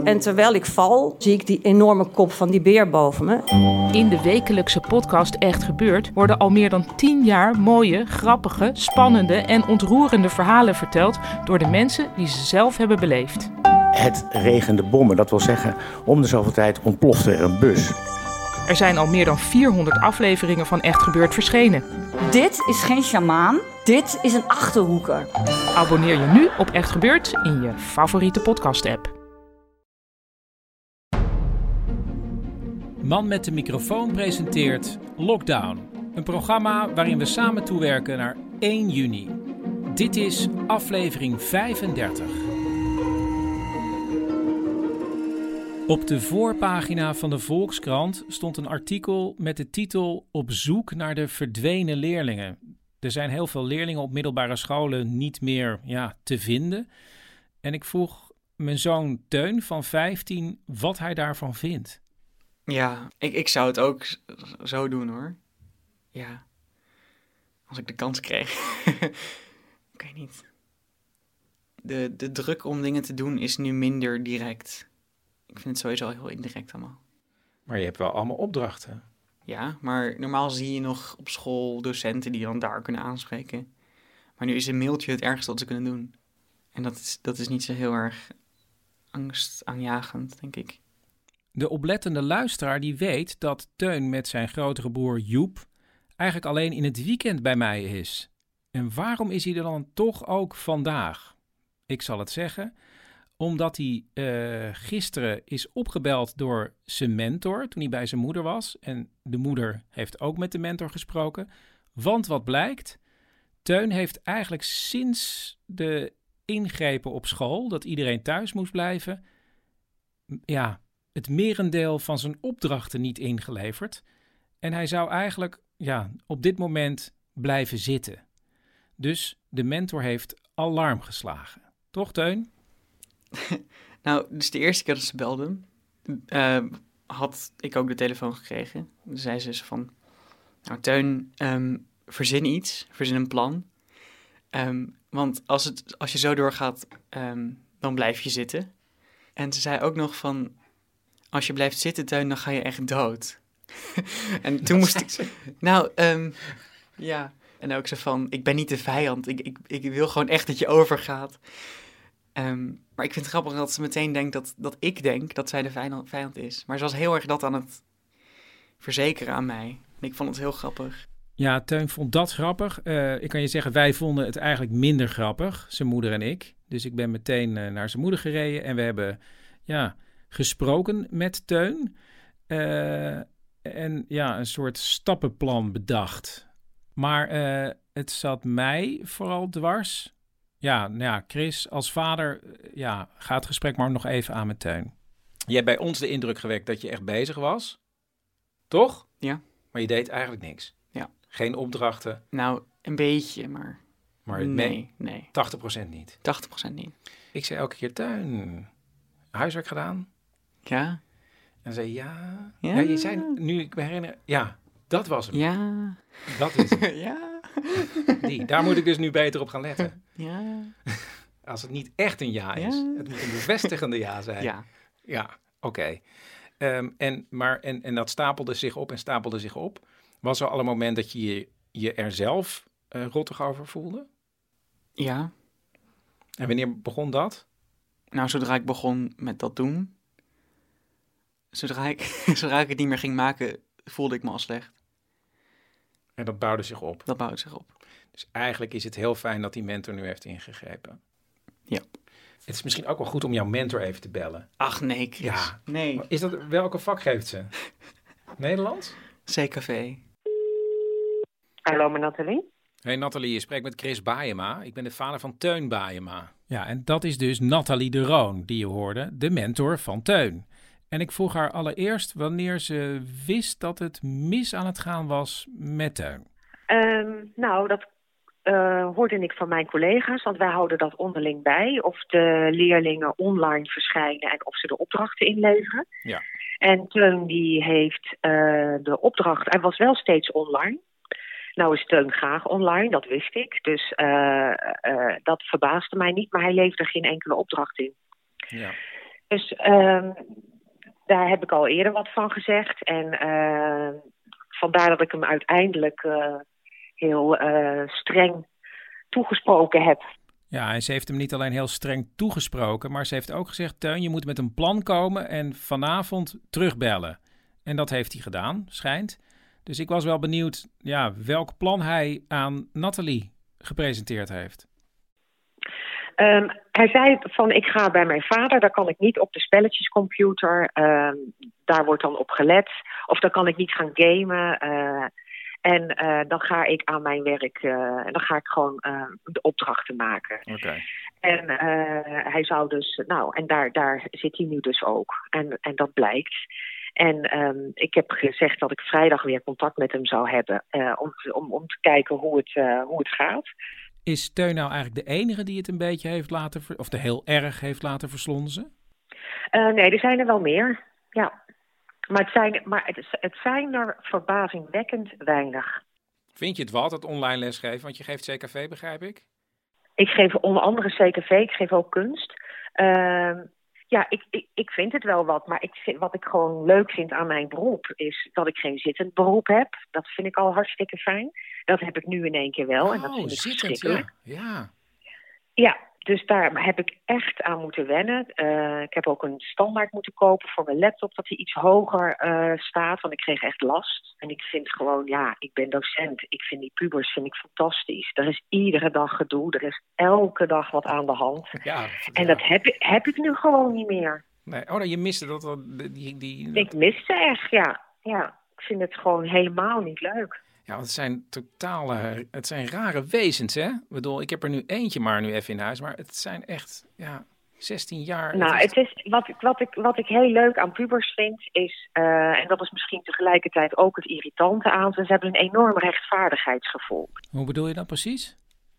En terwijl ik val, zie ik die enorme kop van die beer boven me. In de wekelijkse podcast Echt Gebeurd worden al meer dan 10 jaar mooie, grappige, spannende en ontroerende verhalen verteld door de mensen die ze zelf hebben beleefd. Het regende bommen, dat wil zeggen, om de zoveel tijd ontplofte er een bus. Er zijn al meer dan 400 afleveringen van Echt Gebeurd verschenen. Dit is geen sjamaan, dit is een Achterhoeker. Abonneer je nu op Echt Gebeurd in je favoriete podcast-app. Man met de microfoon presenteert Lockdown. Een programma waarin we samen toewerken naar 1 juni. Dit is aflevering 35. Op de voorpagina van de Volkskrant stond een artikel met de titel Op zoek naar de verdwenen leerlingen. Er zijn heel veel leerlingen op middelbare scholen niet meer te vinden. En ik vroeg mijn zoon Teun van 15 wat hij daarvan vindt. Ja, ik zou het ook zo doen hoor. Ja, als ik de kans kreeg. Ik weet niet. De druk om dingen te doen is nu minder direct. Ik vind het sowieso heel indirect allemaal. Maar je hebt wel allemaal opdrachten. Ja, maar normaal zie je nog op school docenten die dan daar kunnen aanspreken. Maar nu is een mailtje het ergste wat ze kunnen doen. En dat is niet zo heel erg angstaanjagend, denk ik. De oplettende luisteraar die weet dat Teun met zijn grotere broer Joep eigenlijk alleen in het weekend bij mij is. En waarom is hij er dan toch ook vandaag? Ik zal het zeggen, omdat hij gisteren is opgebeld door zijn mentor toen hij bij zijn moeder was. En de moeder heeft ook met de mentor gesproken. Want wat blijkt, Teun heeft eigenlijk sinds de ingrepen op school, dat iedereen thuis moest blijven, het merendeel van zijn opdrachten niet ingeleverd. En hij zou eigenlijk op dit moment blijven zitten. Dus de mentor heeft alarm geslagen. Toch, Teun? Nou, dus de eerste keer dat ze belden, had ik ook de telefoon gekregen. Toen zei ze van, nou Teun, verzin iets, verzin een plan. Want als je zo doorgaat, dan blijf je zitten. En ze zei ook nog van, als je blijft zitten, Teun, dan ga je echt dood. En toen moest ik... Nou, ja. En ook zo van, ik ben niet de vijand. Ik wil gewoon echt dat je overgaat. Maar ik vind het grappig dat ze meteen denkt dat ik denk dat zij de vijand is. Maar ze was heel erg dat aan het verzekeren aan mij. En ik vond het heel grappig. Ja, Teun vond dat grappig. Ik kan je zeggen, wij vonden het eigenlijk minder grappig, zijn moeder en ik. Dus ik ben meteen naar zijn moeder gereden en we hebben gesproken met Teun. En een soort stappenplan bedacht. Maar het zat mij vooral dwars. Chris, als vader, ga het gesprek maar nog even aan met Teun. Je hebt bij ons de indruk gewekt dat je echt bezig was. Toch? Ja. Maar je deed eigenlijk niks. Ja. Geen opdrachten. Nou, een beetje, maar nee. 80% niet. 80% niet. Ik zei elke keer, Teun, huiswerk gedaan? Ja. En zei ja. Ja, je zei, nu ik me herinner, dat was hem. Ja. Dat is hem. Ja. Daar moet ik dus nu beter op gaan letten. Ja. Als het niet echt een ja is. Het moet een bevestigende ja zijn. Ja. Ja, oké. En dat stapelde zich op. Was er al een moment dat je er zelf rottig over voelde? Ja. En wanneer begon dat? Nou, zodra ik begon met dat doen. Zodra ik het niet meer ging maken, voelde ik me al slecht. En dat bouwde zich op? Dat bouwde zich op. Dus eigenlijk is het heel fijn dat die mentor nu heeft ingegrepen. Ja. Het is misschien ook wel goed om jouw mentor even te bellen. Ach nee, Chris. Ja. Nee. Welke vak geeft ze? Nederlands? CKV. Hallo, met Nathalie. Hey Nathalie, je spreekt met Chris Baayema. Ik ben de vader van Teun Baayema. Ja, en dat is dus Nathalie de Roon, die je hoorde, de mentor van Teun. En ik vroeg haar allereerst wanneer ze wist dat het mis aan het gaan was met Teun. Dat hoorde ik van mijn collega's, want wij houden dat onderling bij. Of de leerlingen online verschijnen en of ze de opdrachten inleveren. Ja. En Teun die heeft de opdracht, hij was wel steeds online. Nou is Teun graag online, dat wist ik. Dus dat verbaasde mij niet, maar hij leverde geen enkele opdracht in. Ja. Dus daar heb ik al eerder wat van gezegd. En vandaar dat ik hem uiteindelijk heel streng toegesproken heb. Ja, en ze heeft hem niet alleen heel streng toegesproken, maar ze heeft ook gezegd, Teun, je moet met een plan komen en vanavond terugbellen. En dat heeft hij gedaan, schijnt. Dus ik was wel benieuwd welk plan hij aan Nathalie gepresenteerd heeft. Hij zei van, ik ga bij mijn vader, daar kan ik niet op de spelletjescomputer. Daar wordt dan op gelet. Of dan kan ik niet gaan gamen. En dan ga ik aan mijn werk, en dan ga ik gewoon de opdrachten maken. Okay. En hij zou dus, en daar zit hij nu dus ook. En dat blijkt. En ik heb gezegd dat ik vrijdag weer contact met hem zou hebben. Om te kijken hoe het gaat. Is Teun nou eigenlijk de enige die het een beetje heeft of heel erg heeft laten verslonzen? Nee, er zijn er wel meer. Ja. Maar het zijn er verbazingwekkend weinig. Vind je het wat, het online lesgeven? Want je geeft CKV, begrijp ik? Ik geef onder andere CKV, ik geef ook kunst. Ik vind het wel wat. Maar wat ik gewoon leuk vind aan mijn beroep is dat ik geen zittend beroep heb. Dat vind ik al hartstikke fijn. Dat heb ik nu in één keer wel. En dat vind ik verschrikkelijk. Ja, dus daar heb ik echt aan moeten wennen. Ik heb ook een standaard moeten kopen voor mijn laptop, dat die iets hoger staat. Want ik kreeg echt last. En ik vind gewoon, ik ben docent. Ik vind die pubers fantastisch. Er is iedere dag gedoe. Er is elke dag wat aan de hand. En dat heb ik nu gewoon niet meer. Nee. Je miste dat? Ik miste echt, ja. Ik vind het gewoon helemaal niet leuk. Ja, het zijn rare wezens, hè? Ik bedoel, ik heb er nu eentje maar nu even in huis, maar het zijn echt, 16 jaar. Nou, het is wat ik heel leuk aan pubers vind, is, en dat is misschien tegelijkertijd ook het irritante aan ze hebben een enorm rechtvaardigheidsgevoel. Hoe bedoel je dat precies?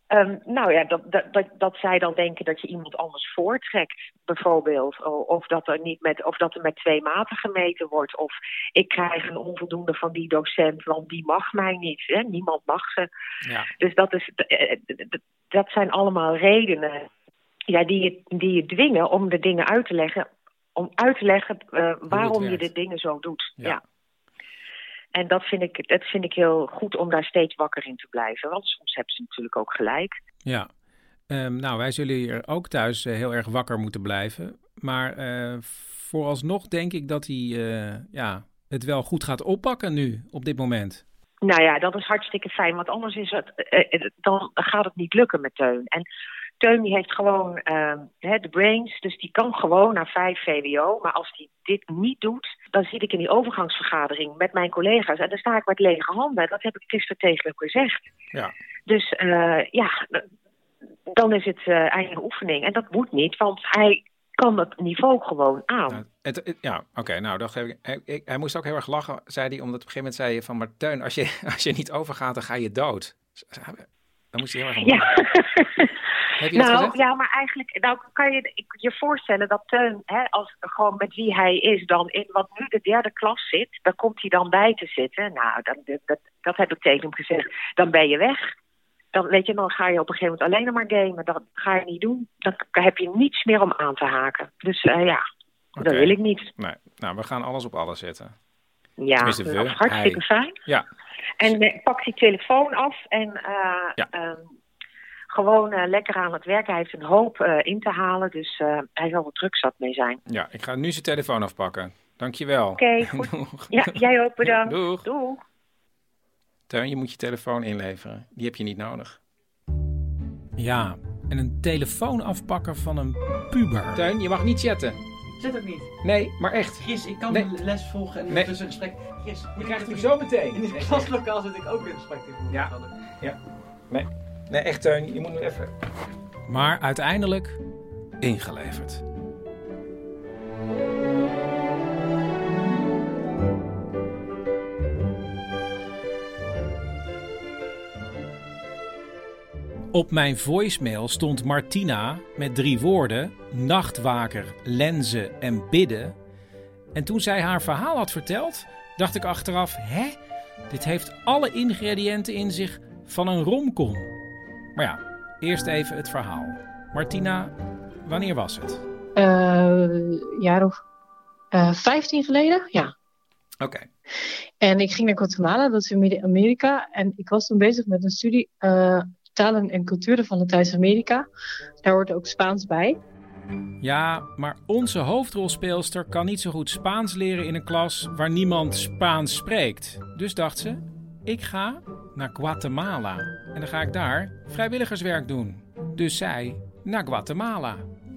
Dat zij dan denken dat je iemand anders voortrekt, bijvoorbeeld. Of dat er met 2 maten gemeten wordt. Of ik krijg een onvoldoende van die docent, want die mag mij niet. Hè? Niemand mag ze. Ja. Dus dat zijn allemaal redenen die je dwingen om de dingen uit te leggen. Om uit te leggen waarom je de dingen zo doet. Ja. En dat vind ik heel goed om daar steeds wakker in te blijven. Want soms hebben ze natuurlijk ook gelijk. Ja, wij zullen hier ook thuis heel erg wakker moeten blijven. Maar vooralsnog denk ik dat hij het wel goed gaat oppakken nu, op dit moment. Nou ja, dat is hartstikke fijn. Want anders dan gaat het niet lukken met Teun. En Teun die heeft gewoon de brains, dus die kan gewoon naar 5 VWO. Maar als hij dit niet doet, dan zit ik in die overgangsvergadering met mijn collega's. En dan sta ik met lege handen. Dat heb ik gisteren tegen hem gezegd. Ja. Dus dan is het eigen oefening. En dat moet niet, want hij kan het niveau gewoon aan. Dat geef ik. Hij moest ook heel erg lachen, zei hij, omdat op een gegeven moment zei je van, maar Teun, als je niet overgaat, dan ga je dood. Dan moest hij heel erg lachen. Heb je dat gezegd? Ja, maar eigenlijk kan je je voorstellen dat Teun, als gewoon met wie hij is, dan in wat nu de 3e klas zit, daar komt hij dan bij te zitten. Nou, dat heb ik tegen hem gezegd. Dan ben je weg. Dan ga je op een gegeven moment alleen nog maar gamen. Dat ga je niet doen. Dan heb je niets meer om aan te haken. Dus dat wil ik niet. Nee. Nou, we gaan alles op alles zetten. Ja, dat is hartstikke fijn. Ja. En pak die telefoon af en gewoon lekker aan het werk. Hij heeft een hoop in te halen, dus hij zal er druk zat mee zijn. Ja, ik ga nu zijn telefoon afpakken. Dankjewel. Oké, goed. Doeg. Ja, jij ook bedankt. Doeg. Doeg. Teun, je moet je telefoon inleveren. Die heb je niet nodig. Ja, en een telefoon afpakken van een puber. Teun, je mag niet chatten. Zit ook niet. Nee, maar echt. Gis, ik kan de les volgen en tussen een gesprek. Gis, je krijgt hem zo meteen. In het klaslokaal zit ik ook in een gesprek te voeren. Ja. Nee, echt Teun, je moet nu even. Maar uiteindelijk ingeleverd. Op mijn voicemail stond Martina met 3 woorden: nachtwaker, lenzen en bidden. En toen zij haar verhaal had verteld, dacht ik achteraf: dit heeft alle ingrediënten in zich van een romcom. Maar ja, eerst even het verhaal. Martina, wanneer was het? jaar of 15 geleden, ja. Oké. En ik ging naar Guatemala, dat is in Midden-Amerika. En ik was toen bezig met een studie talen en culturen van Latijns-Amerika. Daar hoort ook Spaans bij. Ja, maar onze hoofdrolspeelster kan niet zo goed Spaans leren in een klas waar niemand Spaans spreekt. Dus dacht ze, ik ga naar Guatemala. En dan ga ik daar vrijwilligerswerk doen. Dus zij naar Guatemala.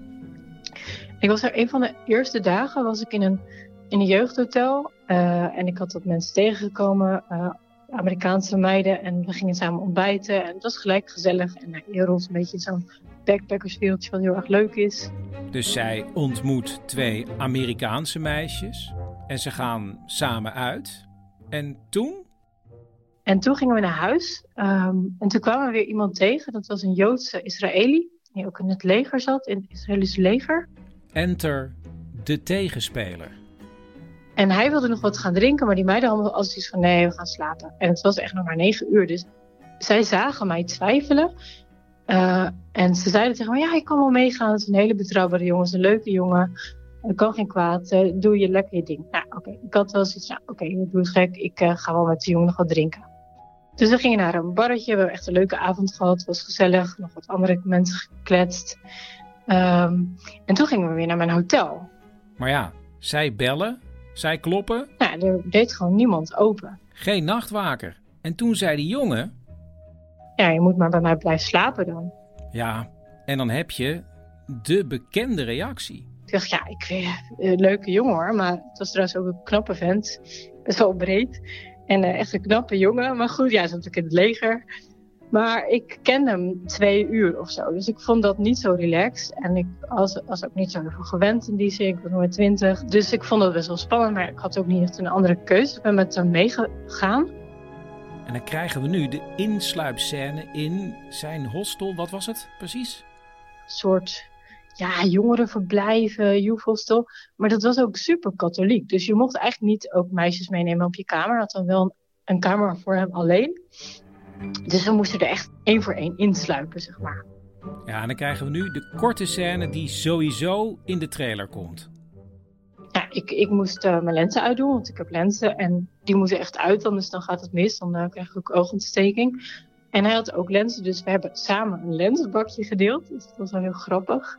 Ik was er een van de eerste dagen, was ik in een jeugdhotel. En ik had wat mensen tegengekomen, Amerikaanse meiden. En we gingen samen ontbijten. En het was gelijk gezellig. En je rolt een beetje zo'n backpackerswereldje wat heel erg leuk is. Dus zij ontmoet 2 Amerikaanse meisjes. En ze gaan samen uit. En toen? En toen gingen we naar huis. En toen kwamen we weer iemand tegen. Dat was een Joodse Israëli. Die ook in het leger zat, in het Israëlische leger. Enter de tegenspeler. En hij wilde nog wat gaan drinken, maar die meiden hadden altijd iets van nee, we gaan slapen. En het was echt nog maar 9 uur, dus zij zagen mij twijfelen. En ze zeiden tegen me, ja, ik kan wel meegaan. Het is een hele betrouwbare jongen, het is een leuke jongen. Er kan geen kwaad, doe je lekker je ding. Nou, oké. Ik had wel zoiets van, oké, doe het gek. Ik ga wel met de jongen nog wat drinken. Dus we gingen naar een barretje, we hebben echt een leuke avond gehad. Het was gezellig, nog wat andere mensen gekletst. En toen gingen we weer naar mijn hotel. Maar ja, zij bellen, zij kloppen. Nou, er deed gewoon niemand open. Geen nachtwaker. En toen zei die jongen... Ja, je moet maar bij mij blijven slapen dan. Ja, en dan heb je de bekende reactie. Ik dacht, ja, ik vind een leuke jongen hoor. Maar het was trouwens ook een knappe vent. Best wel breed. En echt een knappe jongen. Maar goed, ja, hij zat natuurlijk in het leger. Maar ik kende hem 2 uur of zo. Dus ik vond dat niet zo relaxed. En ik was ook niet zo heel veel gewend in die zin. Ik was nog maar 20. Dus ik vond dat best wel spannend. Maar ik had ook niet echt een andere keuze. Ik ben met hem meegegaan. En dan krijgen we nu de insluipscène in zijn hostel. Wat was het precies? Een soort jongerenverblijven, youth hostel. Maar dat was ook super katholiek. Dus je mocht eigenlijk niet ook meisjes meenemen op je kamer. Had dan wel een kamer voor hem alleen. Dus we moesten er echt 1 voor 1 insluipen, zeg maar. Ja, en dan krijgen we nu de korte scène die sowieso in de trailer komt. Ja, ik moest mijn lenzen uitdoen, want ik heb lenzen. En die moeten echt uit, anders dan gaat het mis. Dan krijg ik ook oogontsteking. En hij had ook lenzen, dus we hebben samen een lenzenbakje gedeeld. Dus dat was wel heel grappig.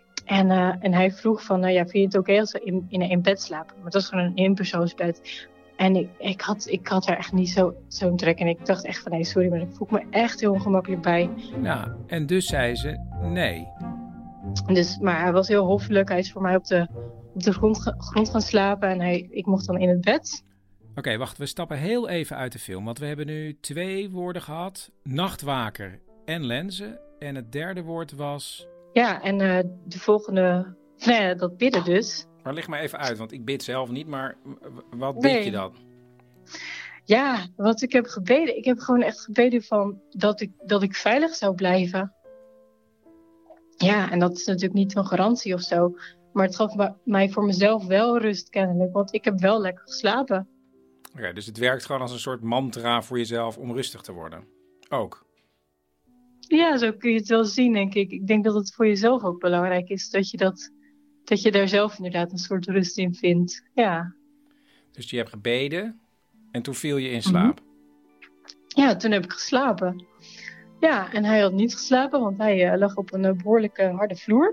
En hij vroeg van, vind je het oké als we in één bed slapen? Maar het was gewoon een eenpersoonsbed. En ik had er echt niet zo'n trek. En ik dacht echt van, nee, sorry, maar ik voel me echt heel ongemakkelijk bij. Ja, en dus zei ze nee. Maar hij was heel hoffelijk. Hij is voor mij op de grond gaan slapen. En ik mocht dan in het bed. Oké, wacht, we stappen heel even uit de film. Want we hebben nu 2 woorden gehad. Nachtwaker en lenzen. En het derde woord was... Ja, en de volgende... Nee, dat bidden dus. Maar leg maar even uit, want ik bid zelf niet. Maar wat bid je dan? Ja, wat ik heb gebeden. Ik heb gewoon echt gebeden van dat ik veilig zou blijven. Ja, en dat is natuurlijk niet een garantie of zo. Maar het gaf mij voor mezelf wel rust kennelijk. Want ik heb wel lekker geslapen. Oké, dus het werkt gewoon als een soort mantra voor jezelf om rustig te worden. Ook. Ja, zo kun je het wel zien, denk ik. Ik denk dat het voor jezelf ook belangrijk is. Dat je daar zelf inderdaad een soort rust in vindt. Ja. Dus je hebt gebeden en toen viel je in slaap. Ja, toen heb ik geslapen. Ja, en hij had niet geslapen, want hij lag op een behoorlijke harde vloer.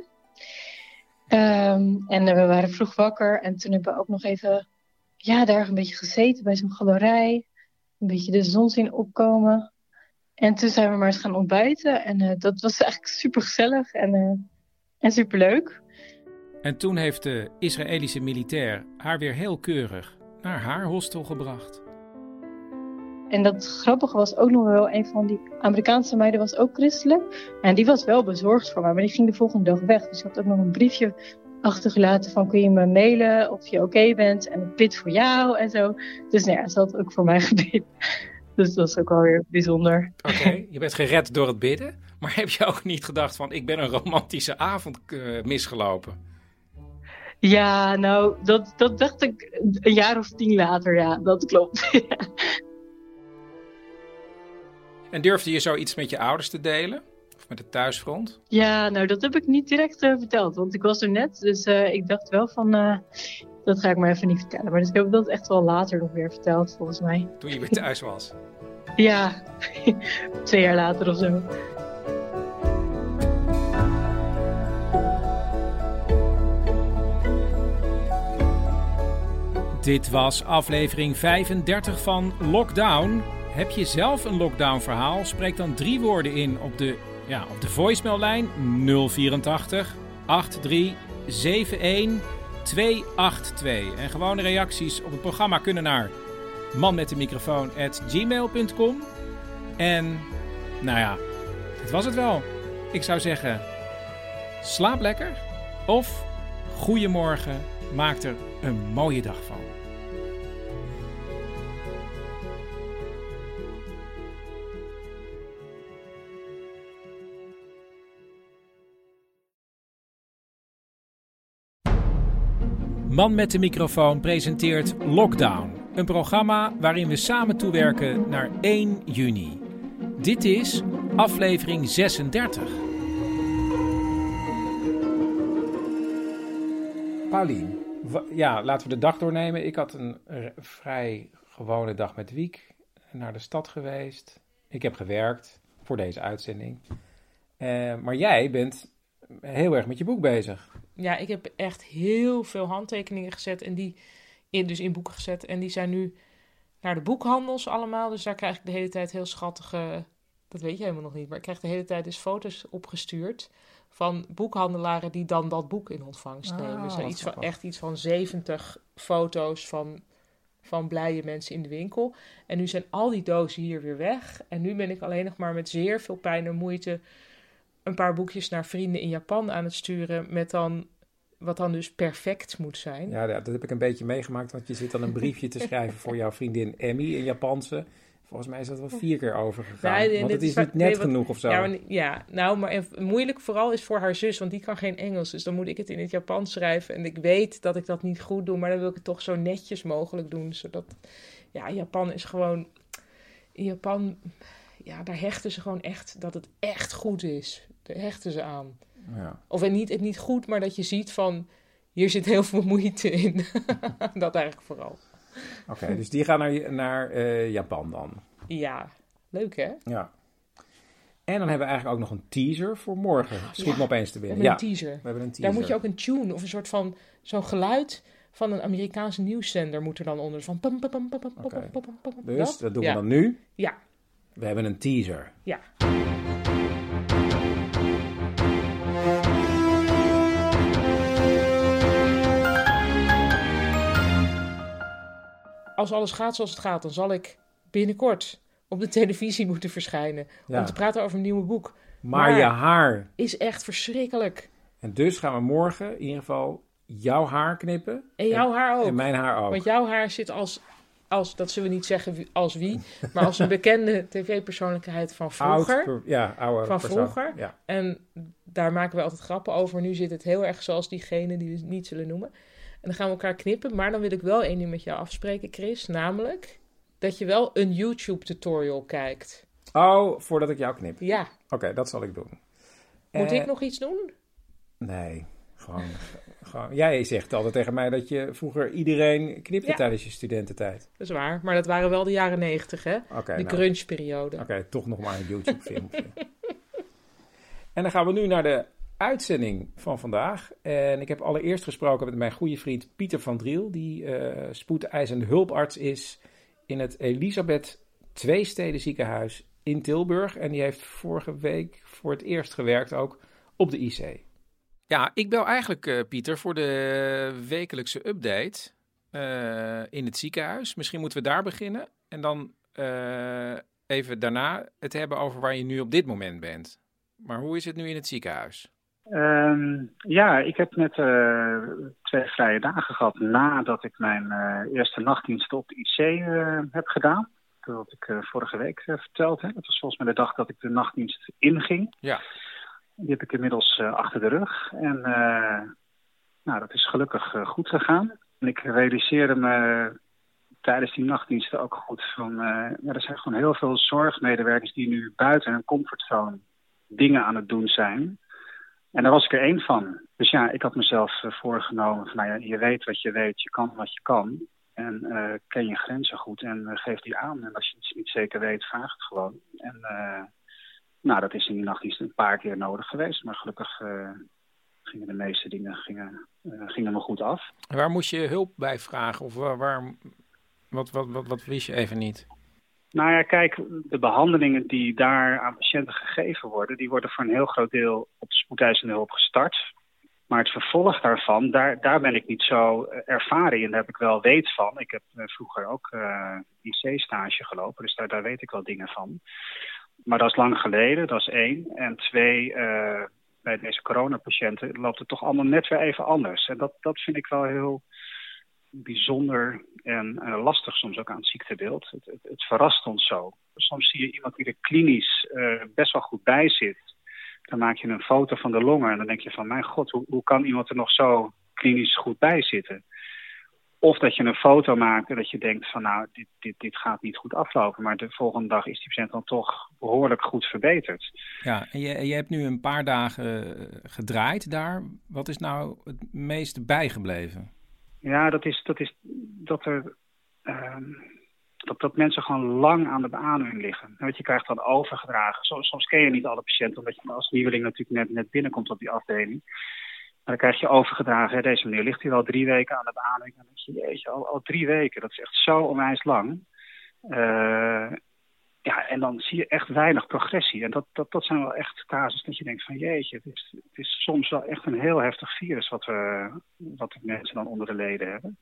En we waren vroeg wakker. En toen hebben we ook nog even daar een beetje gezeten bij zo'n galerij. Een beetje de zon zien opkomen. En toen zijn we maar eens gaan ontbijten. En dat was eigenlijk super gezellig en super leuk. En toen heeft de Israëlische militair haar weer heel keurig naar haar hostel gebracht. En dat grappige was ook nog wel, een van die Amerikaanse meiden was ook christelijk. En die was wel bezorgd voor mij, maar die ging de volgende dag weg. Dus ik had ook nog een briefje achtergelaten van, kun je me mailen of je oké bent? En ik bid voor jou en zo. Dus ze had ook voor mij gebeden. Dus dat is ook wel weer bijzonder. Oké, je bent gered door het bidden. Maar heb je ook niet gedacht van, ik ben een romantische avond misgelopen? Ja, nou, dat dacht ik een jaar of 10 later, ja, dat klopt. En durfde je zoiets met je ouders te delen? Met het thuisfront? Ja, nou dat heb ik niet direct verteld, want ik was er net. Dus ik dacht wel van, dat ga ik maar even niet vertellen. Maar dus ik heb dat echt wel later nog weer verteld, volgens mij. Toen je weer thuis was? Ja, 2 jaar later of zo. Dit was aflevering 35 van Lockdown. Heb je zelf een lockdown-verhaal? Spreek dan 3 woorden in op de voicemaillijn 084 83 71 282. En gewone reacties op het programma kunnen naar manmetdemicrofoon@gmail.com. En nou ja, dit was het wel. Ik zou zeggen, slaap lekker of goeiemorgen, maak er een mooie dag van. Man met de microfoon presenteert Lockdown. Een programma waarin we samen toewerken naar 1 juni. Dit is aflevering 36. Paulien, laten we de dag doornemen. Ik had een vrij gewone dag met Wiek. Naar de stad geweest. Ik heb gewerkt voor deze uitzending. Maar jij bent heel erg met je boek bezig. Ja, ik heb echt heel veel handtekeningen gezet en die in boeken gezet. En die zijn nu naar de boekhandels allemaal. Dus daar krijg ik de hele tijd heel schattige, dat weet je helemaal nog niet, maar ik krijg de hele tijd dus foto's opgestuurd van boekhandelaren die dan dat boek in ontvangst nemen. Dus iets van 70 foto's van blije mensen in de winkel. En nu zijn al die dozen hier weer weg. En nu ben ik alleen nog maar met zeer veel pijn en moeite een paar boekjes naar vrienden in Japan aan het sturen met dan wat dan dus perfect moet zijn. Ja, dat heb ik een beetje meegemaakt, want je zit dan een briefje te schrijven voor jouw vriendin Emmy in Japanse. Volgens mij is dat wel 4 keer overgegaan, want het is niet net genoeg of zo. Maar moeilijk vooral is voor haar zus, want die kan geen Engels. Dus dan moet ik het in het Japans schrijven. En ik weet dat ik dat niet goed doe, maar dan wil ik het toch zo netjes mogelijk doen. Zodat, Japan is gewoon... In Japan, daar hechten ze gewoon echt dat het echt goed is. Daar hechten ze aan. Ja. Of niet goed, maar dat je ziet van, hier zit heel veel moeite in. Dat eigenlijk vooral. Oké, dus die gaan naar Japan dan. Ja, leuk hè? Ja. En dan hebben we eigenlijk ook nog een teaser voor morgen. Schiet me opeens te binnen. We hebben een teaser. Daar moet je ook een tune of een soort van zo'n geluid van een Amerikaanse nieuwszender moet er dan onder. Van pam, pam, pam, pam, pam, pam, pam, pam, pam. Dus dat doen we dan nu? Ja. We hebben een teaser. Ja. Als alles gaat zoals het gaat, dan zal ik binnenkort op de televisie moeten verschijnen. Om te praten over een nieuwe boek. Maar je haar is echt verschrikkelijk. En dus gaan we morgen in ieder geval jouw haar knippen. En jouw haar ook. En mijn haar ook. Want jouw haar zit als dat zullen we niet zeggen als wie, maar als een bekende tv-persoonlijkheid van vroeger. Oude vroeger. Ja. En daar maken we altijd grappen over. Nu zit het heel erg zoals diegene die we niet zullen noemen. En dan gaan we elkaar knippen. Maar dan wil ik wel 1 ding met jou afspreken, Chris. Namelijk dat je wel een YouTube-tutorial kijkt. Oh, voordat ik jou knip? Ja. Oké, dat zal ik doen. Moet ik nog iets doen? Nee, gewoon. Jij zegt altijd tegen mij dat je vroeger iedereen knipte tijdens je studententijd. Dat is waar, maar dat waren wel de jaren 90, hè? De grunge-periode. Oké, toch nog maar een YouTube-filmpje. En dan gaan we nu naar de uitzending van vandaag. En ik heb allereerst gesproken met mijn goede vriend Pieter van Driel, die spoedeisende hulparts is in het Elisabeth Tweesteden ziekenhuis in Tilburg. En die heeft vorige week voor het eerst gewerkt ook op de IC. Ja, ik bel eigenlijk, Pieter, voor de wekelijkse update in het ziekenhuis. Misschien moeten we daar beginnen. En dan even daarna het hebben over waar je nu op dit moment bent. Maar hoe is het nu in het ziekenhuis? Ik heb net 2 vrije dagen gehad nadat ik mijn eerste nachtdienst op de IC heb gedaan. Dat ik vorige week verteld heb. Het was volgens mij de dag dat ik de nachtdienst inging. Ja. Die heb ik inmiddels achter de rug. En dat is gelukkig goed gegaan. En ik realiseerde me tijdens die nachtdiensten ook goed van... er zijn gewoon heel veel zorgmedewerkers die nu buiten hun comfortzone dingen aan het doen zijn. En daar was ik er één van. Dus ja, ik had mezelf voorgenomen van, nou ja, je weet wat je weet, je kan wat je kan. En ken je grenzen goed en geef die aan. En als je het niet zeker weet, vraag het gewoon. En nou, dat is in die nachtdienst een paar keer nodig geweest. Maar gelukkig gingen de meeste dingen gingen me goed af. En waar moest je hulp bij vragen? Of wat wist je even niet? Nou ja, kijk, de behandelingen die daar aan patiënten gegeven worden, die worden voor een heel groot deel op de spoedeisende hulp gestart. Maar het vervolg daarvan, daar ben ik niet zo ervaren in. Daar heb ik wel weet van. Ik heb vroeger ook IC-stage gelopen, dus daar weet ik wel dingen van. Maar dat is lang geleden, dat is 1. En 2, bij deze coronapatiënten loopt het toch allemaal net weer even anders. En dat vind ik wel heel bijzonder en lastig soms ook aan het ziektebeeld. Het verrast ons zo. Soms zie je iemand die er klinisch best wel goed bij zit. Dan maak je een foto van de longen en dan denk je van, mijn god, hoe kan iemand er nog zo klinisch goed bij zitten? Of dat je een foto maakt en dat je denkt van, nou, dit gaat niet goed aflopen. Maar de volgende dag is die patiënt dan toch behoorlijk goed verbeterd. Ja, en je hebt nu een paar dagen gedraaid daar. Wat is nou het meest bijgebleven? Ja, dat mensen gewoon lang aan de beademing liggen. En wat je krijgt dan overgedragen. Soms ken je niet alle patiënten, omdat je als nieuweling natuurlijk net binnenkomt op die afdeling. Maar dan krijg je overgedragen, deze meneer ligt hier al 3 weken aan de beademing. En dan denk je, jeetje, al 3 weken, dat is echt zo onwijs lang. Ja, en dan zie je echt weinig progressie. En dat zijn wel echt casus dat je denkt van, jeetje, het is soms wel echt een heel heftig virus wat de mensen dan onder de leden hebben.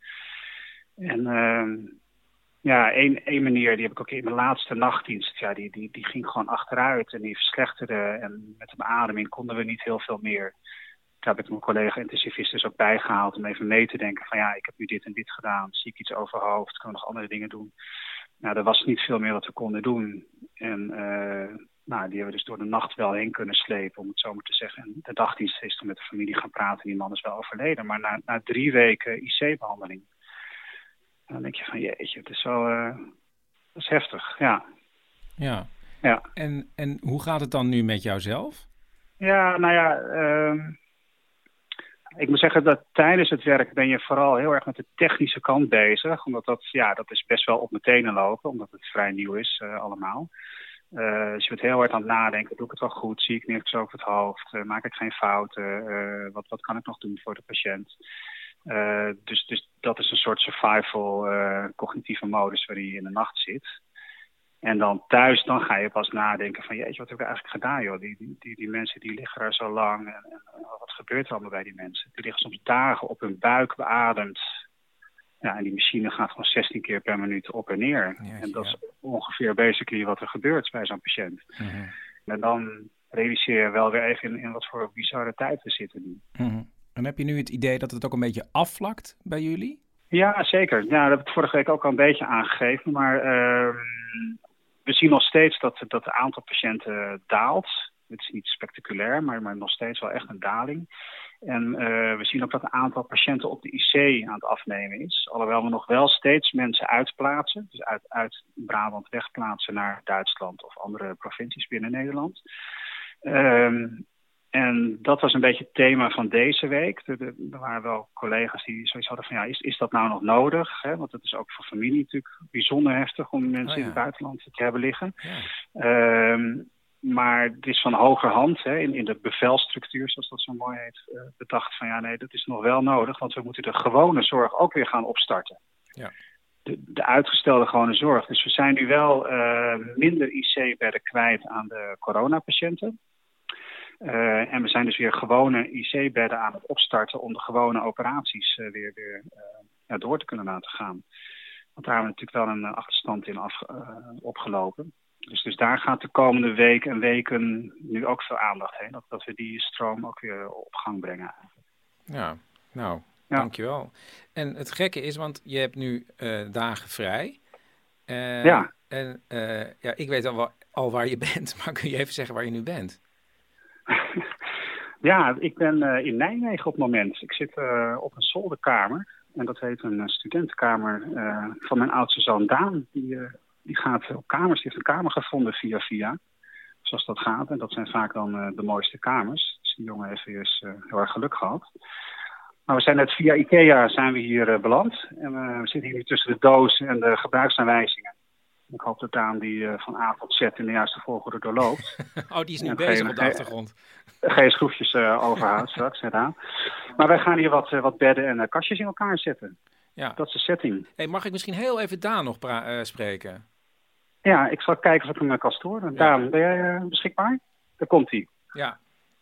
En ja, één meneer, die heb ik ook in mijn laatste nachtdienst, ja, die ging gewoon achteruit en die verslechterde. En met de beademing konden we niet heel veel meer. Daar heb ik mijn collega-intensivist dus ook bijgehaald om even mee te denken van, ja, ik heb nu dit en dit gedaan. Zie ik iets overhoofd? Kunnen we nog andere dingen doen? Nou, er was niet veel meer wat we konden doen. En nou, die hebben we dus door de nacht wel heen kunnen slepen, om het zo maar te zeggen. En de dagdienst is toen met de familie gaan praten. Die man is wel overleden. Maar na 3 weken IC-behandeling. En dan denk je van, jeetje, het is wel dat is heftig, ja. Ja. Ja. En hoe gaat het dan nu met jouzelf? Ja, nou ja, ik moet zeggen dat tijdens het werk ben je vooral heel erg met de technische kant bezig. Omdat dat is best wel op mijn tenen lopen, omdat het vrij nieuw is allemaal. Dus je bent heel hard aan het nadenken, doe ik het wel goed, zie ik niks over het hoofd, maak ik geen fouten, wat kan ik nog doen voor de patiënt? Dus dat is een soort survival cognitieve modus waarin je in de nacht zit. En dan thuis, dan ga je pas nadenken van, jeetje, wat heb ik eigenlijk gedaan, joh? Die mensen die liggen daar zo lang. En wat gebeurt er allemaal bij die mensen? Die liggen soms dagen op hun buik beademd. Ja, en die machine gaat gewoon 16 keer per minuut op en neer. Yes, en dat is ongeveer basically wat er gebeurt bij zo'n patiënt. Mm-hmm. En dan realiseer je wel weer even in wat voor bizarre tijd we zitten nu. Mm-hmm. En heb je nu het idee dat het ook een beetje afvlakt bij jullie? Ja, zeker. Ja, dat heb ik vorige week ook al een beetje aangegeven. Maar we zien nog steeds dat het aantal patiënten daalt. Het is niet spectaculair, maar nog steeds wel echt een daling. En we zien ook dat het aantal patiënten op de IC aan het afnemen is. Alhoewel we nog wel steeds mensen uitplaatsen. Dus uit Brabant wegplaatsen naar Duitsland of andere provincies binnen Nederland. En dat was een beetje het thema van deze week. Er waren wel collega's die zoiets hadden van, ja, is dat nou nog nodig? Hè? Want het is ook voor familie natuurlijk bijzonder heftig om mensen in het buitenland te hebben liggen. Ja. Maar het is van hogerhand, hè, in de bevelstructuur, zoals dat zo mooi heet, bedacht van, ja, nee, dat is nog wel nodig. Want we moeten de gewone zorg ook weer gaan opstarten. Ja. De uitgestelde gewone zorg. Dus we zijn nu wel minder IC-bedden kwijt aan de coronapatiënten. En we zijn dus weer gewone IC-bedden aan het opstarten om de gewone operaties weer door te kunnen laten gaan. Want daar hebben we natuurlijk wel een achterstand in opgelopen. Dus daar gaat de komende week en weken nu ook veel aandacht heen. Dat we die stroom ook weer op gang brengen. Ja, nou, dankjewel. En het gekke is, want je hebt nu dagen vrij. Ja. En ik weet al waar je bent, maar kun je even zeggen waar je nu bent? Ja, ik ben in Nijmegen op het moment. Ik zit op een zolderkamer. En dat heet een studentenkamer van mijn oudste zoon Daan. Die gaat op kamers. Die heeft een kamer gevonden via. zoals dat gaat. En dat zijn vaak dan de mooiste kamers. Dus die jongen heeft weer heel erg geluk gehad. Maar we zijn net via IKEA zijn we hier beland. En we zitten hier nu tussen de doos en de gebruiksaanwijzingen. Ik hoop dat Daan die van A tot Z in de juiste volgorde doorloopt. Oh, die is nu bezig op de achtergrond. Geen schroefjes overhoudt straks, Daan. Maar wij gaan hier wat bedden en kastjes in elkaar zetten. Ja. Dat is de setting. Hey, mag ik misschien heel even Daan nog spreken? Ja, ik zal kijken of ik hem kan storen. Ja. Daan, ben jij beschikbaar? Daar komt hij. Ja.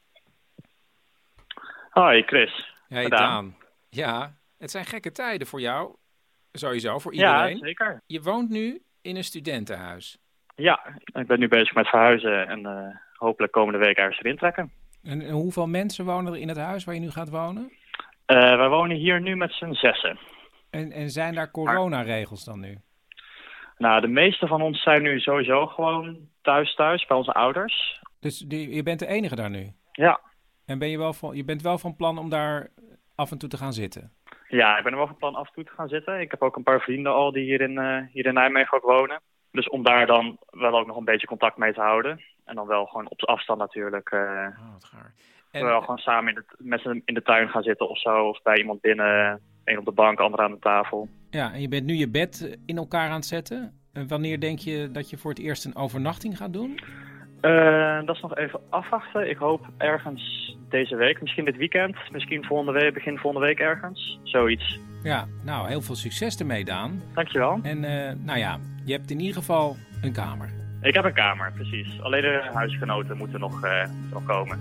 Hoi, Chris. Hey, Daan. Ja, het zijn gekke tijden voor jou. Sowieso, voor iedereen. Ja, zeker. Je woont nu in een studentenhuis. Ja, ik ben nu bezig met verhuizen en hopelijk komende week ergens erin trekken. En hoeveel mensen wonen er in het huis waar je nu gaat wonen? Wij wonen hier nu met z'n 6. En zijn daar coronaregels dan nu? Nou, de meeste van ons zijn nu sowieso gewoon thuis bij onze ouders. Dus je bent de enige daar nu? Ja. En je bent wel van plan om daar af en toe te gaan zitten? Ja, ik ben er wel van plan af en toe te gaan zitten. Ik heb ook een paar vrienden al die hier in Nijmegen ook wonen. Dus om daar dan wel ook nog een beetje contact mee te houden. En dan wel gewoon op afstand natuurlijk. Wat gaar. En wel gewoon samen met ze in de tuin gaan zitten of zo. Of bij iemand binnen. Een op de bank, ander aan de tafel. Ja, en je bent nu je bed in elkaar aan het zetten. En wanneer denk je dat je voor het eerst een overnachting gaat doen? Dat is nog even afwachten. Ik hoop ergens deze week. Misschien dit weekend. Misschien begin volgende week ergens. Zoiets. Ja, nou, heel veel succes ermee, Daan. Dankjewel. En nou ja, je hebt in ieder geval een kamer. Ik heb een kamer, precies. Alleen de huisgenoten moeten nog komen.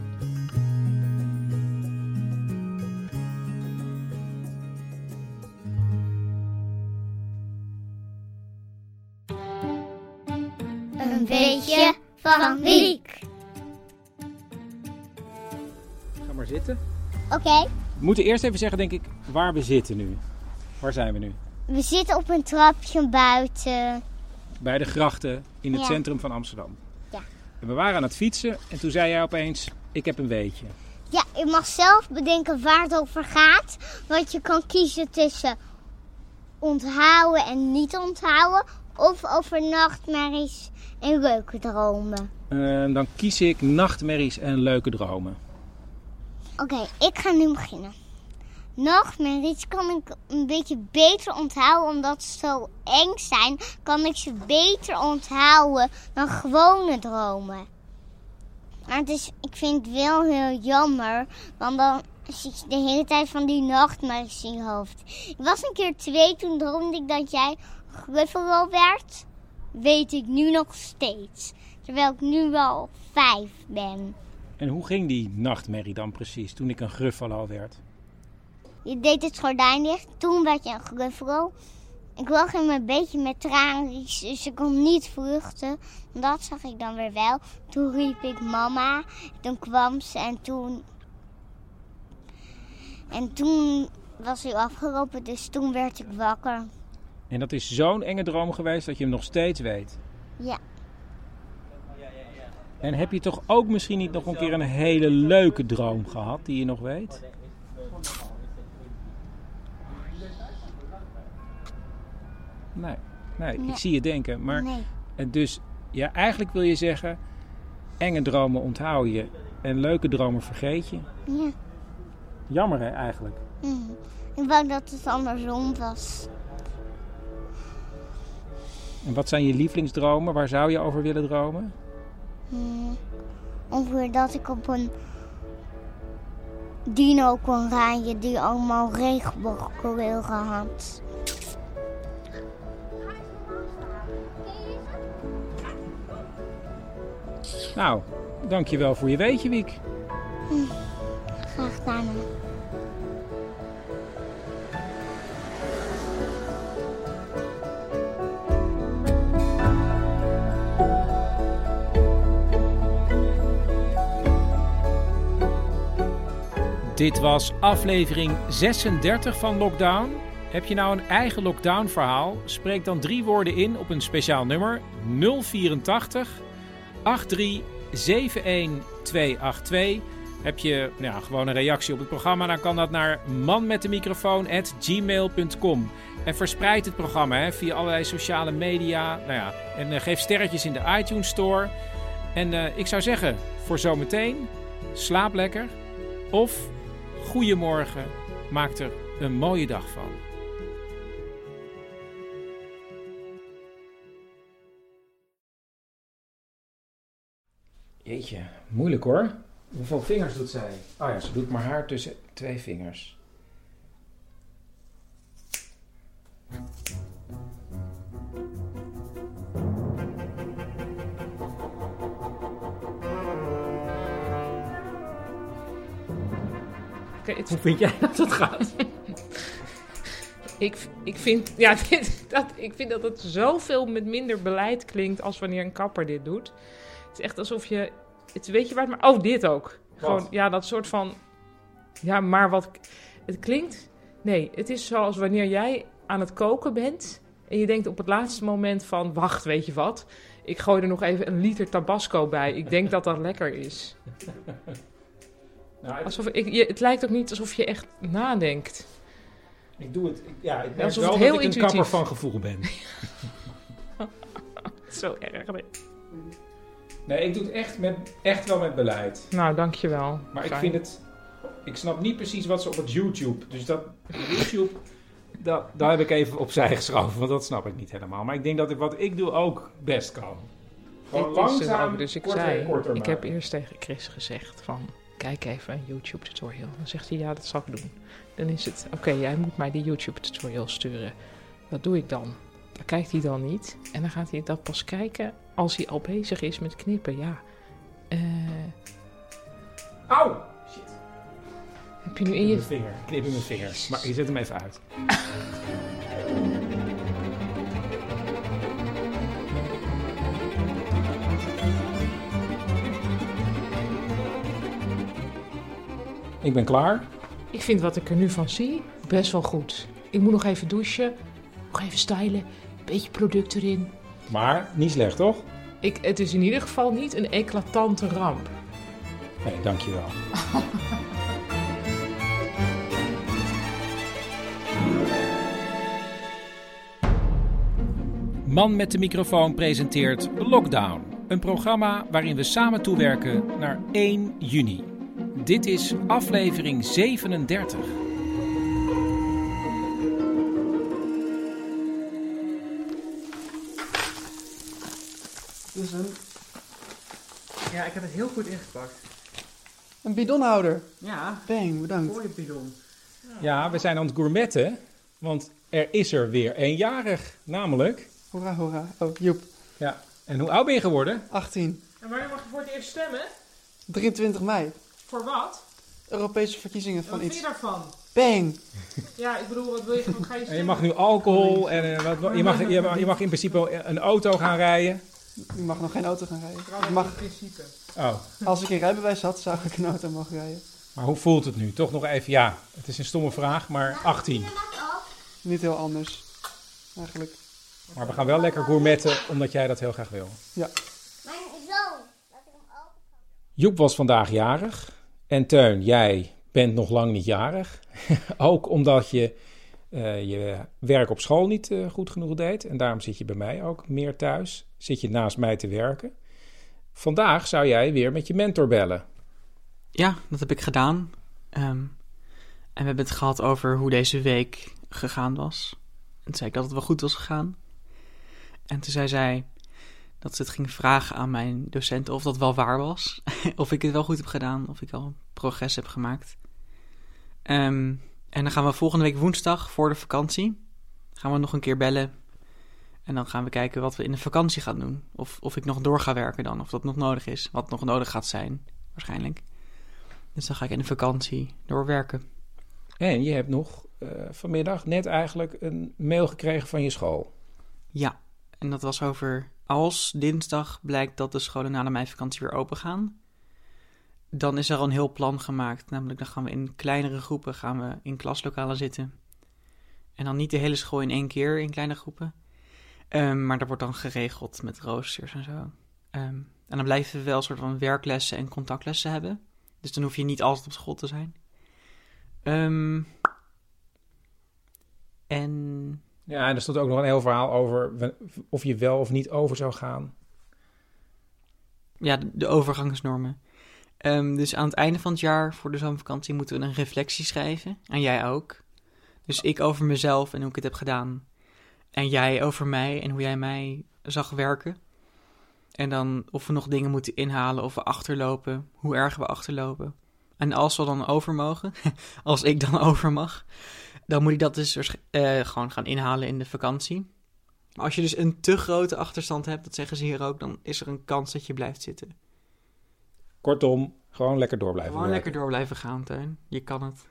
Een beetje van Wiek. Ga maar zitten. Oké. We moeten eerst even zeggen, denk ik, waar we zitten nu. Waar zijn we nu? We zitten op een trapje buiten. Bij de grachten in het centrum van Amsterdam. Ja. En we waren aan het fietsen en toen zei jij opeens, ik heb een weetje. Ja, je mag zelf bedenken waar het over gaat. Want je kan kiezen tussen onthouden en niet onthouden. Of over nachtmerries en leuke dromen. Dan kies ik nachtmerries en leuke dromen. Oké, ik ga nu beginnen. Nachtmerries kan ik een beetje beter onthouden. Omdat ze zo eng zijn, kan ik ze beter onthouden dan gewone dromen. Maar ik vind het wel heel jammer. Want dan zit je de hele tijd van die nachtmerries in je hoofd. Ik was een keer 2, toen droomde ik dat jij Gruffalo werd. Weet ik nu nog steeds. Terwijl ik nu wel 5 ben. En hoe ging die nachtmerrie dan precies toen ik een Gruffalo werd? Je deed het gordijn dicht. Toen werd je een Gruffalo. Ik lag in mijn bedje met traanries, dus ik kon niet vluchten. Dat zag ik dan weer wel. Toen riep ik mama. Toen kwam ze en toen was hij afgelopen, dus toen werd ik wakker. En dat is zo'n enge droom geweest dat je hem nog steeds weet? Ja. En heb je toch ook misschien niet nog een keer een hele leuke droom gehad die je nog weet? Nee, ik zie je denken. Maar dus, ja, eigenlijk wil je zeggen, enge dromen onthoud je en leuke dromen vergeet je. Ja. Jammer hè, eigenlijk. Ik wou dat het andersom was. En wat zijn je lievelingsdromen? Waar zou je over willen dromen? Over dat ik op een dino kon rijden die allemaal regenboogkleuren had. Nou, dankjewel voor je weetje, Wiek. Graag gedaan. Dit was aflevering 36 van Lockdown. Heb je nou een eigen lockdown verhaal? Spreek dan 3 woorden in op een speciaal nummer 084 83 71282. Heb je gewoon een reactie op het programma, dan kan dat naar manmetdemicrofoon@gmail.com. En verspreid het programma via allerlei sociale media. En geef sterretjes in de iTunes Store. En ik zou zeggen, voor zometeen, slaap lekker. Of, goeiemorgen, maak er een mooie dag van. Jeetje, moeilijk hoor. Hoeveel vingers doet zij? Oh ja, ze doet maar haar tussen 2 vingers. Hoe vind jij dat het gaat? Ik vind dat het zoveel met minder beleid klinkt als wanneer een kapper dit doet. Het is echt alsof je... weet je waar het maar... Oh, dit ook. Gewoon, ja, dat soort van... Ja, maar wat... Het klinkt... Nee, het is zoals wanneer jij aan het koken bent... en je denkt op het laatste moment van... Wacht, weet je wat? Ik gooi er nog even 1 liter tabasco bij. Ik denk dat dat lekker is. Nou, het lijkt ook niet alsof je echt nadenkt. Ik doe het... ik merk alsof wel het heel dat ik intuïtief. een kapper van gevoel ben. Zo erg. Nee, ik doe het echt wel met beleid. Nou, dankjewel. Maar ik vind het... Ik snap niet precies wat ze op het YouTube... Dus dat YouTube... Daar heb ik even opzij geschoven, want dat snap ik niet helemaal. Maar ik denk dat wat ik doe ook best kan. Gewoon langzaam, dus ik korter ik heb eerst tegen Chris gezegd van... Kijk even een YouTube tutorial. Dan zegt hij, ja, dat zal ik doen. Dan is het, oké, jij moet mij die YouTube tutorial sturen. Wat doe ik dan? Dan kijkt hij dan niet. En dan gaat hij dat pas kijken als hij al bezig is met knippen. Ja. Auw! Shit. Heb je nu in je... vinger. Knip in mijn vinger. Maar je zet hem even uit. Ik ben klaar. Ik vind wat ik er nu van zie best wel goed. Ik moet nog even douchen. Nog even stylen. Een beetje product erin. Maar niet slecht, toch? Het is in ieder geval niet een eclatante ramp. Nee, dankjewel. Man met de microfoon presenteert Lockdown. Een programma waarin we samen toewerken naar 1 juni. Dit is aflevering 37. Dus Ja, ik heb het heel goed ingepakt. een bidonhouder. Ja. Bang, bedankt. Voor je bidon. Ja, we zijn aan het gourmetten, want er is er weer een jarig, namelijk... Hoera, hoera. Oh, Joep. Ja, en hoe oud ben je geworden? 18. En wanneer mag je voor het eerst stemmen? 23 mei. Voor wat? Europese verkiezingen van Wat vind iets. je daarvan? Bang. Ja, ik bedoel, wat ga je En stemmen? je mag nu alcohol en je mag in principe een auto gaan rijden. Ik mag nog geen auto gaan rijden. Trouwens, Ik mag, in principe. Oh, als ik een rijbewijs had, zou ik een auto mogen rijden. maar hoe voelt het nu? Toch nog even, ja, het is een stomme vraag, maar 18. Niet heel anders, eigenlijk. Maar we gaan wel lekker gourmetten, omdat jij dat heel graag wil. Ja. Mijn zoon. Laat ik hem open. Joep was vandaag jarig. En Teun, jij bent nog lang niet jarig. Ook omdat je je werk op school niet goed genoeg deed. En daarom zit je bij mij ook meer thuis. Zit je naast mij te werken. Vandaag zou jij weer met je mentor bellen. Ja, dat heb ik gedaan. En we hebben het gehad over hoe deze week gegaan was. En toen zei ik dat het wel goed was gegaan. En toen zei zij dat ze het ging vragen aan mijn docenten of dat wel waar was. Of ik het wel goed heb gedaan, of ik al progress heb gemaakt. En dan gaan we volgende week woensdag voor de vakantie. Gaan we nog een keer bellen. En dan gaan we kijken wat we in de vakantie gaan doen. Of ik nog door ga werken dan, of dat nog nodig is. Wat nog nodig gaat zijn, waarschijnlijk. Dus dan ga ik in de vakantie doorwerken. En je hebt nog vanmiddag net eigenlijk een mail gekregen van je school. Ja, en dat was over als dinsdag blijkt dat de scholen na de meivakantie weer open gaan. Dan is er al een heel plan gemaakt. Namelijk dan gaan we in kleinere groepen in klaslokalen zitten. En dan niet de hele school in één keer in kleine groepen. Maar dat wordt dan geregeld met roosters en zo. En dan blijven we wel een soort van werklessen en contactlessen hebben. Dus dan hoef je niet altijd op school te zijn. En... Ja, en er stond ook nog een heel verhaal over of je wel of niet over zou gaan. de overgangsnormen. Dus aan het einde van het jaar, voor de zomervakantie, moeten we een reflectie schrijven. En jij ook. Dus ik over mezelf en hoe ik het heb gedaan. En jij over mij en hoe jij mij zag werken. En dan of we nog dingen moeten inhalen, of we achterlopen, hoe erg we achterlopen. En als we dan over mogen, als ik dan over mag, dan moet ik dat dus gewoon gaan inhalen in de vakantie. Maar als je dus een te grote achterstand hebt, dat zeggen ze hier ook, dan is er een kans dat je blijft zitten. Kortom, gewoon lekker door blijven Gewoon werken. lekker door blijven gaan, Teun. Je kan het.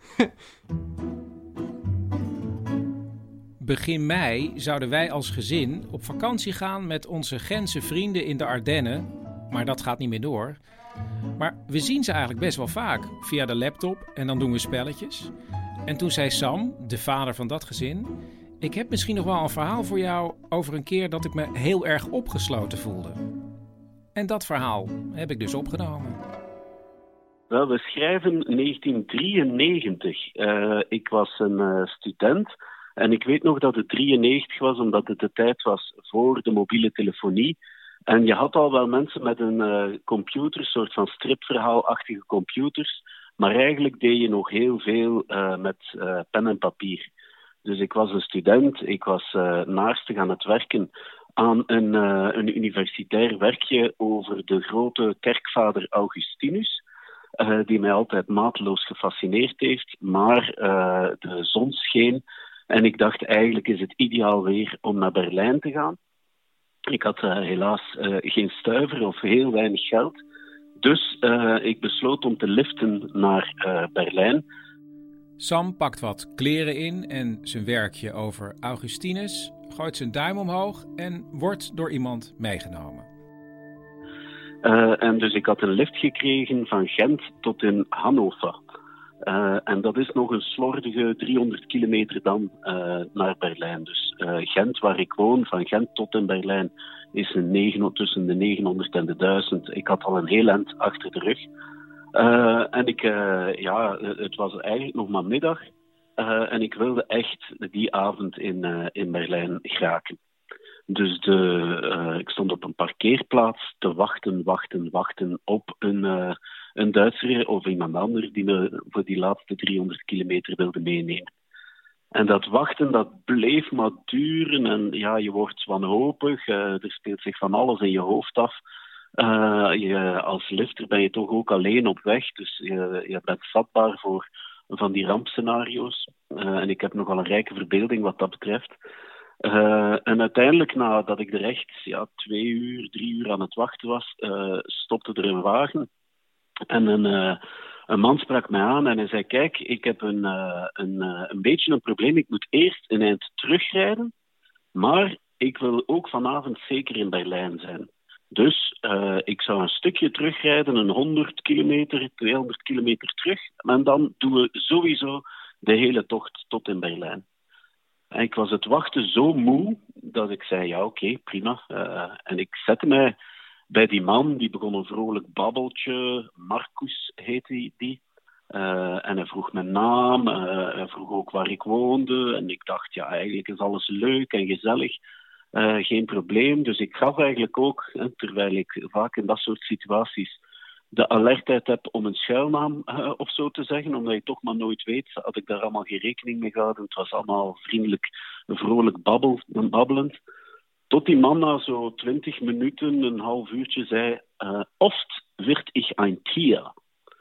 Begin mei zouden wij als gezin op vakantie gaan met onze Gentse vrienden in de Ardennen. Maar dat gaat niet meer door. Maar we zien ze eigenlijk best wel vaak via de laptop en dan doen we spelletjes. En toen zei Sam, de vader van dat gezin, ik heb misschien nog wel een verhaal voor jou over een keer dat ik me heel erg opgesloten voelde. En dat verhaal heb ik dus opgenomen. Wel, we schrijven 1993. Ik was een student en ik weet nog dat het 93 was, omdat het de tijd was voor de mobiele telefonie. En je had al wel mensen met een computer, een soort van stripverhaalachtige computers, maar eigenlijk deed je nog heel veel met pen en papier. Dus ik was een student, ik was naarstig aan het werken aan een universitair werkje over de grote kerkvader Augustinus, die mij altijd mateloos gefascineerd heeft, maar de zon scheen en ik dacht eigenlijk is het ideaal weer om naar Berlijn te gaan. Ik had helaas geen stuiver of heel weinig geld, dus ik besloot om te liften naar Berlijn. Sam pakt wat kleren in en zijn werkje over Augustinus, gooit zijn duim omhoog en wordt door iemand meegenomen. En dus ik had een lift gekregen van Gent tot in Hannover. En dat is nog een slordige 300 kilometer dan naar Berlijn. Dus Gent, waar ik woon, van Gent tot in Berlijn, is tussen de 900 en de 1000. Ik had al een heel eind achter de rug. En het was eigenlijk nog maar middag. En ik wilde echt die avond in Berlijn geraken. Dus ik stond op een parkeerplaats te wachten op een Duitser of iemand anders die me voor die laatste 300 kilometer wilde meenemen. En dat wachten, dat bleef maar duren en ja, je wordt wanhopig. Er speelt zich van alles in je hoofd af. Als lifter ben je toch ook alleen op weg, dus je bent vatbaar voor van die rampscenario's. En ik heb nogal een rijke verbeelding wat dat betreft. En uiteindelijk, nadat ik er echt 2 uur, 3 uur aan het wachten was, stopte er een wagen. En een man sprak mij aan en hij zei, kijk, ik heb een beetje een probleem. Ik moet eerst een eind terugrijden, maar ik wil ook vanavond zeker in Berlijn zijn. Dus ik zou een stukje terugrijden, een 100 kilometer, 200 kilometer terug. En dan doen we sowieso de hele tocht tot in Berlijn. En ik was het wachten zo moe dat ik zei, ja oké, prima. En ik zette mij bij die man, die begon een vrolijk babbeltje. Marcus heette die. En hij vroeg mijn naam, hij vroeg ook waar ik woonde. En ik dacht, ja eigenlijk is alles leuk en gezellig. Geen probleem. Dus ik gaf eigenlijk ook, terwijl ik vaak in dat soort situaties de alertheid heb om een schuilnaam of zo te zeggen, omdat je toch maar nooit weet, had ik daar allemaal geen rekening mee gehouden. Het was allemaal vriendelijk, vrolijk babbelend. Tot die man na zo 20 minuten, een half uurtje zei, oft wird ich ein Tier.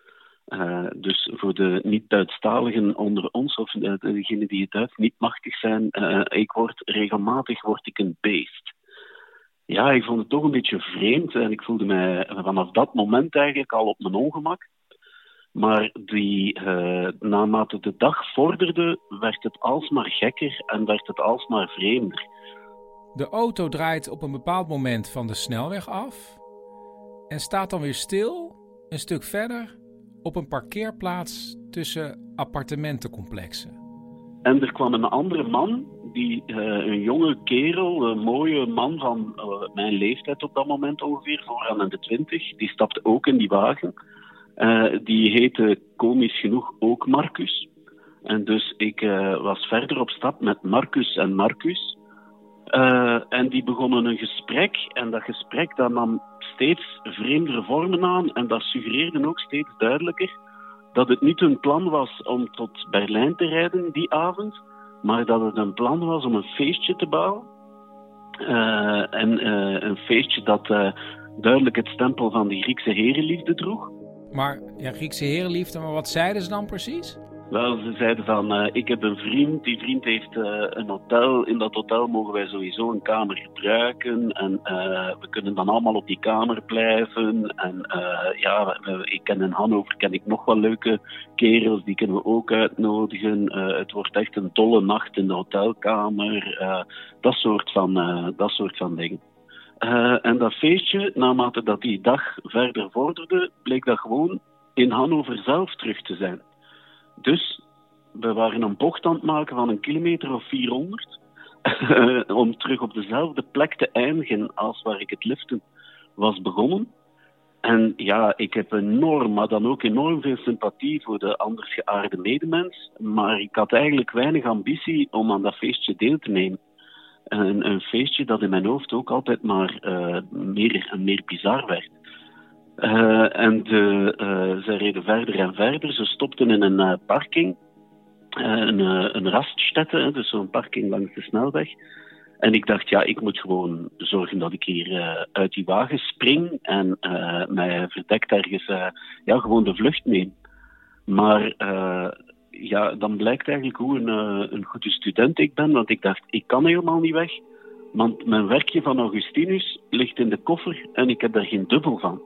Dus voor de niet-Duitsstaligen onder ons, of degenen die het Duits niet machtig zijn, regelmatig word ik een beest. Ja, ik vond het toch een beetje vreemd en ik voelde mij vanaf dat moment eigenlijk al op mijn ongemak. Maar naarmate de dag vorderde, werd het alsmaar gekker en werd het alsmaar vreemder. De auto draait op een bepaald moment van de snelweg af en staat dan weer stil, een stuk verder, op een parkeerplaats tussen appartementencomplexen. En er kwam een andere man, een jonge kerel, een mooie man van mijn leeftijd op dat moment ongeveer, vooraan in de 20, die stapte ook in die wagen. Die heette komisch genoeg ook Marcus. En dus ik was verder op stap met Marcus en Marcus. En die begonnen een gesprek. En dat gesprek dat nam steeds vreemdere vormen aan. En dat suggereerde ook steeds duidelijker dat het niet hun plan was om tot Berlijn te rijden die avond. Maar dat het een plan was om een feestje te bouwen. En een feestje dat duidelijk het stempel van die Griekse herenliefde droeg. Maar ja, Griekse herenliefde, maar wat zeiden ze dan precies? Wel, ze zeiden van, ik heb een vriend, die vriend heeft een hotel. In dat hotel mogen wij sowieso een kamer gebruiken. En we kunnen dan allemaal op die kamer blijven. En ik ken in Hannover nog wel leuke kerels, die kunnen we ook uitnodigen. Het wordt echt een dolle nacht in de hotelkamer. Dat soort van dingen. En dat feestje, naarmate dat die dag verder vorderde, bleek dat gewoon in Hannover zelf terug te zijn. Dus we waren een bocht aan het maken van 1 kilometer of 400 om terug op dezelfde plek te eindigen als waar ik het liften was begonnen. En ja, ik heb maar dan ook enorm veel sympathie voor de anders geaarde medemens, maar ik had eigenlijk weinig ambitie om aan dat feestje deel te nemen. Een feestje dat in mijn hoofd ook altijd maar meer bizar werd. Ze reden verder en verder. Ze stopten in een parking. Een raststätte, dus zo'n parking langs de snelweg. En ik dacht, ja, ik moet gewoon zorgen dat ik hier uit die wagen spring en mij verdekt ergens gewoon de vlucht neem. Maar dan blijkt eigenlijk hoe een goede student ik ben, want ik dacht, ik kan helemaal niet weg. Want mijn werkje van Augustinus ligt in de koffer en ik heb daar geen dubbel van.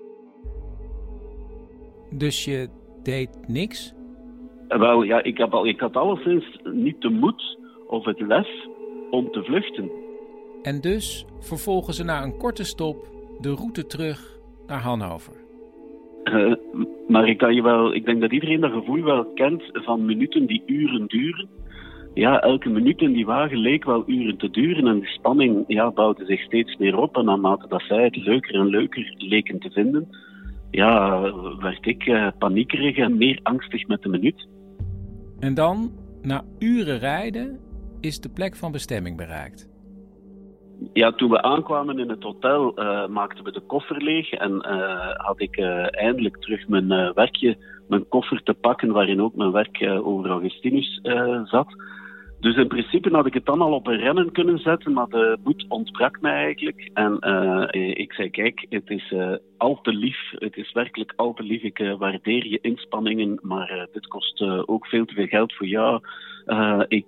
Dus je deed niks? Wel, ja, ik had alleszins niet de moed of het lef om te vluchten. En dus vervolgen ze na een korte stop de route terug naar Hannover. Maar ik denk dat iedereen dat gevoel wel kent van minuten die uren duren. Ja, elke minuut in die wagen leek wel uren te duren en de spanning bouwde zich steeds meer op. En naarmate dat zij het leuker en leuker leken te vinden, werd ik paniekerig en meer angstig met de minuut. En dan, na uren rijden, is de plek van bestemming bereikt. Ja, toen we aankwamen in het hotel maakten we de koffer leeg en had ik eindelijk terug mijn koffer te pakken waarin ook mijn werk over Augustinus zat. Dus in principe had ik het dan al op een remmen kunnen zetten, maar de moed ontbrak mij eigenlijk. En ik zei, kijk, het is al te lief, het is werkelijk al te lief. Ik waardeer je inspanningen, maar dit kost ook veel te veel geld voor jou. Ik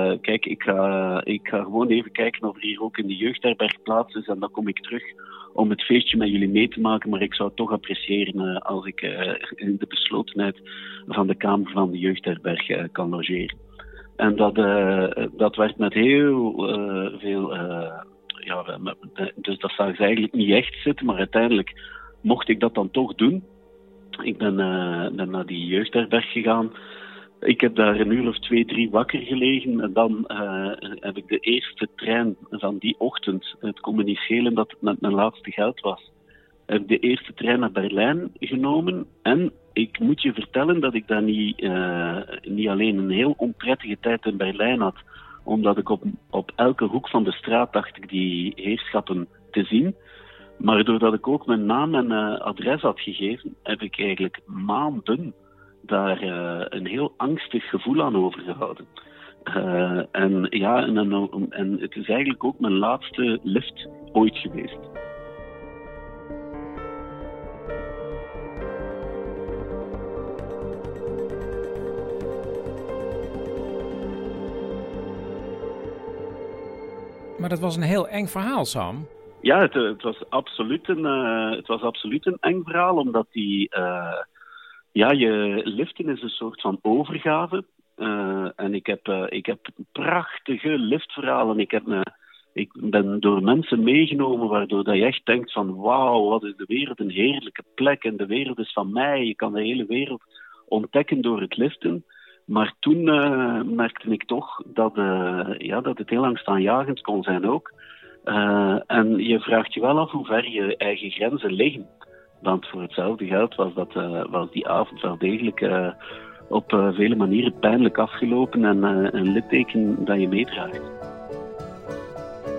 ga gewoon even kijken of er hier ook in de jeugdherberg plaats is en dan kom ik terug om het feestje met jullie mee te maken, maar ik zou het toch appreciëren als ik in de beslotenheid van de kamer van de jeugdherberg kan logeren. En dat werd met heel veel... dus dat zag ze eigenlijk niet echt zitten, maar uiteindelijk mocht ik dat dan toch doen. Ik ben naar die jeugdherberg gegaan. Ik heb daar 1 uur of 2, 3 wakker gelegen. En dan heb ik de eerste trein van die ochtend, het kon me niet schelen dat het met mijn laatste geld was, heb ik de eerste trein naar Berlijn genomen. En ik moet je vertellen dat ik daar niet alleen een heel onprettige tijd in Berlijn had, omdat ik op elke hoek van de straat dacht ik die heerschappen te zien. Maar doordat ik ook mijn naam en adres had gegeven, heb ik eigenlijk maanden daar een heel angstig gevoel aan overgehouden. En het is eigenlijk ook mijn laatste lift ooit geweest. Maar dat was een heel eng verhaal, Sam. Ja, het was absoluut een eng verhaal, omdat je liften is een soort van overgave. En ik heb prachtige liftverhalen. Ik ben door mensen meegenomen, waardoor dat je echt denkt van wauw, wat is de wereld een heerlijke plek en de wereld is van mij. Je kan de hele wereld ontdekken door het liften. Maar toen merkte ik toch dat het heel angstaanjagend kon zijn ook. En je vraagt je wel af hoe ver je eigen grenzen liggen. Want voor hetzelfde geld was die avond wel degelijk op vele manieren pijnlijk afgelopen en een litteken dat je meedraagt.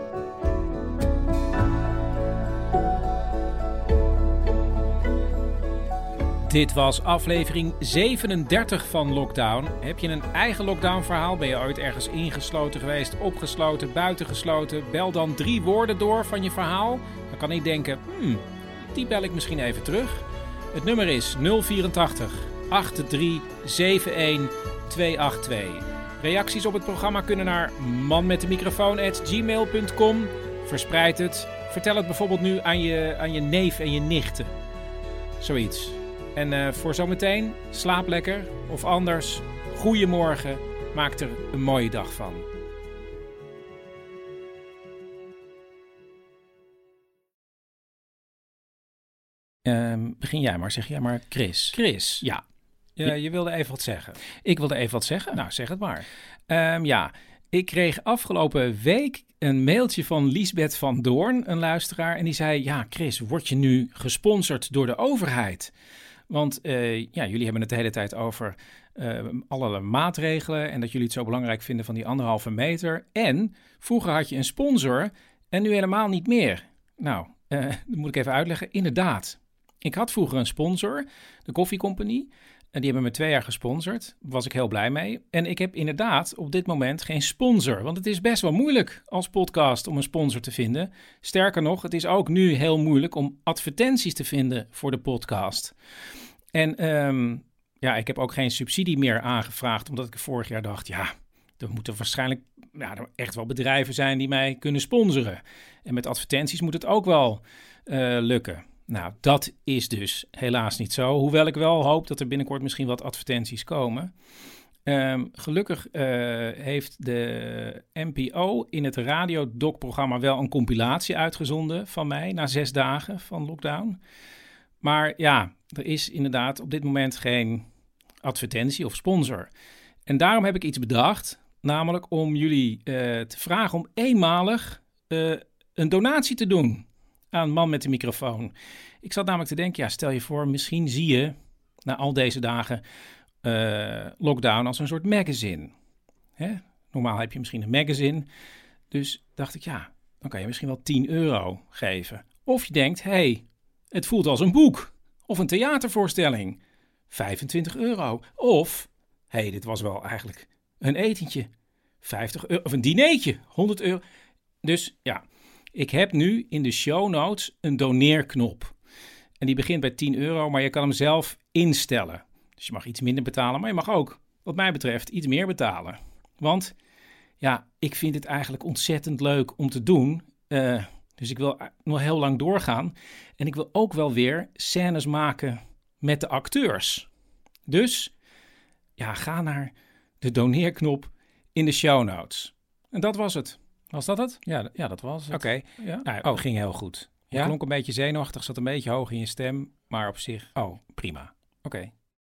Dit was aflevering 37 van Lockdown. Heb je een eigen lockdown-verhaal? Ben je ooit ergens ingesloten geweest, opgesloten, buitengesloten? Bel dan 3 woorden door van je verhaal. Dan kan ik denken, die bel ik misschien even terug. Het nummer is 084 8371 282. Reacties op het programma kunnen naar manmetdemicrofoon@gmail.com. Verspreid het. Vertel het bijvoorbeeld nu aan je neef en je nichten. Zoiets. En voor zometeen, slaap lekker. Of anders, goeiemorgen. Maak er een mooie dag van. Begin jij maar, zeg jij maar Chris. Chris, ja. Je wilde even wat zeggen. Ik wilde even wat zeggen? Nou, zeg het maar. Ik kreeg afgelopen week een mailtje van Liesbeth van Doorn, een luisteraar. En die zei, ja Chris, word je nu gesponsord door de overheid? Want jullie hebben het de hele tijd over allerlei maatregelen en dat jullie het zo belangrijk vinden van die 1,5 meter. En vroeger had je een sponsor en nu helemaal niet meer. Nou, dat moet ik even uitleggen. Inderdaad, ik had vroeger een sponsor, de Koffie Company. En die hebben me 2 jaar gesponsord. Daar was ik heel blij mee. En ik heb inderdaad op dit moment geen sponsor. Want het is best wel moeilijk als podcast om een sponsor te vinden. Sterker nog, het is ook nu heel moeilijk om advertenties te vinden voor de podcast. En ik heb ook geen subsidie meer aangevraagd. Omdat ik vorig jaar dacht, er moeten waarschijnlijk er echt wel bedrijven zijn die mij kunnen sponsoren. En met advertenties moet het ook wel lukken. Nou, dat is dus helaas niet zo. Hoewel ik wel hoop dat er binnenkort misschien wat advertenties komen. Gelukkig heeft de NPO in het radiodoc-programma wel een compilatie uitgezonden van mij na 6 dagen van lockdown. Maar ja, er is inderdaad op dit moment geen advertentie of sponsor. En daarom heb ik iets bedacht, namelijk om jullie te vragen om eenmalig een donatie te doen aan Man met de Microfoon. Ik zat namelijk te denken, stel je voor, misschien zie je na al deze dagen lockdown als een soort magazine. Hè? Normaal heb je misschien een magazine. Dus dacht ik, dan kan je misschien wel €10 geven. Of je denkt, het voelt als een boek of een theatervoorstelling. €25. Of, dit was wel eigenlijk een etentje. €50 of een dinertje, €100. Dus ik heb nu in de show notes een doneerknop. En die begint bij €10, maar je kan hem zelf instellen. Dus je mag iets minder betalen, maar je mag ook, wat mij betreft, iets meer betalen. Want ik vind het eigenlijk ontzettend leuk om te doen. Dus ik wil nog heel lang doorgaan. En ik wil ook wel weer scènes maken met de acteurs. Dus ga naar de doneerknop in de show notes. En dat was het. Was dat het? Ja, dat was het. Oké. Ja. Ging heel goed. Je klonk een beetje zenuwachtig, zat een beetje hoog in je stem, maar op zich, prima. Oké.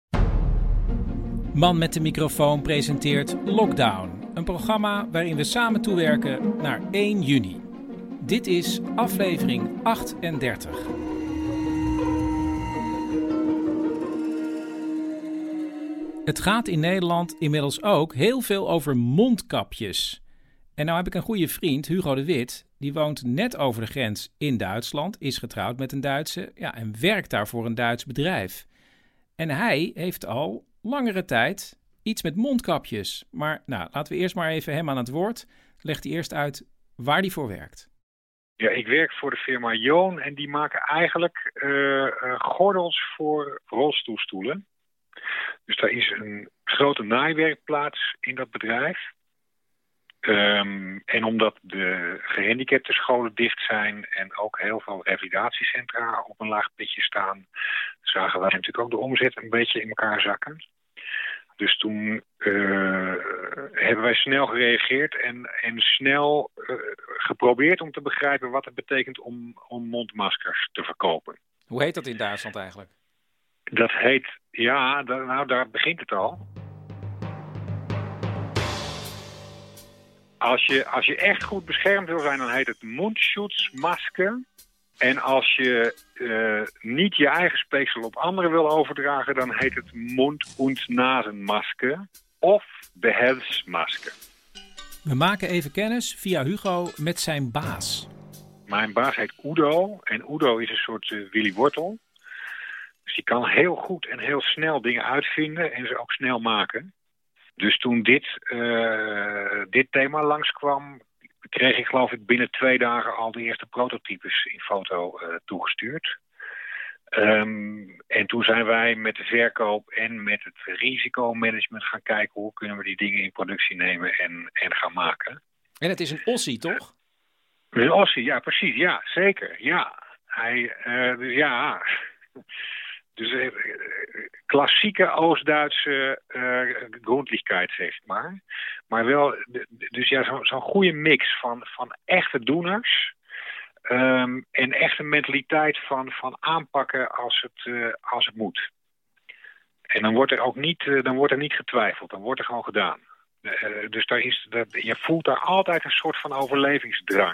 Man met de Microfoon presenteert Lockdown, een programma waarin we samen toewerken naar 1 juni. Dit is aflevering 38. Het gaat in Nederland inmiddels ook heel veel over mondkapjes. En nou heb ik een goede vriend, Hugo de Wit, die woont net over de grens in Duitsland, is getrouwd met een Duitse en werkt daar voor een Duits bedrijf. En hij heeft al langere tijd iets met mondkapjes. Maar laten we eerst maar even hem aan het woord. Legt hij eerst uit waar hij voor werkt. Ja, ik werk voor de firma Joon en die maken eigenlijk gordels voor rolstoelstoelen. Dus daar is een grote naaiwerkplaats in dat bedrijf. En omdat de gehandicaptenscholen dicht zijn en ook heel veel revalidatiecentra op een laag pitje staan, zagen wij natuurlijk ook de omzet een beetje in elkaar zakken. Dus toen hebben wij snel gereageerd en snel geprobeerd om te begrijpen wat het betekent om mondmaskers te verkopen. Hoe heet dat in Duitsland eigenlijk? Dat heet, daar begint het al. Als je echt goed beschermd wil zijn, dan heet het Mundschutzmaske. En als je niet je eigen speeksel op anderen wil overdragen, dan heet het Mund- und Nasenmaske of Behelfsmaske. We maken even kennis via Hugo met zijn baas. Mijn baas heet Udo en Udo is een soort Willy Wortel. Dus die kan heel goed en heel snel dingen uitvinden en ze ook snel maken. Dus toen dit thema langskwam, kreeg ik geloof ik binnen 2 dagen al de eerste prototypes in foto toegestuurd. En toen zijn wij met de verkoop en met het risicomanagement gaan kijken hoe kunnen we die dingen in productie nemen en gaan maken. En het is een Ossie, toch? Een Ossie, ja precies, ja zeker, ja. Dus klassieke Oost-Duitse grondlichkeit, zeg maar. Maar wel, dus ja, zo'n goede mix van echte doeners. En echt een mentaliteit van aanpakken als het moet. En dan wordt er ook niet getwijfeld, dan wordt er gewoon gedaan. Dus je voelt daar altijd een soort van overlevingsdrang.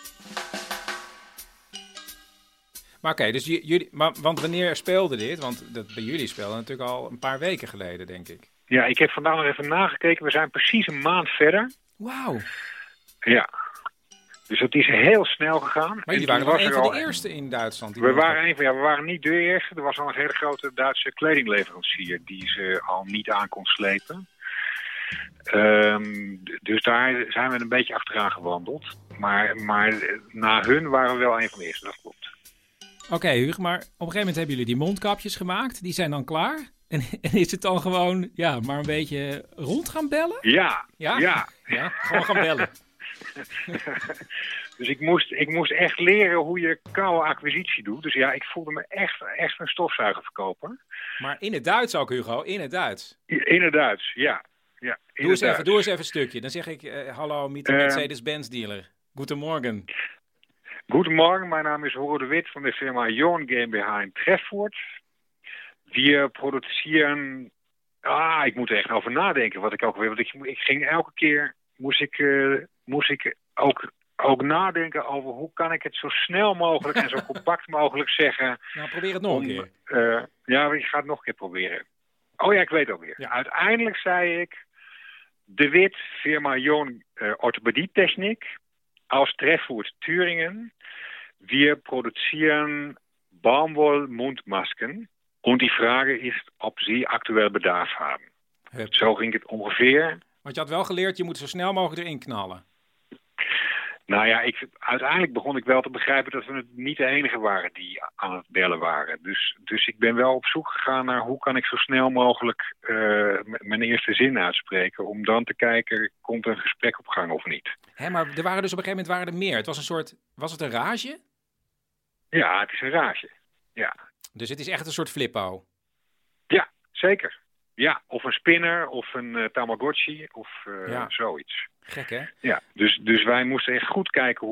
Maar oké, dus want wanneer speelde dit? Want dat bij jullie speelde natuurlijk al een paar weken geleden, denk ik. Ja, ik heb vandaag nog even nagekeken. We zijn precies een maand verder. Wauw. Ja. Dus het is heel snel gegaan. Maar jullie waren wel een van de eerste in Duitsland. We waren niet de eerste. Er was al een hele grote Duitse kledingleverancier die ze al niet aan kon slepen. Dus daar zijn we een beetje achteraan gewandeld. Maar na hun waren we wel een van de eerste, dat klopt. Oké, Hugo, maar op een gegeven moment hebben jullie die mondkapjes gemaakt. Die zijn dan klaar. En is het dan gewoon, maar een beetje rond gaan bellen? Ja. Gewoon gaan bellen. Dus ik moest echt leren hoe je koude acquisitie doet. Dus ja, ik voelde me echt een stofzuigerverkoper. Maar in het Duits ook, Hugo, in het Duits? In het Duits, ja. Doe eens even een stukje. Dan zeg ik, hallo, met de Mercedes-Benz dealer. Goedemorgen. Goedemorgen, mijn naam is Horo de Wit van de firma Jorn GmbH in Trefvoort. We produceren... ik moet er echt over nadenken wat ik ook weer... Want ik ging elke keer... Moest ik ook nadenken over hoe kan ik het zo snel mogelijk en zo compact mogelijk zeggen. Nou, probeer het nog een keer. Ik ga het nog een keer proberen. Oh ja, ik weet ook weer. Ja. Uiteindelijk zei ik... De Wit, firma Jorn Orthopädie-Technik... Aus Trefvoort, Thüringen. Wir produzieren Baumwoll-Mundmasken. Und die Frage ist, ob Sie aktuell Bedarf haben. Zo ging het ongeveer. Want je had wel geleerd, je moet zo snel mogelijk erin knallen. Nou ja, uiteindelijk begon ik wel te begrijpen dat we niet de enige waren die aan het bellen waren. Dus ik ben wel op zoek gegaan naar hoe kan ik zo snel mogelijk mijn eerste zin uitspreken. Om dan te kijken, komt er een gesprek op gang of niet. Maar er waren dus op een gegeven moment er meer. Het was een soort, was het een rage? Ja, het is een rage, ja. Dus het is echt een soort flippo? Ja, zeker. Ja, of een spinner, of een Tamagotchi, of zoiets. Gek, hè? Ja, dus wij moesten echt goed kijken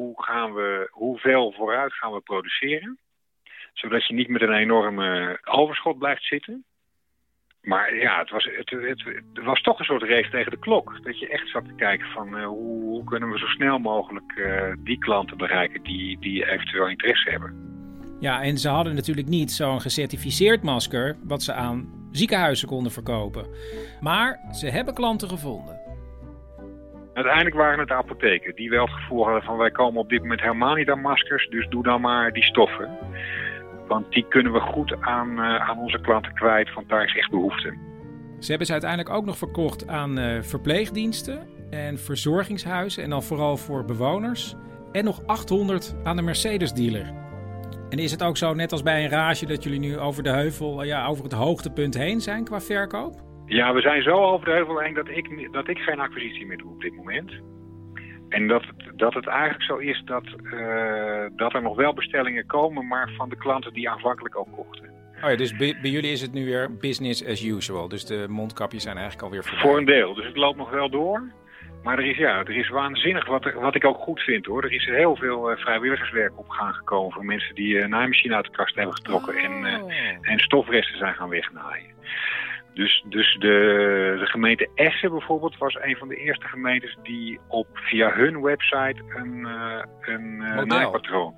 hoeveel vooruit gaan we produceren. Zodat je niet met een enorme overschot blijft zitten. Maar ja, het was toch een soort race tegen de klok. Dat je echt zat te kijken van hoe kunnen we zo snel mogelijk die klanten bereiken die eventueel interesse hebben. Ja, en ze hadden natuurlijk niet zo'n gecertificeerd masker wat ze aan ziekenhuizen konden verkopen. Maar ze hebben klanten gevonden. Uiteindelijk waren het de apotheken die wel het gevoel hadden van wij komen op dit moment helemaal niet aan maskers, dus doe dan maar die stoffen. Want die kunnen we goed aan onze klanten kwijt, want daar is echt behoefte. Ze hebben ze uiteindelijk ook nog verkocht aan verpleegdiensten en verzorgingshuizen en dan vooral voor bewoners. En nog 800 aan de Mercedes-dealer. En is het ook zo, net als bij een rage, dat jullie nu over de heuvel, over het hoogtepunt heen zijn qua verkoop? Ja, we zijn zo over de heuvel heen dat ik geen acquisitie meer doe op dit moment. En dat het eigenlijk zo is dat er nog wel bestellingen komen, maar van de klanten die aanvankelijk ook kochten. Oh ja, dus bij jullie is het nu weer business as usual. Dus de mondkapjes zijn eigenlijk alweer voorbij. Voor een deel, dus het loopt nog wel door. Maar er is waanzinnig, wat ik ook goed vind hoor. Er is heel veel vrijwilligerswerk op gang gekomen voor mensen die een naaimachine uit de kast hebben getrokken en stofresten zijn gaan wegnaaien. Dus de gemeente Essen bijvoorbeeld was een van de eerste gemeentes die via hun website een naaipatroon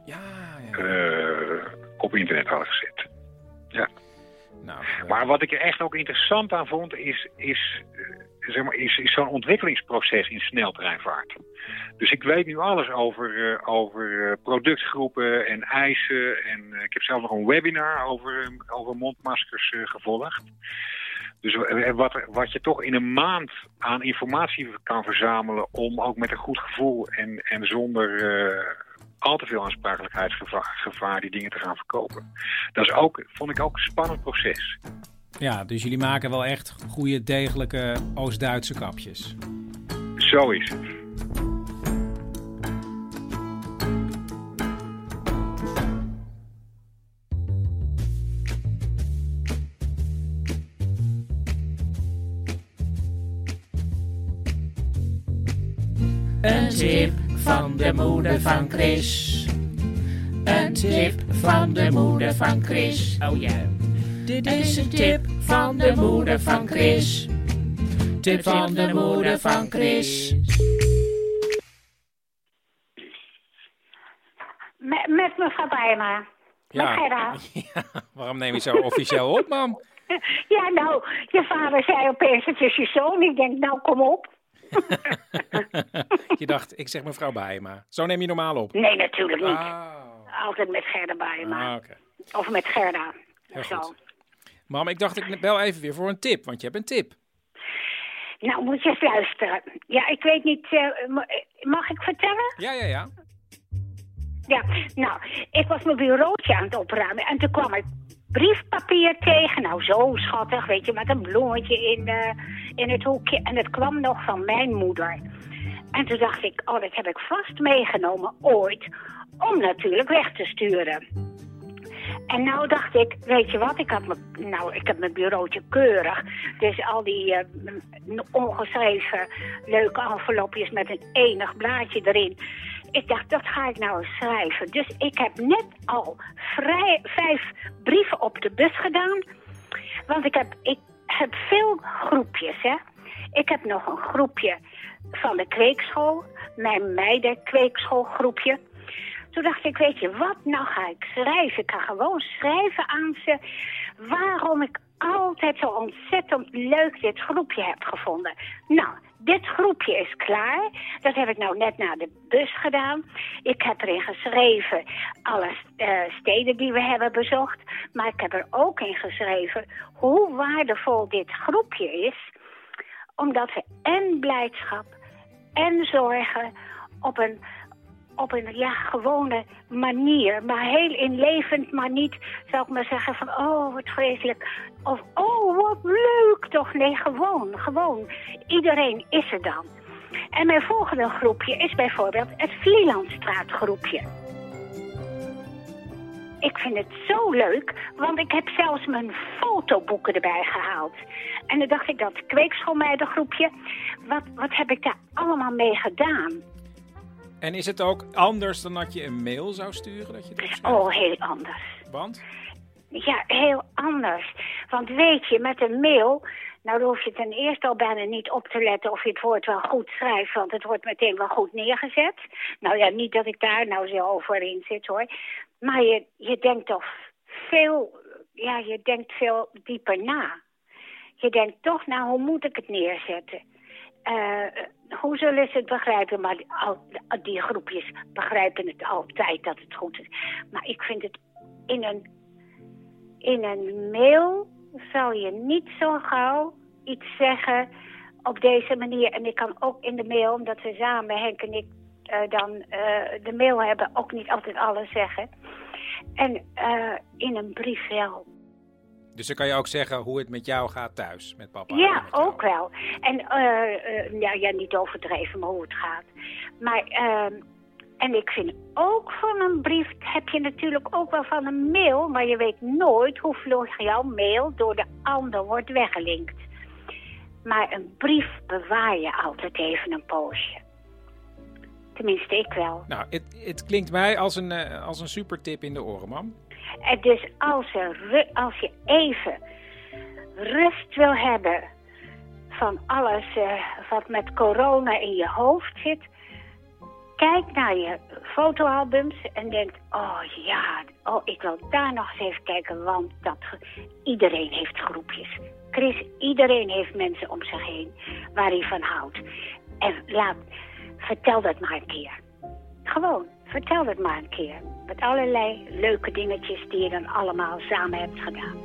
op internet hadden gezet. Ja. Maar wat ik er echt ook interessant aan vond is is zo'n ontwikkelingsproces in sneltreinvaart. Dus ik weet nu alles over productgroepen en eisen. En ik heb zelf nog een webinar over mondmaskers gevolgd. Dus wat je toch in een maand aan informatie kan verzamelen om ook met een goed gevoel en zonder al te veel aansprakelijkheidsgevaar die dingen te gaan verkopen. Dat is vond ik ook een spannend proces. Ja, dus jullie maken wel echt goede, degelijke Oost-Duitse kapjes. Zo is het. Een tip van de moeder van Chris. Een tip van de moeder van Chris. Oh ja. Dit is een tip van de moeder van Chris. Tip van de moeder van Chris. Met mevrouw Bijma. Ja. Waarom neem je zo officieel op, mam? Ja, nou, je vader zei opeens het is je zoon. Ik denk, nou, kom op. Je dacht, ik zeg mevrouw Bijma. Zo neem je normaal op? Nee, natuurlijk niet. Altijd met Gerda Bijma. Okay. Of met Gerda. Heel zo. Goed. Mam, ik dacht, ik bel even weer voor een tip, want je hebt een tip. Nou, moet je eens luisteren. Ja, ik weet niet, mag ik vertellen? Ja. Ja, nou, ik was mijn bureautje aan het opruimen en toen kwam ik briefpapier tegen. Nou, zo schattig, weet je, met een bloemetje in het hoekje. En het kwam nog van mijn moeder. En toen dacht ik, oh, dat heb ik vast meegenomen ooit, om natuurlijk weg te sturen. En nou dacht ik, weet je wat, ik heb mijn bureautje keurig. Dus al die ongeschreven leuke envelopjes met een enig blaadje erin. Ik dacht, dat ga ik nou eens schrijven. Dus ik heb net al 5 brieven op de bus gedaan. Want ik heb veel groepjes, hè. Ik heb nog een groepje van de kweekschool. Mijn meidenkweekschoolgroepje. Toen dacht ik, weet je wat, nou ga ik schrijven. Ik ga gewoon schrijven aan ze waarom ik altijd zo ontzettend leuk dit groepje heb gevonden. Nou, dit groepje is klaar. Dat heb ik nou net naar de bus gedaan. Ik heb erin geschreven alle steden die we hebben bezocht. Maar ik heb er ook in geschreven hoe waardevol dit groepje is. Omdat we en blijdschap en zorgen op een gewone manier, maar heel inlevend, maar niet, zou ik maar zeggen, van oh, wat vreselijk. Of oh, wat leuk toch. Nee, gewoon. Iedereen is er dan. En mijn volgende groepje is bijvoorbeeld het Vlielandstraatgroepje. Ik vind het zo leuk, want ik heb zelfs mijn fotoboeken erbij gehaald. En dan dacht ik, dat kweekschoolmeidengroepje, wat heb ik daar allemaal mee gedaan? En is het ook anders dan dat je een mail zou sturen? Dat je oh, heel anders. Want? Ja, heel anders. Want weet je, met een mail, nou dan hoef je ten eerste al bijna niet op te letten of je het woord wel goed schrijft, want het wordt meteen wel goed neergezet. Nou ja, niet dat ik daar nou zo over in zit hoor. Maar je denkt toch je denkt veel dieper na. Je denkt toch, nou, hoe moet ik het neerzetten? Hoe zullen ze het begrijpen? Maar die groepjes begrijpen het altijd dat het goed is. Maar ik vind het in een mail zal je niet zo gauw iets zeggen op deze manier. En ik kan ook in de mail, omdat we samen, Henk en ik, de mail hebben, ook niet altijd alles zeggen. En in een brief wel. Dus dan kan je ook zeggen hoe het met jou gaat thuis, met papa. Ja, ook wel. En niet overdreven, maar hoe het gaat. Maar, en ik vind ook van een brief, heb je natuurlijk ook wel van een mail, maar je weet nooit hoe vlug jouw mail door de ander wordt weggelinkt. Maar een brief bewaar je altijd even een poosje. Tenminste, ik wel. Nou, het klinkt mij als een super tip in de oren, mam. En dus als je even rust wil hebben van alles wat met corona in je hoofd zit, kijkt naar je fotoalbums en denkt... ik wil daar nog eens even kijken, want iedereen heeft groepjes. Chris, iedereen heeft mensen om zich heen waar hij van houdt. En vertel dat maar een keer. Gewoon, vertel dat maar een keer. Met allerlei leuke dingetjes die je dan allemaal samen hebt gedaan.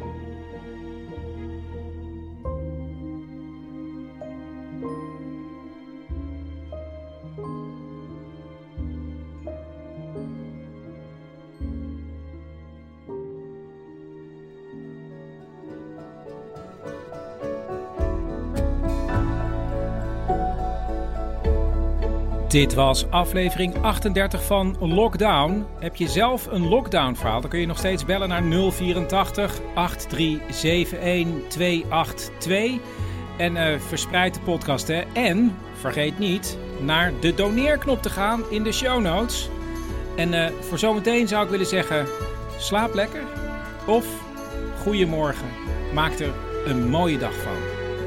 Dit was aflevering 38 van Lockdown. Heb je zelf een lockdown verhaal? Dan kun je nog steeds bellen naar 084 8371 282. En verspreid de podcast, hè. En vergeet niet naar de doneerknop te gaan in de show notes. En voor zometeen zou ik willen zeggen, slaap lekker. Of goeiemorgen. Maak er een mooie dag van.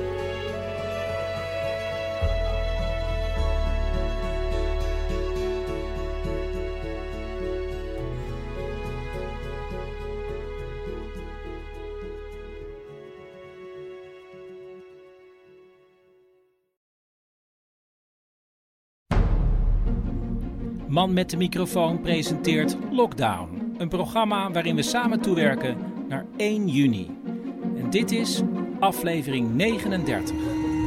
Man met de microfoon presenteert Lockdown. Een programma waarin we samen toewerken naar 1 juni. En dit is aflevering 39.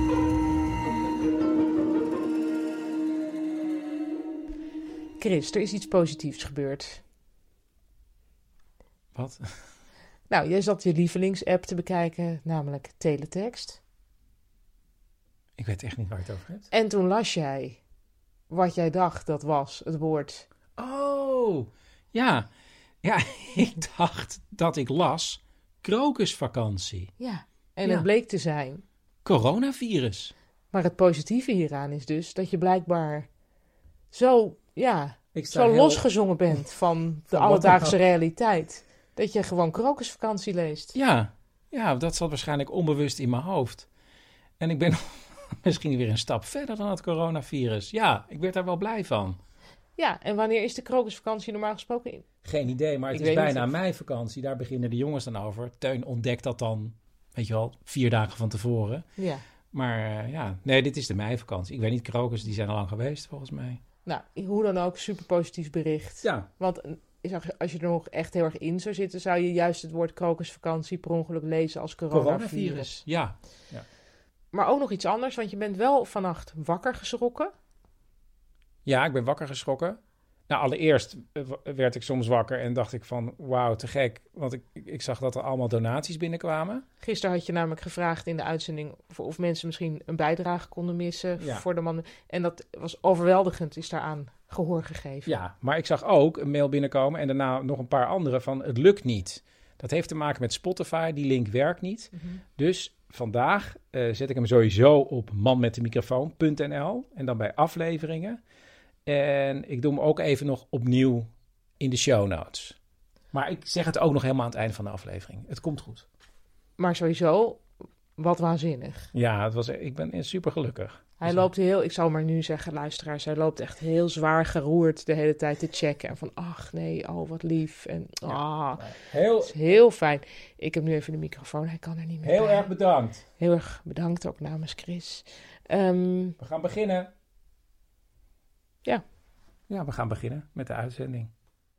Chris, er is iets positiefs gebeurd. Wat? Nou, jij zat je lievelingsapp te bekijken, namelijk Teletext. Ik weet echt niet waar je het over hebt. En toen las jij wat jij dacht dat was het woord. Oh, ja. Ja, ik dacht dat ik las krokusvakantie. Ja, en het bleek te zijn coronavirus. Maar het positieve hieraan is dus dat je blijkbaar zo losgezongen bent van de alledaagse realiteit. Dat je gewoon krokusvakantie leest. Ja, dat zat waarschijnlijk onbewust in mijn hoofd. En ik ben misschien weer een stap verder dan het coronavirus. Ja, ik werd daar wel blij van. Ja, en wanneer is de krokusvakantie normaal gesproken in? Geen idee, maar het is bijna meivakantie. Daar beginnen de jongens dan over. Teun ontdekt dat dan, weet je wel, 4 dagen van tevoren. Ja. Maar nee, dit is de meivakantie. Ik weet niet, krokus, die zijn al lang geweest volgens mij. Nou, hoe dan ook, super positief bericht. Ja. Want als je er nog echt heel erg in zou zitten, zou je juist het woord krokusvakantie per ongeluk lezen als coronavirus. Ja. Maar ook nog iets anders, want je bent wel vannacht wakker geschrokken. Ja, ik ben wakker geschrokken. Nou, allereerst werd ik soms wakker en dacht ik van, wauw, te gek. Want ik zag dat er allemaal donaties binnenkwamen. Gisteren had je namelijk gevraagd in de uitzending of mensen misschien een bijdrage konden missen voor de man. En dat was overweldigend, is daaraan gehoor gegeven. Ja, maar ik zag ook een mail binnenkomen en daarna nog een paar andere van, het lukt niet. Dat heeft te maken met Spotify, die link werkt niet. Mm-hmm. Dus vandaag zet ik hem sowieso op manmetdemicrofoon.nl en dan bij afleveringen. En ik doe hem ook even nog opnieuw in de show notes. Maar ik zeg het ook nog helemaal aan het einde van de aflevering. Het komt goed. Maar sowieso, wat waanzinnig. Ja, ik ben super gelukkig. Hij loopt ik zal maar nu zeggen, luisteraars, hij loopt echt heel zwaar geroerd de hele tijd te checken. En van, ach nee, oh wat lief. En het is heel fijn. Ik heb nu even de microfoon, hij kan er niet meer Heel bij. erg bedankt. Heel erg bedankt ook namens Chris. We gaan beginnen. Ja, we gaan beginnen met de uitzending.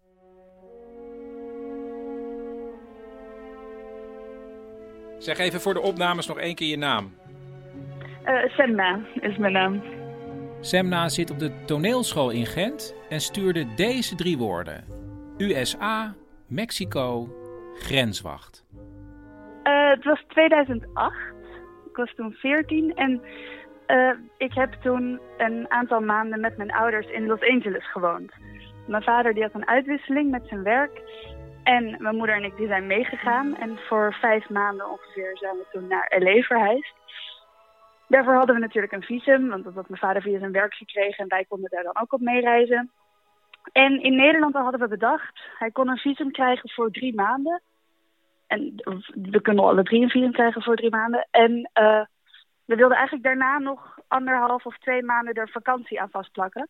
Zeg even voor de opnames nog 1 keer je naam. Semna is mijn naam. Semna zit op de toneelschool in Gent en stuurde deze 3 woorden. USA, Mexico, grenswacht. Het was 2008. Ik was toen 14 en ik heb toen een aantal maanden met mijn ouders in Los Angeles gewoond. Mijn vader die had een uitwisseling met zijn werk. En mijn moeder en ik die zijn meegegaan. En voor 5 maanden ongeveer zijn we toen naar L.A. verhuisd. Daarvoor hadden we natuurlijk een visum. Want dat had mijn vader via zijn werk gekregen. En wij konden daar dan ook op meereizen. En in Nederland hadden we bedacht. Hij kon een visum krijgen voor 3 maanden. En we kunnen alle 3 een visum krijgen voor 3 maanden. En we wilden eigenlijk daarna nog 1,5 of 2 maanden er vakantie aan vastplakken.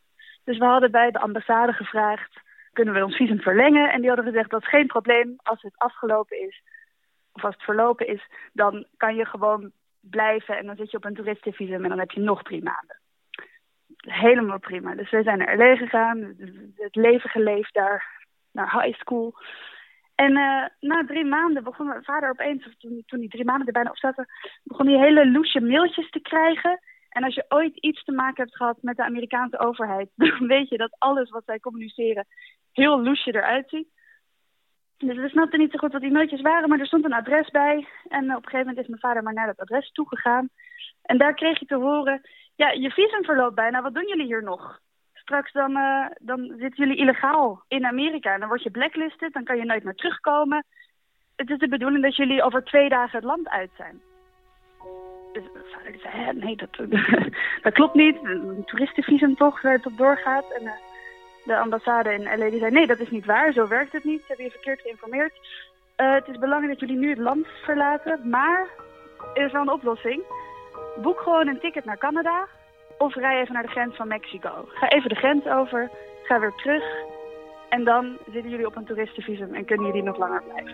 Dus we hadden bij de ambassade gevraagd, kunnen we ons visum verlengen? En die hadden gezegd, dat is geen probleem. Als het afgelopen is, of als het verlopen is, dan kan je gewoon blijven. En dan zit je op een toeristenvisum en dan heb je nog 3 maanden. Helemaal prima. Dus we zijn naar LA gegaan, het leven geleefd daar, naar high school. En na 3 maanden begon mijn vader opeens, toen die 3 maanden er bijna op zaten, begon hij hele loesje mailtjes te krijgen. En als je ooit iets te maken hebt gehad met de Amerikaanse overheid, dan weet je dat alles wat zij communiceren heel loesje eruit ziet. Dus we snapten niet zo goed wat die mailtjes waren, maar er stond een adres bij. En op een gegeven moment is mijn vader maar naar dat adres toegegaan. En daar kreeg je te horen, ja, je visum verloopt bijna, wat doen jullie hier nog? Straks dan zitten jullie illegaal in Amerika en dan word je blacklisted, dan kan je nooit meer terugkomen. Het is de bedoeling dat jullie over 2 dagen het land uit zijn. Dus mijn vader zei, nee, dat klopt niet. Een toeristenvisum toch, waar het op doorgaat. En de ambassade in LA die zei, nee, dat is niet waar, zo werkt het niet. Ze hebben je verkeerd geïnformeerd. Het is belangrijk dat jullie nu het land verlaten, maar er is wel een oplossing. Boek gewoon een ticket naar Canada of rij even naar de grens van Mexico. Ga even de grens over, ga weer terug en dan zitten jullie op een toeristenvisum en kunnen jullie nog langer blijven.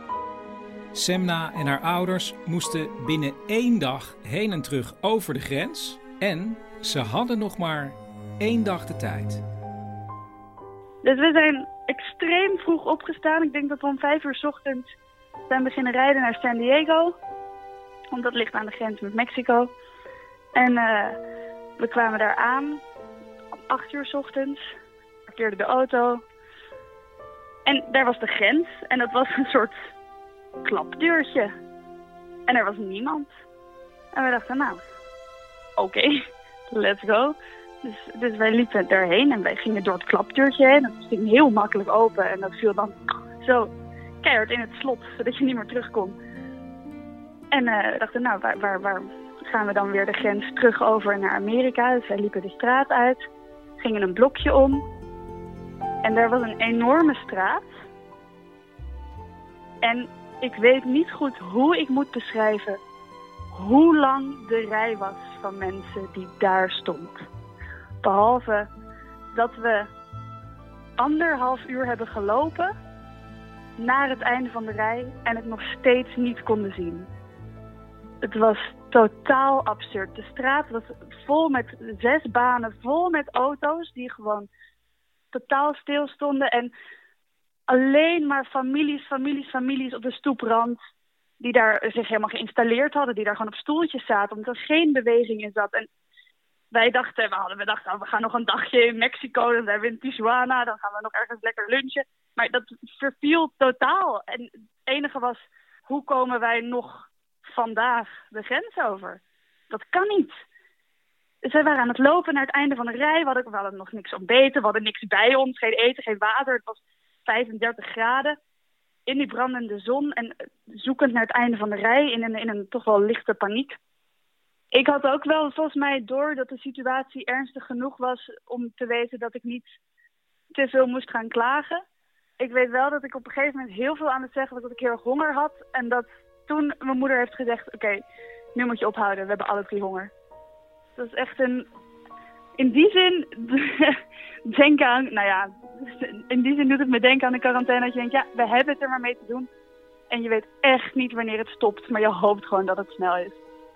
Semna en haar ouders moesten binnen 1 dag heen en terug over de grens en ze hadden nog maar 1 dag de tijd. Dus we zijn extreem vroeg opgestaan. Ik denk dat we om 5 uur 's ochtends zijn beginnen rijden naar San Diego. Want dat ligt aan de grens met Mexico. En we kwamen daar aan om 8 uur 's ochtends. Parkeerden de auto. En daar was de grens. En dat was een soort klapdeurtje. En er was niemand. En we dachten, nou, oké, let's go. Dus wij liepen daarheen en wij gingen door het klapdeurtje heen. Dat ging heel makkelijk open en dat viel dan zo keihard in het slot, zodat je niet meer terug kon. En we dachten, nou, waar gaan we dan weer de grens terug over naar Amerika? Dus wij liepen de straat uit, gingen een blokje om. En daar was een enorme straat. En ik weet niet goed hoe ik moet beschrijven hoe lang de rij was van mensen die daar stond. Behalve dat we 1,5 uur hebben gelopen naar het einde van de rij en het nog steeds niet konden zien. Het was totaal absurd. De straat was vol met 6 banen, vol met auto's die gewoon totaal stil stonden. En alleen maar families op de stoeprand die daar zich helemaal geïnstalleerd hadden, die daar gewoon op stoeltjes zaten, omdat er geen beweging in zat. En wij dachten, we gaan nog een dagje in Mexico, dan zijn we in Tijuana, dan gaan we nog ergens lekker lunchen. Maar dat verviel totaal. En het enige was, hoe komen wij nog vandaag de grens over? Dat kan niet. Dus wij waren aan het lopen naar het einde van de rij. We hadden nog niks ontbeten, we hadden niks bij ons, geen eten, geen water. Het was 35 graden in die brandende zon en zoekend naar het einde van de rij in een toch wel lichte paniek. Ik had ook wel volgens mij door dat de situatie ernstig genoeg was om te weten dat ik niet te veel moest gaan klagen. Ik weet wel dat ik op een gegeven moment heel veel aan het zeggen was dat ik heel erg honger had. En dat toen mijn moeder heeft gezegd, oké, nu moet je ophouden, we hebben alle 3 honger. Dat is echt in die zin denk aan, nou ja, in die zin doet het me denken aan de quarantaine. Dat je denkt, ja, we hebben het er maar mee te doen. En je weet echt niet wanneer het stopt, maar je hoopt gewoon dat het snel is.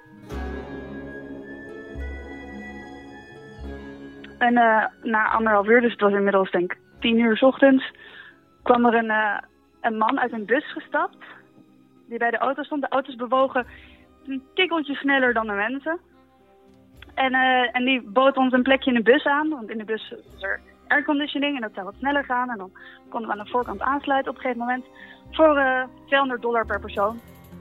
En na 1,5 uur, dus het was inmiddels denk ik 10 uur 's ochtends, kwam er een man uit een bus gestapt die bij de auto stond. De auto's bewogen een tikkeltje sneller dan de mensen. En die bood ons een plekje in de bus aan, want in de bus was er airconditioning en dat zou wat sneller gaan. En dan konden we aan de voorkant aansluiten op een gegeven moment voor $200 per persoon.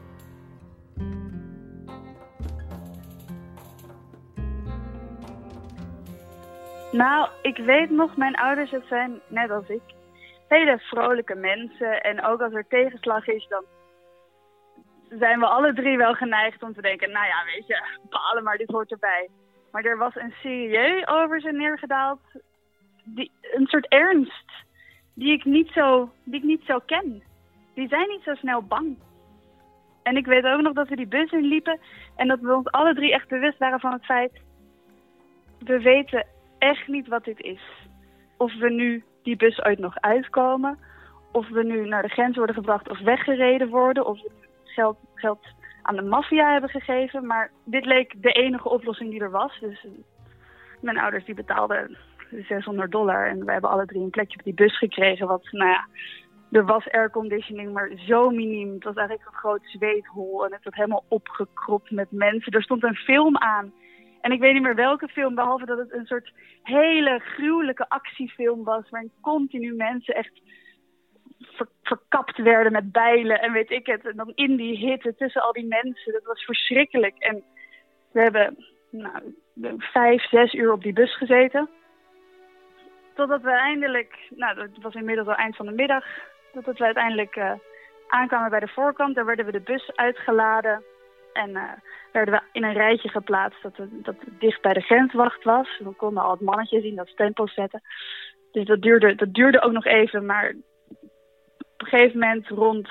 Nou, ik weet nog, mijn ouders, het zijn net als ik, hele vrolijke mensen. En ook als er tegenslag is, dan zijn we alle 3 wel geneigd om te denken, nou ja, weet je, balen maar, dit hoort erbij. Maar er was een serieus over ze neergedaald, een soort ernst, die ik niet zo ken. Die zijn niet zo snel bang. En ik weet ook nog dat we die bus inliepen en dat we ons alle 3 echt bewust waren van het feit, we weten echt niet wat dit is. of we nu die bus ooit nog uitkomen, of we nu naar de grens worden gebracht of weggereden worden, of we geld aan de maffia hebben gegeven. Maar dit leek de enige oplossing die er was. Dus mijn ouders die betaalden $600 en wij hebben alle 3 een plekje op die bus gekregen. Wat, nou ja, er was airconditioning, maar zo miniem. Het was eigenlijk een groot zweethol en het was helemaal opgekropt met mensen. Er stond een film aan. En ik weet niet meer welke film, behalve dat het een soort hele gruwelijke actiefilm was, waarin continu mensen echt verkapt werden met bijlen en weet ik het. En dan in die hitte tussen al die mensen. Dat was verschrikkelijk. En we hebben 5-6 uur op die bus gezeten. Totdat we eindelijk, het was inmiddels al eind van de middag, totdat we uiteindelijk aankwamen bij de voorkant. Daar werden we de bus uitgeladen. En werden we in een rijtje geplaatst dat dicht bij de grenswacht was. We konden al het mannetje zien dat stempels zetten. Dus dat duurde ook nog even. Maar op een gegeven moment rond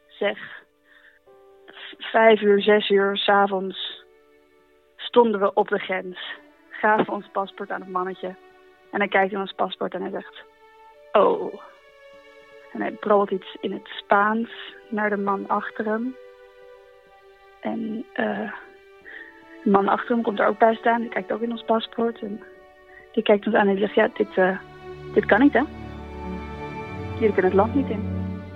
5 uur, 6 uur 's avonds stonden we op de grens. Gaven ons paspoort aan het mannetje. En hij kijkt in ons paspoort en hij zegt, oh. En hij brabbelt iets in het Spaans naar de man achter hem. En de man achter hem komt er ook bij staan. Die kijkt ook in ons paspoort. En die kijkt ons aan en die zegt, ja, dit kan niet, hè? Jullie kunnen het land niet in.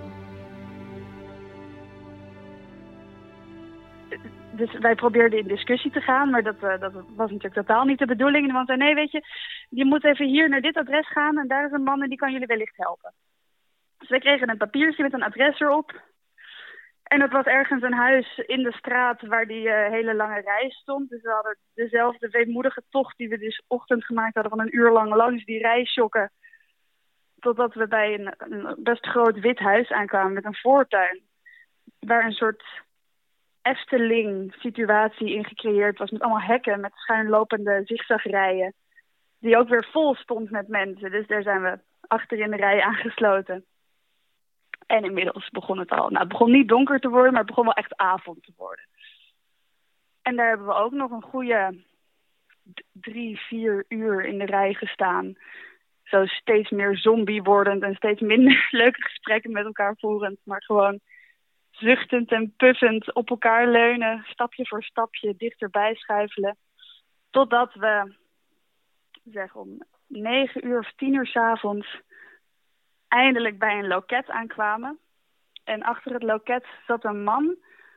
Dus wij probeerden in discussie te gaan, maar dat was natuurlijk totaal niet de bedoeling. En de man zei, nee, weet je moet even hier naar dit adres gaan en daar is een man en die kan jullie wellicht helpen. Dus wij kregen een papiertje met een adres erop. En dat was ergens een huis in de straat waar die hele lange rij stond. Dus we hadden dezelfde weemoedige tocht die we dus ochtend gemaakt hadden van een uur lang langs die rij sjokken. Totdat we bij een best groot wit huis aankwamen met een voortuin. Waar een soort Efteling-situatie in gecreëerd was. Met allemaal hekken, met schuinlopende zigzagrijen. Die ook weer vol stond met mensen. Dus daar zijn we achter in de rij aangesloten. En inmiddels begon het al. Het begon niet donker te worden, maar het begon wel echt avond te worden. En daar hebben we ook nog een goede 3-4 uur in de rij gestaan. Zo steeds meer zombie wordend en steeds minder leuke gesprekken met elkaar voerend. Maar gewoon zuchtend en puffend op elkaar leunen, stapje voor stapje dichterbij schuifelen. Totdat we, om 9 uur of 10 uur 's avonds eindelijk bij een loket aankwamen. En achter het loket zat een man,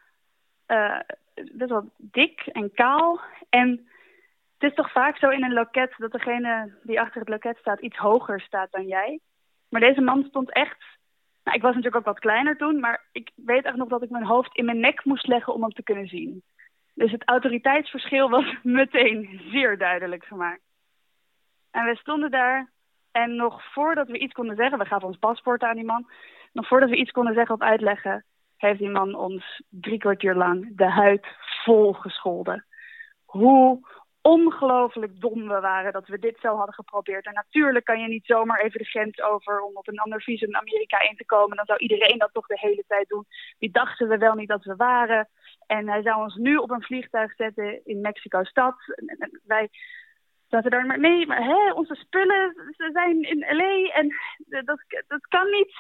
best wel dik en kaal. En het is toch vaak zo in een loket dat degene die achter het loket staat iets hoger staat dan jij. Maar deze man stond echt, ik was natuurlijk ook wat kleiner toen, maar ik weet echt nog dat ik mijn hoofd in mijn nek moest leggen om hem te kunnen zien. Dus het autoriteitsverschil was meteen zeer duidelijk gemaakt. En we stonden daar. En nog voordat we iets konden zeggen, we gaven ons paspoort aan die man. Nog voordat we iets konden zeggen of uitleggen, heeft die man ons 3 kwartier lang de huid vol gescholden. Hoe ongelooflijk dom we waren dat we dit zo hadden geprobeerd. En natuurlijk kan je niet zomaar even de grens over om op een ander visum in Amerika in te komen. Dan zou iedereen dat toch de hele tijd doen. Die dachten we wel niet dat we waren. En hij zou ons nu op een vliegtuig zetten in Mexico-stad. En wij zaten daar maar, nee, maar onze spullen, ze zijn in L.A. en dat kan niet.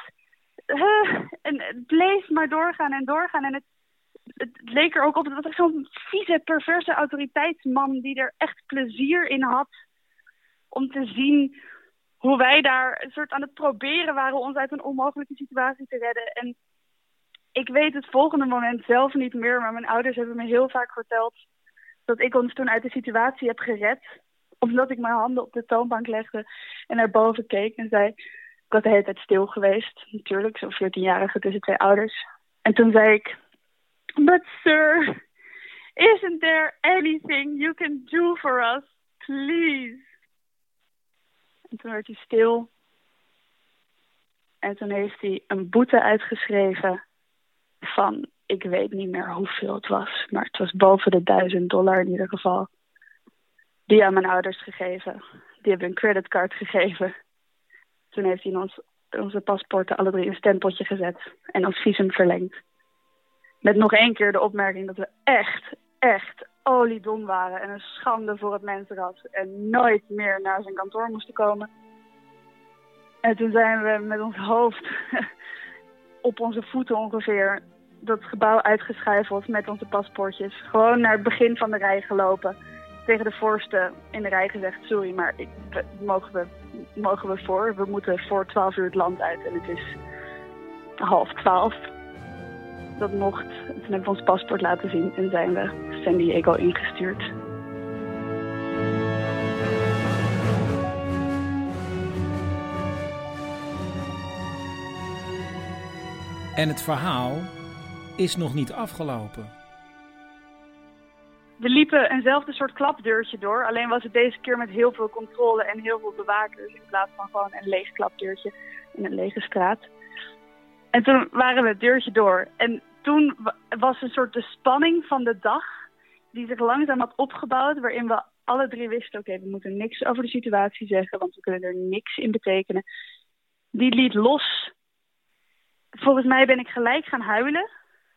En het bleef maar doorgaan en doorgaan. En het leek er ook op, het was echt zo'n vieze, perverse autoriteitsman die er echt plezier in had om te zien hoe wij daar een soort aan het proberen waren ons uit een onmogelijke situatie te redden. En ik weet het volgende moment zelf niet meer, maar mijn ouders hebben me heel vaak verteld dat ik ons toen uit de situatie heb gered, omdat ik mijn handen op de toonbank legde en naar boven keek en zei, ik was de hele tijd stil geweest, natuurlijk, zo'n 14-jarige tussen 2 ouders. En toen zei ik, but sir, isn't there anything you can do for us, please? En toen werd hij stil. En toen heeft hij een boete uitgeschreven van, ik weet niet meer hoeveel het was, maar het was boven de $1000 in ieder geval. Die aan mijn ouders gegeven. Die hebben een creditcard gegeven. Toen heeft hij in onze paspoorten alle 3 een stempeltje gezet en ons visum verlengd. Met nog 1 keer de opmerking dat we echt oliedom waren en een schande voor het mensenras en nooit meer naar zijn kantoor moesten komen. En toen zijn we met ons hoofd op onze voeten ongeveer dat gebouw uitgeschuifeld met onze paspoortjes. Gewoon naar het begin van de rij gelopen. Tegen de voorste in de rij gezegd, sorry, maar mogen we voor? We moeten voor 12 uur het land uit en het is 11:30. Dat mocht. Toen hebben we ons paspoort laten zien en zijn we San Diego ingestuurd. En het verhaal is nog niet afgelopen. We liepen eenzelfde soort klapdeurtje door. Alleen was het deze keer met heel veel controle en heel veel bewakers. In plaats van gewoon een leeg klapdeurtje in een lege straat. En toen waren we het deurtje door. En toen was een soort de spanning van de dag die zich langzaam had opgebouwd. Waarin we alle drie wisten, oké, we moeten niks over de situatie zeggen. Want we kunnen er niks in betekenen. Die liet los. Volgens mij ben ik gelijk gaan huilen.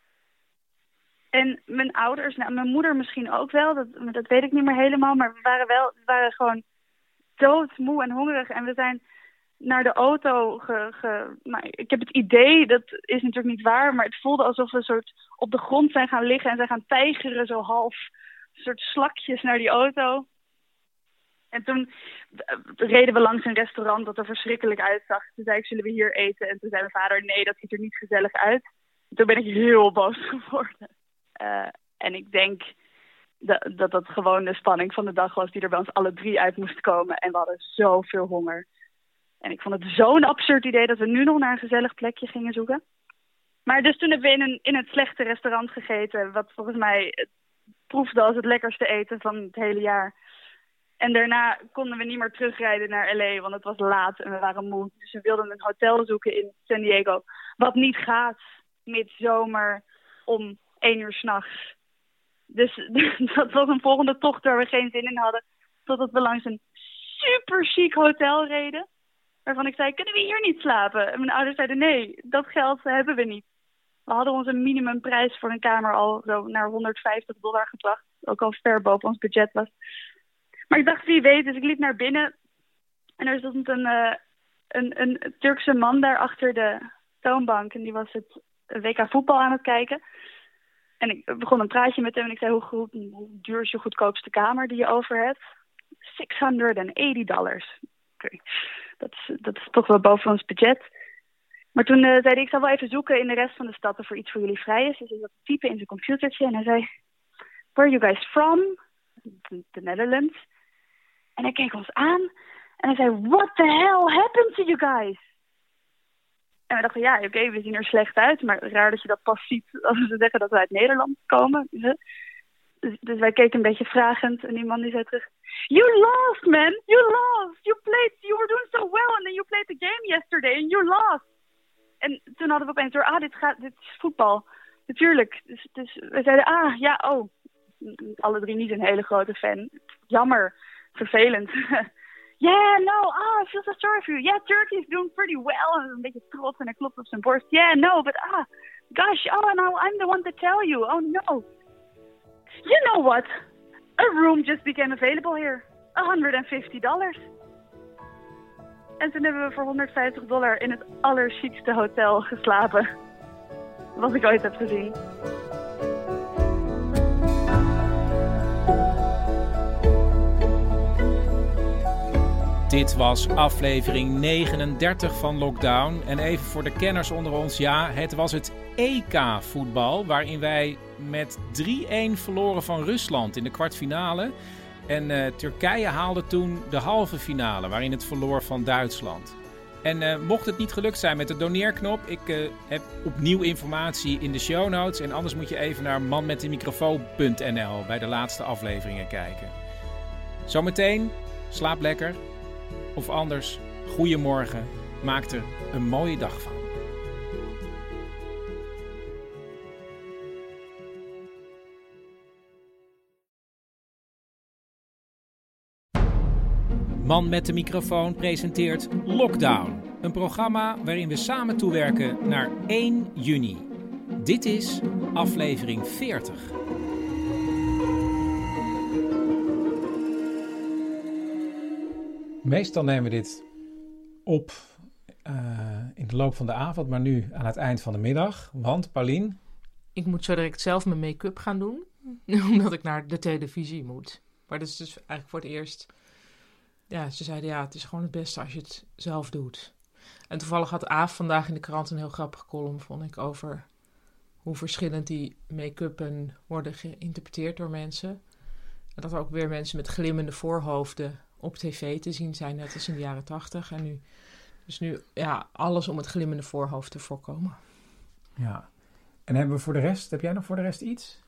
En mijn ouders, mijn moeder misschien ook wel, dat weet ik niet meer helemaal. Maar we waren gewoon doodmoe en hongerig. En we zijn naar de auto nou, ik heb het idee, dat is natuurlijk niet waar, maar het voelde alsof we een soort op de grond zijn gaan liggen en zijn gaan tijgeren, zo half, een soort slakjes naar die auto. En toen reden we langs een restaurant dat er verschrikkelijk uitzag. Toen zei ik, zullen we hier eten? En toen zei mijn vader, nee, dat ziet er niet gezellig uit. Toen ben ik heel boos geworden. En ik denk dat gewoon de spanning van de dag was die er bij ons alle drie uit moest komen. En we hadden zoveel honger. En ik vond het zo'n absurd idee dat we nu nog naar een gezellig plekje gingen zoeken. Maar dus toen hebben we in het slechte restaurant gegeten, wat volgens mij proefde als het lekkerste eten van het hele jaar. En daarna konden we niet meer terugrijden naar L.A., want het was laat en we waren moe. Dus we wilden een hotel zoeken in San Diego, wat niet gaat midzomer om 1 uur 's nachts. Dus dat was een volgende tocht waar we geen zin in hadden. Totdat we langs een super chic hotel reden. Waarvan ik zei, kunnen we hier niet slapen? En mijn ouders zeiden, nee, dat geld hebben we niet. We hadden onze minimumprijs voor een kamer al zo naar $150 gebracht. Ook al ver boven ons budget was. Maar ik dacht, wie weet, dus ik liep naar binnen. En er stond een Turkse man daar achter de toonbank. En die was het WK voetbal aan het kijken. En ik begon een praatje met hem en ik zei, hoe duur is je goedkoopste kamer die je over hebt? $680. Okay. Dat is toch wel boven ons budget. Maar toen zei hij, ik zal wel even zoeken in de rest van de stad of er iets voor jullie vrij is. Dus hij zat te typen in zijn computertje en hij zei, where are you guys from? The Netherlands. En hij keek ons aan en hij zei, what the hell happened to you guys? En we dachten, ja, oké, we zien er slecht uit, maar raar dat je dat pas ziet als we zeggen dat we uit Nederland komen. Dus wij keken een beetje vragend en die man die zei terug, you lost, man, you lost. You were doing so well and then you played the game yesterday and you lost. En toen hadden we opeens door, dit is voetbal. Natuurlijk. Dus we zeiden, ja, alle drie niet een hele grote fan. Jammer, vervelend. Yeah, no, I feel so sorry for you. Yeah, Turkey is doing pretty well. En een beetje trots en hij klopt op zijn borst. Yeah, no, but gosh, now I'm the one to tell you. Oh no. You know what? A room just became available here. $150. En toen hebben we voor $150 in het allerchicste hotel geslapen. Wat ik ooit heb gezien. Dit was aflevering 39 van Lockdown. En even voor de kenners onder ons, ja, het was het EK-voetbal, waarin wij met 3-1 verloren van Rusland in de kwartfinale. En Turkije haalde toen de halve finale, waarin het verloor van Duitsland. En mocht het niet gelukt zijn met de doneerknop, ik heb opnieuw informatie in de show notes. En anders moet je even naar manmetdemicrofoon.nl bij de laatste afleveringen kijken. Zometeen, slaap lekker. Of anders, goeiemorgen. Maak er een mooie dag van. Man met de microfoon presenteert Lockdown. Een programma waarin we samen toewerken naar 1 juni. Dit is aflevering 40. Meestal nemen we dit op in de loop van de avond, maar nu aan het eind van de middag. Want, Paulien? Ik moet zo direct zelf mijn make-up gaan doen. Omdat ik naar de televisie moet. Maar dat is dus eigenlijk voor het eerst... Ja, ze zeiden het is gewoon het beste als je het zelf doet. En toevallig had Aaf vandaag in de krant een heel grappige column, vond ik, over hoe verschillend die make-uppen worden geïnterpreteerd door mensen. En dat er ook weer mensen met glimmende voorhoofden op tv te zien zijn, net als in de jaren 80. En nu, dus nu, alles om het glimmende voorhoofd te voorkomen. Ja. En heb jij nog voor de rest iets?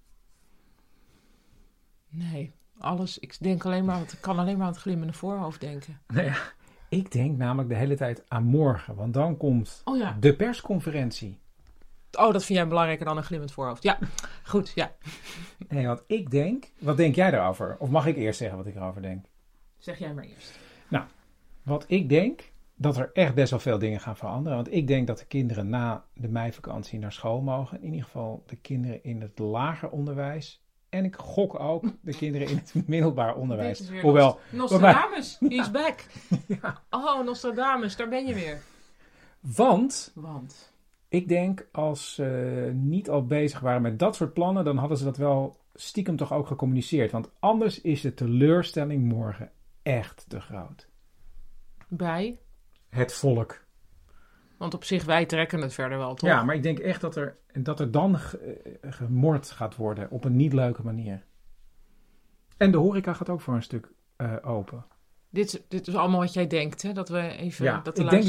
Nee, alles. Ik denk kan alleen maar aan het glimmende voorhoofd denken. Nou ja, ik denk namelijk de hele tijd aan morgen, want dan komt de persconferentie. Oh, dat vind jij belangrijker dan een glimmend voorhoofd. Ja, goed, ja. Nee, want ik denk... Wat denk jij daarover? Of mag ik eerst zeggen wat ik erover denk? Zeg jij maar eerst. Nou, wat ik denk... dat er echt best wel veel dingen gaan veranderen. Want ik denk dat de kinderen na de meivakantie naar school mogen. In ieder geval de kinderen in het lager onderwijs. En ik gok ook de kinderen in het middelbaar onderwijs. Dit is weer Hoewel, Nostradamus, he is back. Ja. Oh, Nostradamus, daar ben je weer. Want ik denk als ze niet al bezig waren met dat soort plannen... dan hadden ze dat wel stiekem toch ook gecommuniceerd. Want anders is de teleurstelling morgen echt te groot. Bij? Het volk. Want op zich, wij trekken het verder wel, toch? Ja, maar ik denk echt dat er dan gemord gaat worden op een niet leuke manier. En de horeca gaat ook voor een stuk open. Dit is allemaal wat jij denkt, hè? Dat we even... Ja,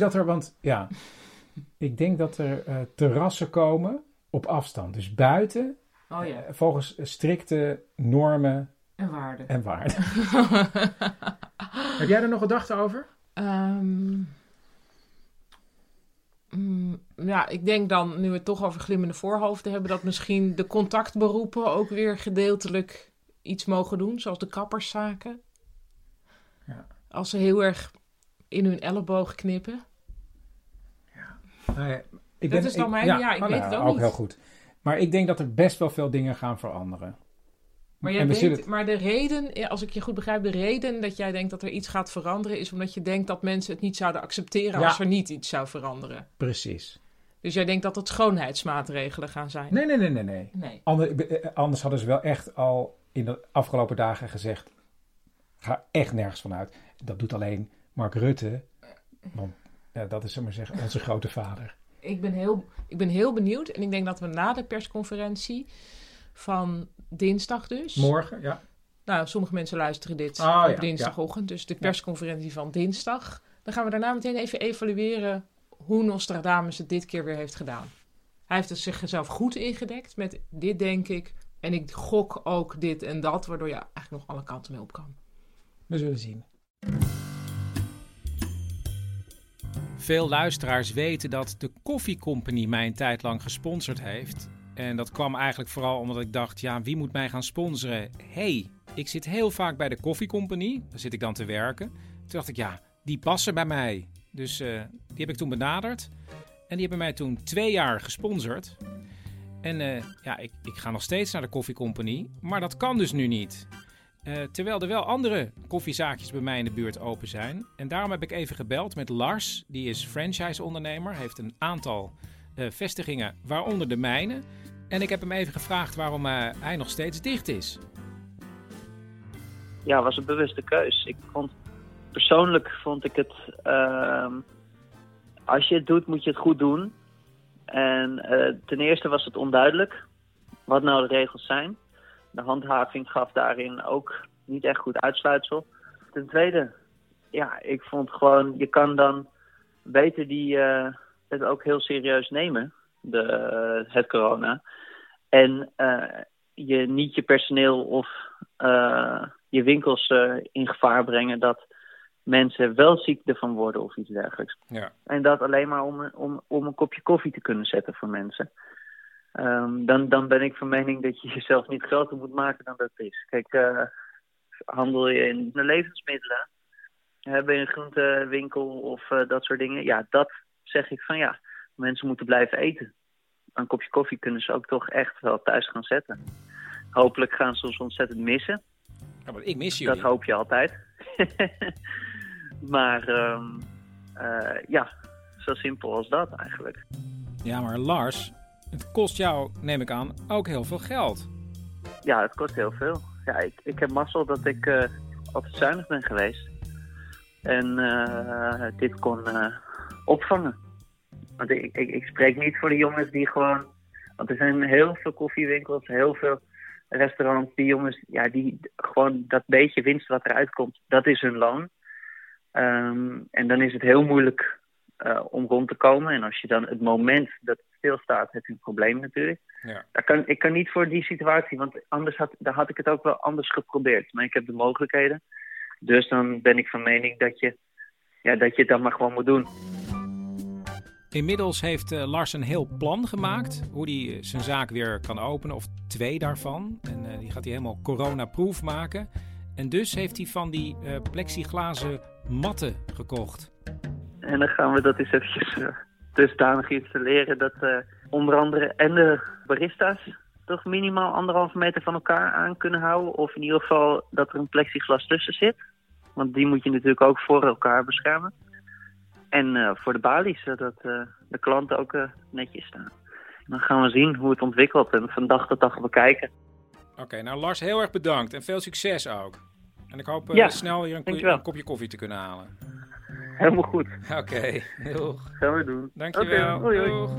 ik denk dat er terrassen komen op afstand. Dus buiten, volgens strikte normen en waarden. Heb jij er nog gedachten over? Ik denk dan, nu we het toch over glimmende voorhoofden hebben... dat misschien de contactberoepen ook weer gedeeltelijk iets mogen doen. Zoals de kapperszaken. Ja. Als ze heel erg in hun elleboog knippen. Ja. Ik weet het ook niet. Heel goed. Maar ik denk dat er best wel veel dingen gaan veranderen. Maar de reden, als ik je goed begrijp, de reden dat jij denkt dat er iets gaat veranderen... is omdat je denkt dat mensen het niet zouden accepteren als er niet iets zou veranderen. Precies. Dus jij denkt dat het schoonheidsmaatregelen gaan zijn? Nee. Anders hadden ze wel echt al in de afgelopen dagen gezegd... ga echt nergens vanuit. Dat doet alleen Mark Rutte. Want dat is, zullen we zeggen, onze grote vader. Ik ben heel benieuwd. En ik denk dat we na de persconferentie van dinsdag dus... Morgen, ja. Nou, sommige mensen luisteren dit op dinsdagochtend. Dus de persconferentie van dinsdag. Dan gaan we daarna meteen even evalueren hoe Nostradamus het dit keer weer heeft gedaan. Hij heeft het zichzelf goed ingedekt met dit denk ik. En ik gok ook dit en dat. Waardoor je eigenlijk nog alle kanten mee op kan. We zullen zien. Veel luisteraars weten dat de Koffie Company mij een tijd lang gesponsord heeft. En dat kwam eigenlijk vooral omdat ik dacht, wie moet mij gaan sponsoren? Ik zit heel vaak bij de Koffie Company. Daar zit ik dan te werken. Toen dacht ik, die passen bij mij. Dus die heb ik toen benaderd. En die hebben mij toen 2 jaar gesponsord. En ik ga nog steeds naar de Koffie Company. Maar dat kan dus nu niet. Terwijl er wel andere koffiezaakjes bij mij in de buurt open zijn. En daarom heb ik even gebeld met Lars. Die is franchise-ondernemer. Heeft een aantal vestigingen, waaronder de mijne. En ik heb hem even gevraagd waarom hij nog steeds dicht is. Ja, het was een bewuste keus. Persoonlijk vond ik het... als je het doet, moet je het goed doen. En ten eerste was het onduidelijk wat nou de regels zijn. De handhaving gaf daarin ook niet echt goed uitsluitsel. Ten tweede, ik vond gewoon... Je kan dan beter het ook heel serieus nemen, het corona. En je niet je personeel of je winkels in gevaar brengen dat mensen wel ziek ervan worden of iets dergelijks. Ja. En dat alleen maar om een kopje koffie te kunnen zetten voor mensen. Dan ben ik van mening dat je jezelf niet groter moet maken dan dat is. Kijk, handel je in de levensmiddelen, ben je een groentewinkel of dat soort dingen. Dat zeg ik van mensen moeten blijven eten. Een kopje koffie kunnen ze ook toch echt wel thuis gaan zetten. Hopelijk gaan ze ons ontzettend missen. Ja, maar ik mis jullie. Dat hoop je altijd. Maar Zo simpel als dat eigenlijk. Ja, maar Lars, het kost jou, neem ik aan, ook heel veel geld. Ja, het kost heel veel. Ja, ik heb mazzel dat ik altijd zuinig ben geweest. En dit kon opvangen. Want ik spreek niet voor de jongens die gewoon... Want er zijn heel veel koffiewinkels, heel veel restaurants. Die jongens, ja, die gewoon dat beetje winst wat eruit komt, dat is hun loon. En dan is het heel moeilijk om rond te komen. En als je dan het moment dat het stilstaat, heb je een probleem natuurlijk. Ja. Ik kan niet voor die situatie, want anders had ik het ook wel anders geprobeerd. Maar ik heb de mogelijkheden. Dus dan ben ik van mening dat je het dan maar gewoon moet doen. Inmiddels heeft Lars een heel plan gemaakt hoe hij zijn zaak weer kan openen, of 2 daarvan. En die gaat hij helemaal corona-proof maken. En dus heeft hij van die plexiglazen matten gekocht. En dan gaan we dat eens eventjes dusdanig installeren dat onder andere en de barista's toch minimaal 1,5 meter van elkaar aan kunnen houden. Of in ieder geval dat er een plexiglas tussen zit. Want die moet je natuurlijk ook voor elkaar beschermen. En voor de balies, zodat de klanten ook netjes staan. Dan gaan we zien hoe het ontwikkelt en van dag tot dag bekijken. Oké, nou Lars, heel erg bedankt en veel succes ook. En ik hoop snel hier een kopje koffie te kunnen halen. Helemaal goed. Oké, doeg. Gaan we doen. Dankjewel. Okay, hoi. Doeg.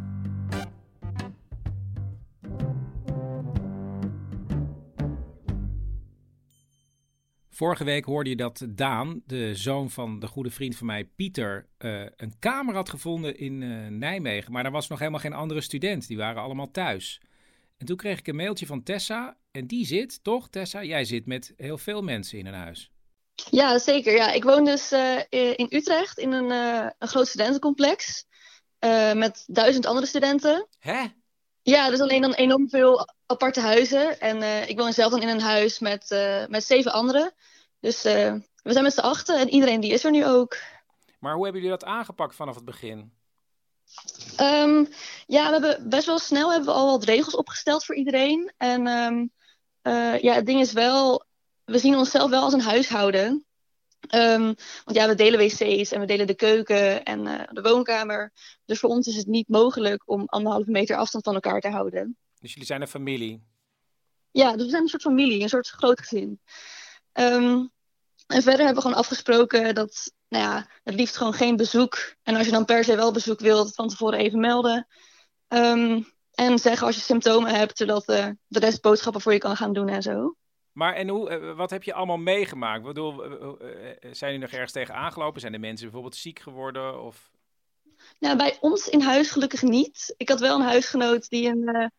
Vorige week hoorde je dat Daan, de zoon van de goede vriend van mij, Pieter, een kamer had gevonden in Nijmegen. Maar er was nog helemaal geen andere student. Die waren allemaal thuis. En toen kreeg ik een mailtje van Tessa. En die zit, toch Tessa? Jij zit met heel veel mensen in een huis. Ja, zeker. Ja. Ik woon dus in Utrecht in een groot studentencomplex. Met 1000 andere studenten. Hè? Ja, dus alleen dan enorm veel aparte huizen. En ik woon zelf dan in een huis met 7 anderen. Dus we zijn met z'n 8 en iedereen die is er nu ook. Maar hoe hebben jullie dat aangepakt vanaf het begin? Ja, we hebben best wel snel al wat regels opgesteld voor iedereen. En het ding is wel, we zien onszelf wel als een huishouden. Want ja, we delen wc's en we delen de keuken en de woonkamer. Dus voor ons is het niet mogelijk om 1,5 meter afstand van elkaar te houden. Dus jullie zijn een familie? Ja, dus we zijn een soort familie, een soort groot gezin. En verder hebben we gewoon afgesproken dat, het liefst gewoon geen bezoek. En als je dan per se wel bezoek wilt, van tevoren even melden. En zeggen als je symptomen hebt, zodat de rest boodschappen voor je kan gaan doen en zo. Maar en wat heb je allemaal meegemaakt? Ik bedoel, zijn jullie nog ergens tegen aangelopen? Zijn de mensen bijvoorbeeld ziek geworden? Of... Nou, bij ons in huis gelukkig niet. Ik had wel een huisgenoot die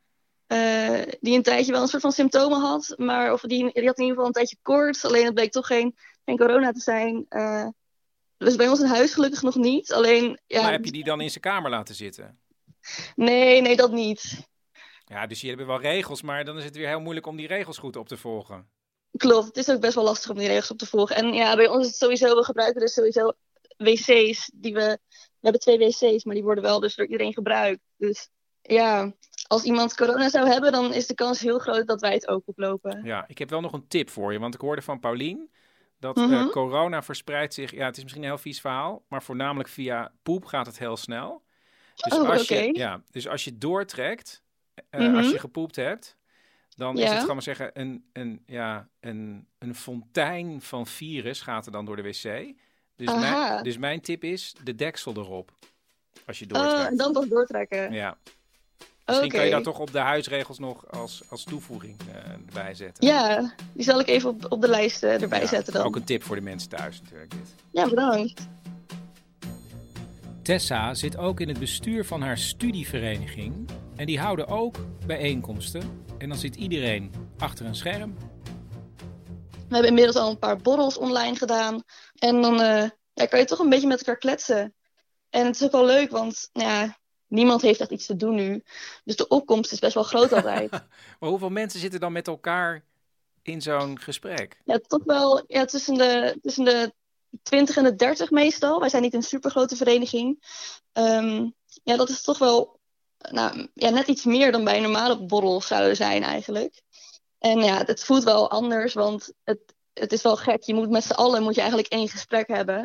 een tijdje wel een soort van symptomen had. Maar die had in ieder geval een tijdje koorts. Alleen het bleek toch geen corona te zijn. Dus bij ons in huis gelukkig nog niet. Alleen, ja, maar heb je die dan in zijn kamer laten zitten? Nee, dat niet. Ja, dus jullie hebben wel regels, maar dan is het weer heel moeilijk om die regels goed op te volgen. Klopt, het is ook best wel lastig om die regels op te volgen. En ja, bij ons is het sowieso, we gebruiken dus sowieso wc's. We hebben 2 wc's, maar die worden wel dus door iedereen gebruikt. Dus ja, als iemand corona zou hebben, dan is de kans heel groot dat wij het ook oplopen. Ja, ik heb wel nog een tip voor je, want ik hoorde van Paulien dat corona verspreidt zich, ja, het is misschien een heel vies verhaal, maar voornamelijk via poep gaat het heel snel. Dus dus als je doortrekt, als je gepoept hebt, dan is het, gaan we zeggen, een fontein van virus gaat er dan door de wc. Dus mijn tip is de deksel erop, als je doortrekt. Dan pas doortrekken. Ja. Misschien kan je dat toch op de huisregels nog als toevoeging erbij zetten. Ja, die zal ik even op de lijst erbij zetten dan. Ook een tip voor de mensen thuis natuurlijk dit. Ja, bedankt. Tessa zit ook in het bestuur van haar studievereniging. En die houden ook bijeenkomsten. En dan zit iedereen achter een scherm. We hebben inmiddels al een paar borrels online gedaan. En dan kan je toch een beetje met elkaar kletsen. En het is ook wel leuk, want niemand heeft echt iets te doen nu. Dus de opkomst is best wel groot altijd. Maar hoeveel mensen zitten dan met elkaar in zo'n gesprek? Ja, toch wel tussen de 20 en de 30 meestal. Wij zijn niet een supergrote vereniging. Dat is toch wel net iets meer dan bij een normale borrel zouden zijn eigenlijk. En ja, het voelt wel anders, want het is wel gek. Je moet met z'n allen eigenlijk 1 gesprek hebben.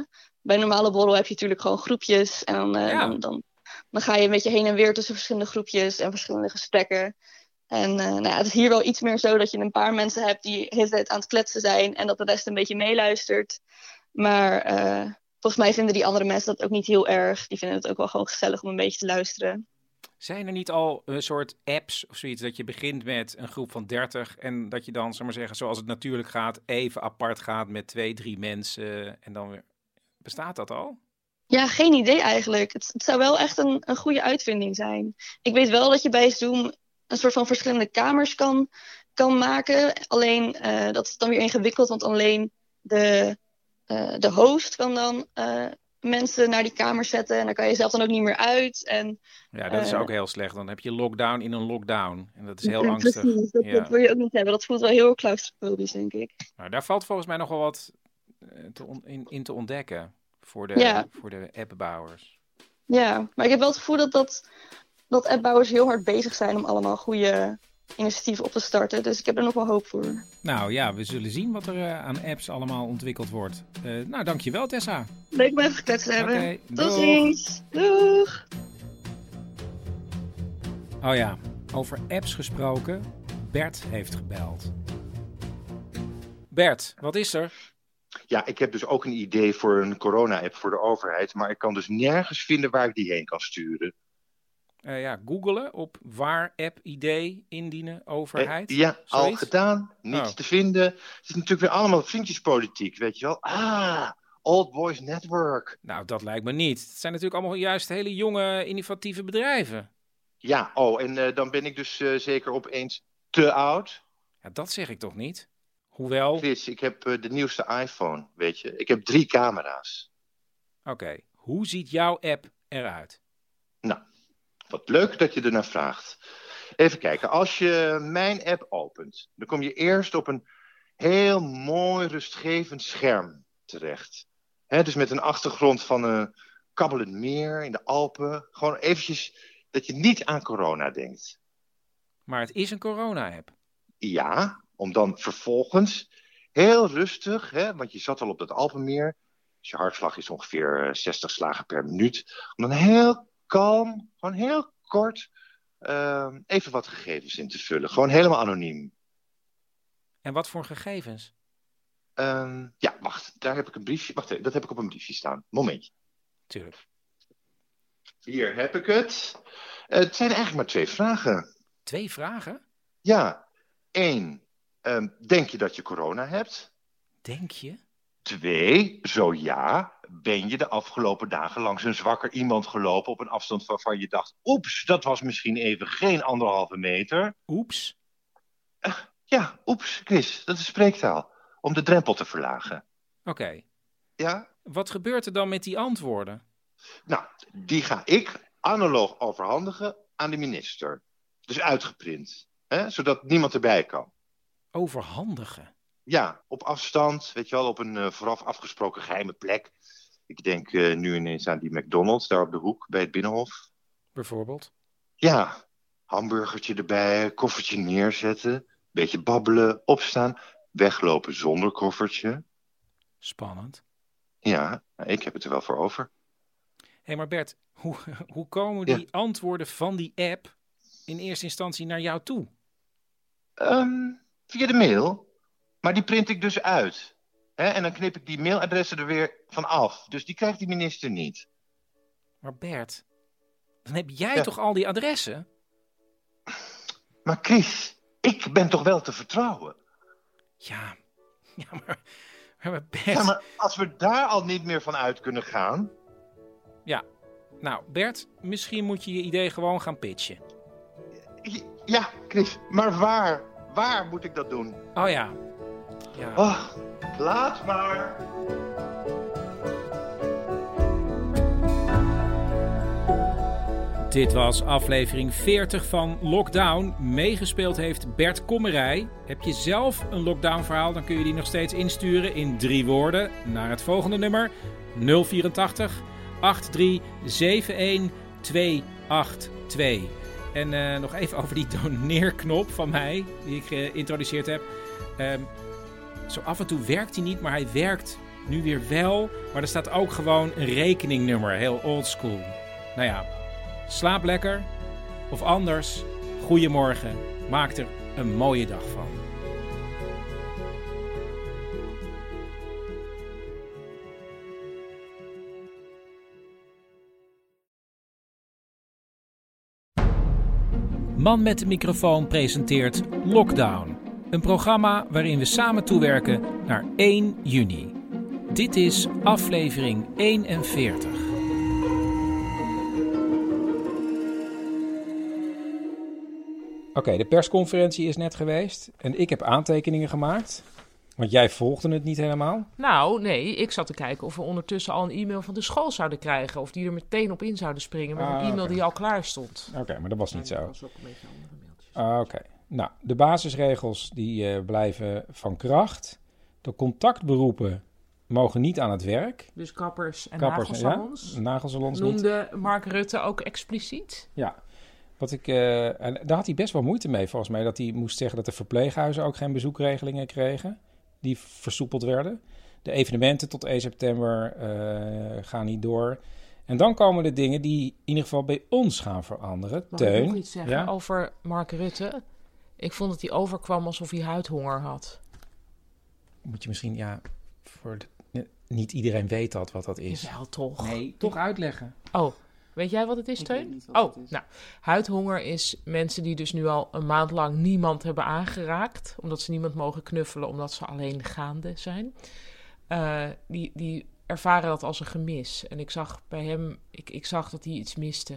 bij een normale borrel heb je natuurlijk gewoon groepjes. En dan ga je een beetje heen en weer tussen verschillende groepjes en verschillende gesprekken. En het is hier wel iets meer zo dat je een paar mensen hebt die de hele tijd aan het kletsen zijn en dat de rest een beetje meeluistert. Maar volgens mij vinden die andere mensen dat ook niet heel erg. Die vinden het ook wel gewoon gezellig om een beetje te luisteren. Zijn er niet al een soort apps of zoiets dat je begint met een groep van 30 en dat je dan, zal maar zeggen, zoals het natuurlijk gaat, even apart gaat met 2, 3 mensen en dan weer... Bestaat dat al? Ja, geen idee eigenlijk. Het zou wel echt een goede uitvinding zijn. Ik weet wel dat je bij Zoom een soort van verschillende kamers kan maken. Alleen, dat is dan weer ingewikkeld, want alleen de host kan dan mensen naar die kamer zetten. En dan kan je zelf dan ook niet meer uit. En, ja, dat is ook heel slecht. Dan heb je lockdown in een lockdown. En dat is heel angstig. Precies, dat wil je ook niet hebben. Dat voelt wel heel claustrofobisch, denk ik. Nou, daar valt volgens mij nog wel wat in te ontdekken voor de appbouwers. Ja, maar ik heb wel het gevoel dat appbouwers heel hard bezig zijn om allemaal goede initiatieven op te starten. Dus ik heb er nog wel hoop voor. Nou ja, we zullen zien wat er aan apps allemaal ontwikkeld wordt. Nou, dankjewel Tessa. Leuk me even gekletst te hebben. Okay, tot ziens. Doeg. Oh ja, over apps gesproken. Bert heeft gebeld. Bert, wat is er? Ja, ik heb dus ook een idee voor een corona-app voor de overheid, maar ik kan dus nergens vinden waar ik die heen kan sturen. Googelen op waar app-idee indienen, overheid. Ja, zoiets? Al gedaan, niets te vinden. Het is natuurlijk weer allemaal vriendjespolitiek, weet je wel. Old Boys Network. Nou, dat lijkt me niet. Het zijn natuurlijk allemaal juist hele jonge, innovatieve bedrijven. Ja, en dan ben ik dus zeker opeens te oud. Ja, dat zeg ik toch niet? Hoewel... Chris, ik heb de nieuwste iPhone, weet je. Ik heb 3 camera's. Oké, hoe ziet jouw app eruit? Nou, wat leuk dat je ernaar vraagt. Even kijken, als je mijn app opent, dan kom je eerst op een heel mooi rustgevend scherm terecht. Dus met een achtergrond van een kabbelend meer in de Alpen. Gewoon eventjes dat je niet aan corona denkt. Maar het is een corona-app. Ja, om dan vervolgens heel rustig, want je zat al op dat Alpenmeer. Dus je hartslag is ongeveer 60 slagen per minuut. Om dan heel kalm, gewoon heel kort, even wat gegevens in te vullen. Gewoon helemaal anoniem. En wat voor gegevens? Ja, wacht. Daar heb ik een briefje. Wacht, dat heb ik op een briefje staan. Momentje. Tuurlijk. Hier heb ik het. Het zijn eigenlijk maar 2 vragen. 2 vragen? Ja. 1. Denk je dat je corona hebt? Denk je? 2. Zo ja. Ben je de afgelopen dagen langs een zwakker iemand gelopen op een afstand waarvan je dacht, oeps, dat was misschien even geen 1,5 meter. Oeps? Ja, oeps, Chris. Dat is spreektaal. Om de drempel te verlagen. Oké. Ja? Wat gebeurt er dan met die antwoorden? Nou, die ga ik analoog overhandigen aan de minister. Dus uitgeprint. Zodat niemand erbij kan. Overhandigen? Ja, op afstand. Weet je wel, op een vooraf afgesproken geheime plek. Ik denk nu ineens aan die McDonald's daar op de hoek bij het Binnenhof. Bijvoorbeeld? Ja, hamburgertje erbij, koffertje neerzetten. Beetje babbelen, opstaan. Weglopen zonder koffertje. Spannend. Ja, ik heb het er wel voor over. Hé, maar Bert, hoe komen die antwoorden van die app in eerste instantie naar jou toe? Via de mail. Maar die print ik dus uit. En dan knip ik die mailadressen er weer van af. Dus die krijgt die minister niet. Maar Bert, dan heb jij toch al die adressen? Maar Chris, ik ben toch wel te vertrouwen? Ja, maar Bert... Ja, maar als we daar al niet meer van uit kunnen gaan... Ja, nou Bert, misschien moet je je idee gewoon gaan pitchen. Ja, Chris, maar waar? Waar moet ik dat doen? Oh ja. Oh, laat maar. Dit was aflevering 40 van Lockdown. Meegespeeld heeft Bert Kommerij. Heb je zelf een lockdown verhaal, dan kun je die nog steeds insturen in 3 woorden naar het volgende nummer 084 8371 282. En nog even over die doneerknop van mij, die ik geïntroduceerd heb. Zo af en toe werkt hij niet, maar hij werkt Nu weer wel, maar er staat ook gewoon een rekeningnummer, heel oldschool. Nou ja, slaap lekker. Of anders, goeiemorgen, maak er een mooie dag van. Man met de microfoon presenteert Lockdown. Een programma waarin we samen toewerken naar 1 juni. Dit is aflevering 41. Oké, de persconferentie is net geweest en ik heb aantekeningen gemaakt. Want jij volgde het niet helemaal. Nou, nee, ik zat te kijken of we ondertussen al een e-mail van de school zouden krijgen. Of die er meteen op in zouden springen met een e-mail die al klaar stond. Oké, maar dat was niet zo. Dat was ook een beetje andere mailtjes. Oké, nou, de basisregels die blijven van kracht. De contactberoepen mogen niet aan het werk. Dus kappers en nagelsalons. Ja, nagelsalons noemde niet. Mark Rutte ook expliciet. Ja, en daar had hij best wel moeite mee volgens mij. Dat hij moest zeggen dat de verpleeghuizen ook geen bezoekregelingen kregen. Die versoepeld werden. De evenementen tot 1 september gaan niet door. En dan komen de dingen die in ieder geval bij ons gaan veranderen. Mag Teun, ik nog iets zeggen over Mark Rutte? Ik vond dat hij overkwam alsof hij huidhonger had. Moet je misschien, niet iedereen weet wat dat is. Wel toch? Nee, toch uitleggen. Oh, weet jij wat het is, Teun? Nou, huidhonger is mensen die dus nu al een maand lang niemand hebben aangeraakt. Omdat ze niemand mogen knuffelen, omdat ze alleen gaande zijn. Die ervaren dat als een gemis. En ik zag bij hem, ik zag dat hij iets miste.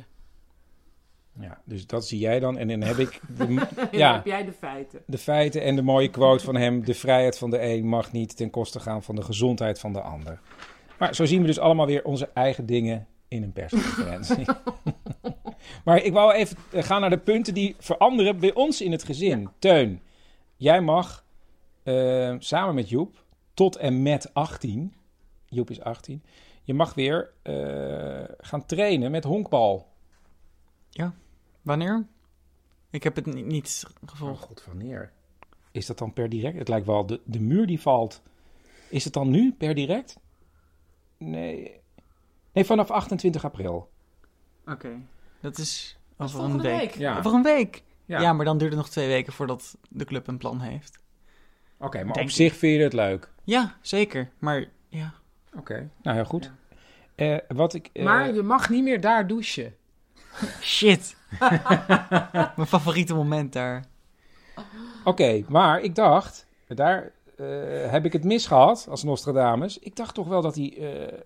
Ja, dus dat zie jij dan. En dan heb ik... Dan heb jij de feiten. De feiten en de mooie quote van hem. De vrijheid van de een mag niet ten koste gaan van de gezondheid van de ander. Maar zo zien we dus allemaal weer onze eigen dingen in een persconferentie. Maar ik wou even gaan naar de punten die veranderen bij ons in het gezin. Ja. Teun, jij mag samen met Joep tot en met 18... Joep is 18. Je mag weer gaan trainen met honkbal. Ja, wanneer? Ik heb het niet gevolgd. Oh god, wanneer? Is dat dan per direct? Het lijkt wel, de muur die valt. Is het dan nu per direct? Nee, vanaf 28 april. Oké, dat is over een week. Ja. Over een week? Ja, maar dan duurt het nog 2 weken voordat de club een plan heeft. Oké, maar op zich vind je het leuk? Ja, zeker. Maar ja. Oké, nou heel goed. Ja. Maar je mag niet meer daar douchen. Shit. Mijn favoriete moment daar. Oké, maar ik dacht, daar heb ik het misgehad als Nostradamus. Ik dacht toch wel dat die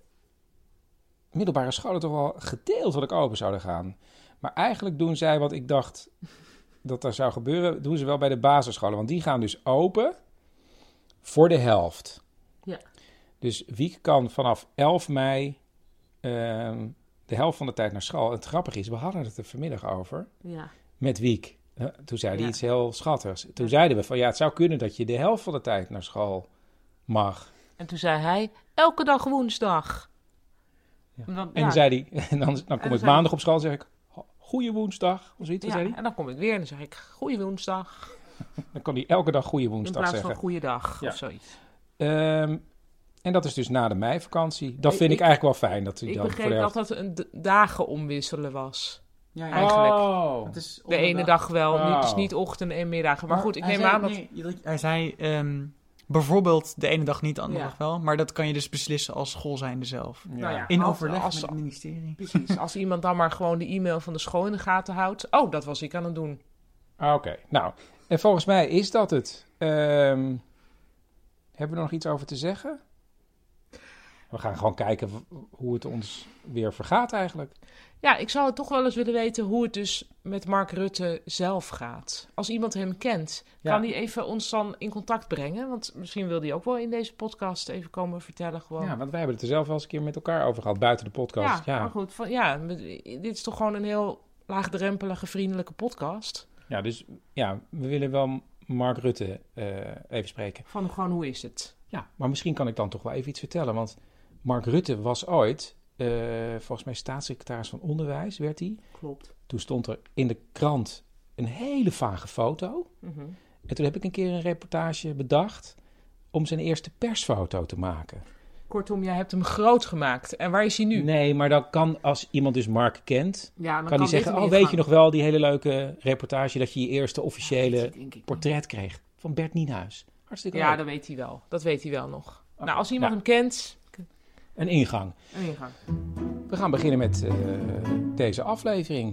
middelbare scholen toch wel gedeeltelijk open zouden gaan. Maar eigenlijk doen zij wat ik dacht dat er zou gebeuren, doen ze wel bij de basisscholen. Want die gaan dus open voor de helft. Ja. Dus Wiek kan vanaf 11 mei de helft van de tijd naar school. En het grappige is, we hadden het er vanmiddag over met Wiek. Toen zei hij iets heel schattigs. Toen zeiden we van, het zou kunnen dat je de helft van de tijd naar school mag. En toen zei hij, elke dag woensdag. Ja. Dan zei hij, dan kom ik maandag op school en zeg ik, goeie woensdag. Of zoiets, zei hij. En dan kom ik weer en dan zeg ik, goeie woensdag. Dan kan hij elke dag goeie woensdag zeggen. In plaats van goeie dag of zoiets. En dat is dus na de meivakantie. Dat vind ik eigenlijk wel fijn. Ik begreep dat een dagen omwisselen was. Ja, eigenlijk. Oh. Het is de ene dag wel, dus niet ochtenden en middagen. Maar goed, ik neem aan dat... Hij zei bijvoorbeeld de ene dag niet, de andere dag wel. Maar dat kan je dus beslissen als school zijnde zelf. Ja. Nou ja, in overleg met het ministerie. Precies, als iemand dan maar gewoon de e-mail van de school in de gaten houdt. Oh, dat was ik aan het doen. Oké, nou. En volgens mij is dat het. Hebben we er nog iets over te zeggen? We gaan gewoon kijken hoe het ons weer vergaat eigenlijk. Ja, ik zou het toch wel eens willen weten hoe het dus met Mark Rutte zelf gaat. Als iemand hem kent, kan hij even ons dan in contact brengen? Want misschien wil hij ook wel in deze podcast even komen vertellen gewoon. Ja, want wij hebben het er zelf wel eens een keer met elkaar over gehad, buiten de podcast. Ja, maar goed. Dit is toch gewoon een heel laagdrempelige, vriendelijke podcast. Ja, dus we willen wel Mark Rutte even spreken. Van gewoon, hoe is het? Ja, maar misschien kan ik dan toch wel even iets vertellen, want Mark Rutte was ooit... volgens mij staatssecretaris van Onderwijs werd hij. Klopt. Toen stond er in de krant een hele vage foto. Mm-hmm. En toen heb ik een keer een reportage bedacht om zijn eerste persfoto te maken. Kortom, jij hebt hem groot gemaakt. En waar is hij nu? Nee, maar dan kan, als iemand dus Mark kent, Ja, dan kan hij zeggen, weet je nog wel die hele leuke reportage dat je je eerste officiële portret kreeg van Bert Nienhuis. Hartstikke leuk. Ja, dat weet hij wel. Dat weet hij wel nog. Nou, als iemand hem kent... Een ingang. Een ingang. We gaan beginnen met deze aflevering.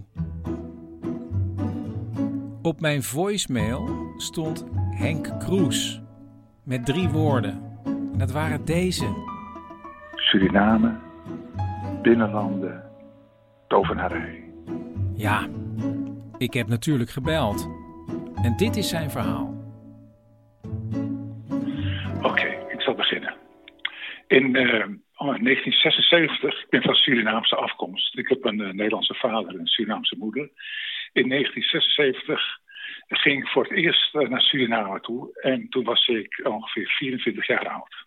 Op mijn voicemail stond Henk Kroes met 3 woorden. En dat waren deze. Suriname, binnenlanden, tovenarij. Ja, ik heb natuurlijk gebeld. En dit is zijn verhaal. Oké, ik zal beginnen. In 1976, ik ben van Surinaamse afkomst. Ik heb een Nederlandse vader en een Surinaamse moeder. In 1976 ging ik voor het eerst naar Suriname toe. En toen was ik ongeveer 24 jaar oud.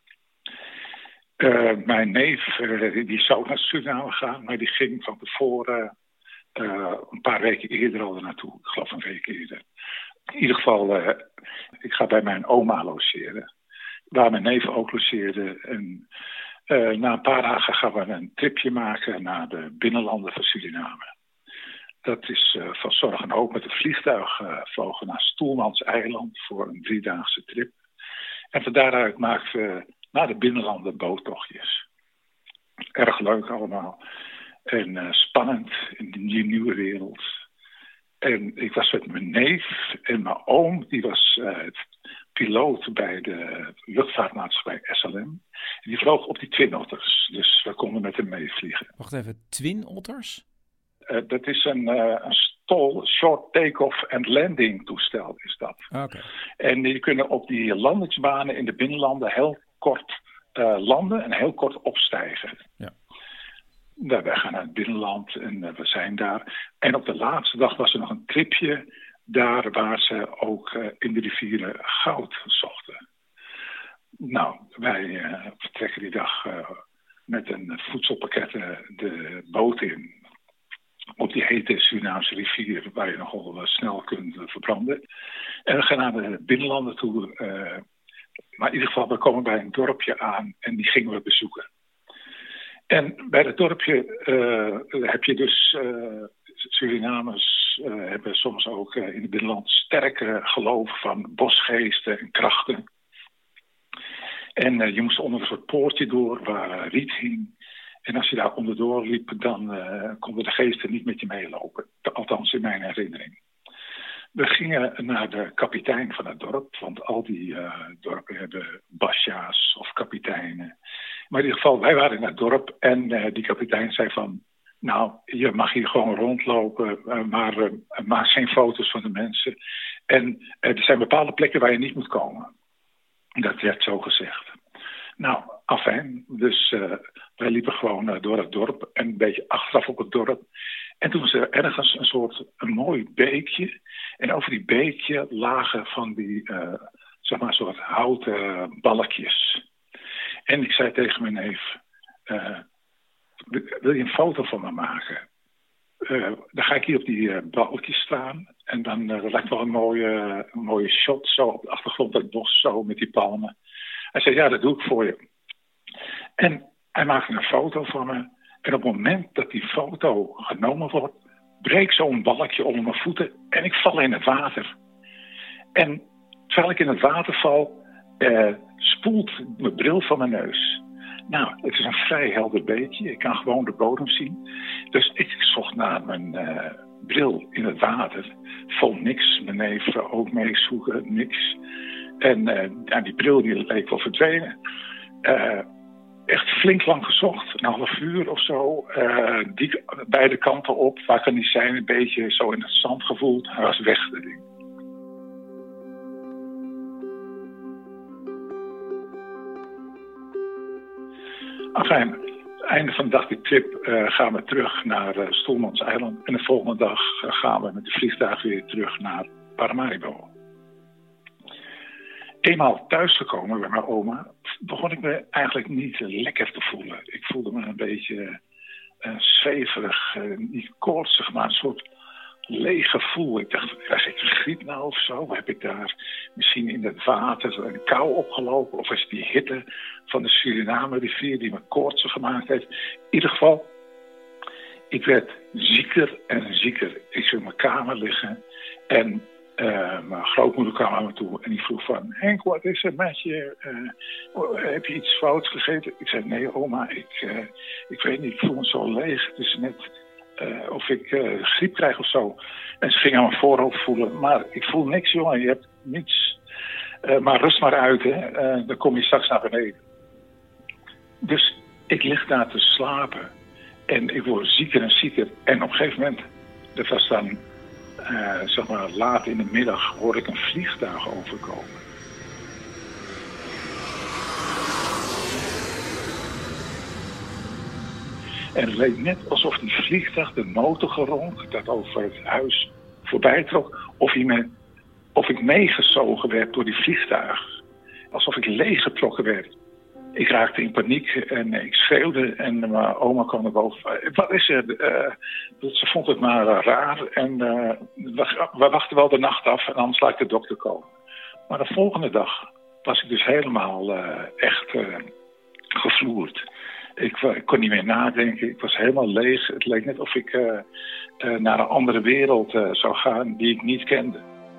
Mijn neef die zou naar Suriname gaan, maar die ging van tevoren een paar weken eerder al naartoe. Ik geloof een week eerder. In ieder geval, ik ga bij mijn oma logeren. Waar mijn neef ook logeerde. En na een paar dagen gaan we een tripje maken naar de binnenlanden van Suriname. Dat is van Zorg en Hoop met een vliegtuig vlogen naar Stoelmans-eiland voor een 3-daagse trip. En van daaruit maakten we naar de binnenlanden boottochtjes. Erg leuk allemaal. En spannend in die nieuwe wereld. En ik was met mijn neef en mijn oom, die was piloot bij de luchtvaartmaatschappij SLM. En die vloog op die Twin Otters. Dus we konden met hem meevliegen. Wacht even, Twin Otters? Dat is een STOL, Short Take-Off and Landing toestel is dat. Okay. En die kunnen op die landingsbanen in de binnenlanden heel kort landen en heel kort opstijgen. Ja. Wij gaan naar het binnenland en we zijn daar. En op de laatste dag was er nog een tripje daar waar ze ook in de rivieren goud zochten. Nou, wij vertrekken die dag met een voedselpakket de boot in. Op die hete Surinaamse rivier waar je nogal snel kunt verbranden. En we gaan naar de binnenlanden toe. Maar in ieder geval, we komen bij een dorpje aan en die gingen we bezoeken. En bij dat dorpje heb je dus... Surinamers hebben soms ook in het binnenland sterke geloof van bosgeesten en krachten. En je moest onder een soort poortje door waar riet hing. En als je daar onderdoor liep, dan konden de geesten niet met je meelopen. Althans in mijn herinnering. We gingen naar de kapitein van het dorp, want al die dorpen hebben basja's of kapiteinen. Maar in ieder geval, wij waren in het dorp en die kapitein zei van... Nou, je mag hier gewoon rondlopen, maar maak geen foto's van de mensen. En er zijn bepaalde plekken waar je niet moet komen. Dat werd zo gezegd. Nou, afijn. Dus wij liepen gewoon door het dorp en een beetje achteraf op het dorp. En toen was er ergens een mooi beekje. En over die beekje lagen van die, zeg maar, soort houten balkjes. En ik zei tegen mijn neef... wil je een foto van me maken? Dan ga ik hier op die balkjes staan. En dan lijkt wel een mooie shot zo op de achtergrond, dat bos zo met die palmen. Hij zei, ja, dat doe ik voor je. En hij maakte een foto van me. En op het moment dat die foto genomen wordt, breekt zo'n balkje onder mijn voeten en ik val in het water. En terwijl ik in het water val, spoelt mijn bril van mijn neus. Nou, het is een vrij helder beekje. Ik kan gewoon de bodem zien. Dus ik zocht naar mijn bril in het water. Vond niks. Mijn neef ook meezoeken. Niks. En die bril die leek wel verdwenen. Echt flink lang gezocht. Een half uur of zo. Beide kanten op. Waar kan die zijn? Een beetje zo in het zand gevoeld. Hij was weg, dat ding. Enfin, einde van de dag die trip gaan we terug naar Stoelmans-eiland. En de volgende dag gaan we met de vliegtuig weer terug naar Paramaribo. Eenmaal thuisgekomen bij mijn oma, begon ik me eigenlijk niet lekker te voelen. Ik voelde me een beetje zweverig, niet koortsig, maar een soort leeg gevoel. Ik dacht, krijg ik griep nou of zo? Heb ik daar misschien in het water een kou opgelopen? Of is het die hitte van de Suriname-rivier die me koortsig gemaakt heeft? In ieder geval, ik werd zieker en zieker. Ik zou in mijn kamer liggen en mijn grootmoeder kwam aan me toe en die vroeg van... Henk, wat is er met je? Heb je iets fouts gegeten? Ik zei, nee oma, ik weet niet, ik voel me zo leeg. Het is net of ik griep krijg of zo. En ze ging aan mijn voorhoofd voelen. Maar ik voel niks, jongen, je hebt niets. Maar rust maar uit, hè. Dan kom je straks naar beneden. Dus ik lig daar te slapen. En ik word zieker en zieker. En op een gegeven moment, dat was dan... zeg maar laat in de middag hoorde ik een vliegtuig overkomen. En het leek net alsof die vliegtuig de motorgeronk dat over het huis voorbij trok. Of ik meegezogen werd door die vliegtuig. Alsof ik leeggetrokken werd. Ik raakte in paniek en ik schreeuwde en mijn oma kwam naar boven. Wat is er? Ze vond het maar raar en we wachten wel de nacht af en anders laat de dokter komen. Maar de volgende dag was ik dus helemaal echt gevloerd. Ik kon niet meer nadenken, ik was helemaal leeg. Het leek net of ik naar een andere wereld zou gaan die ik niet kende.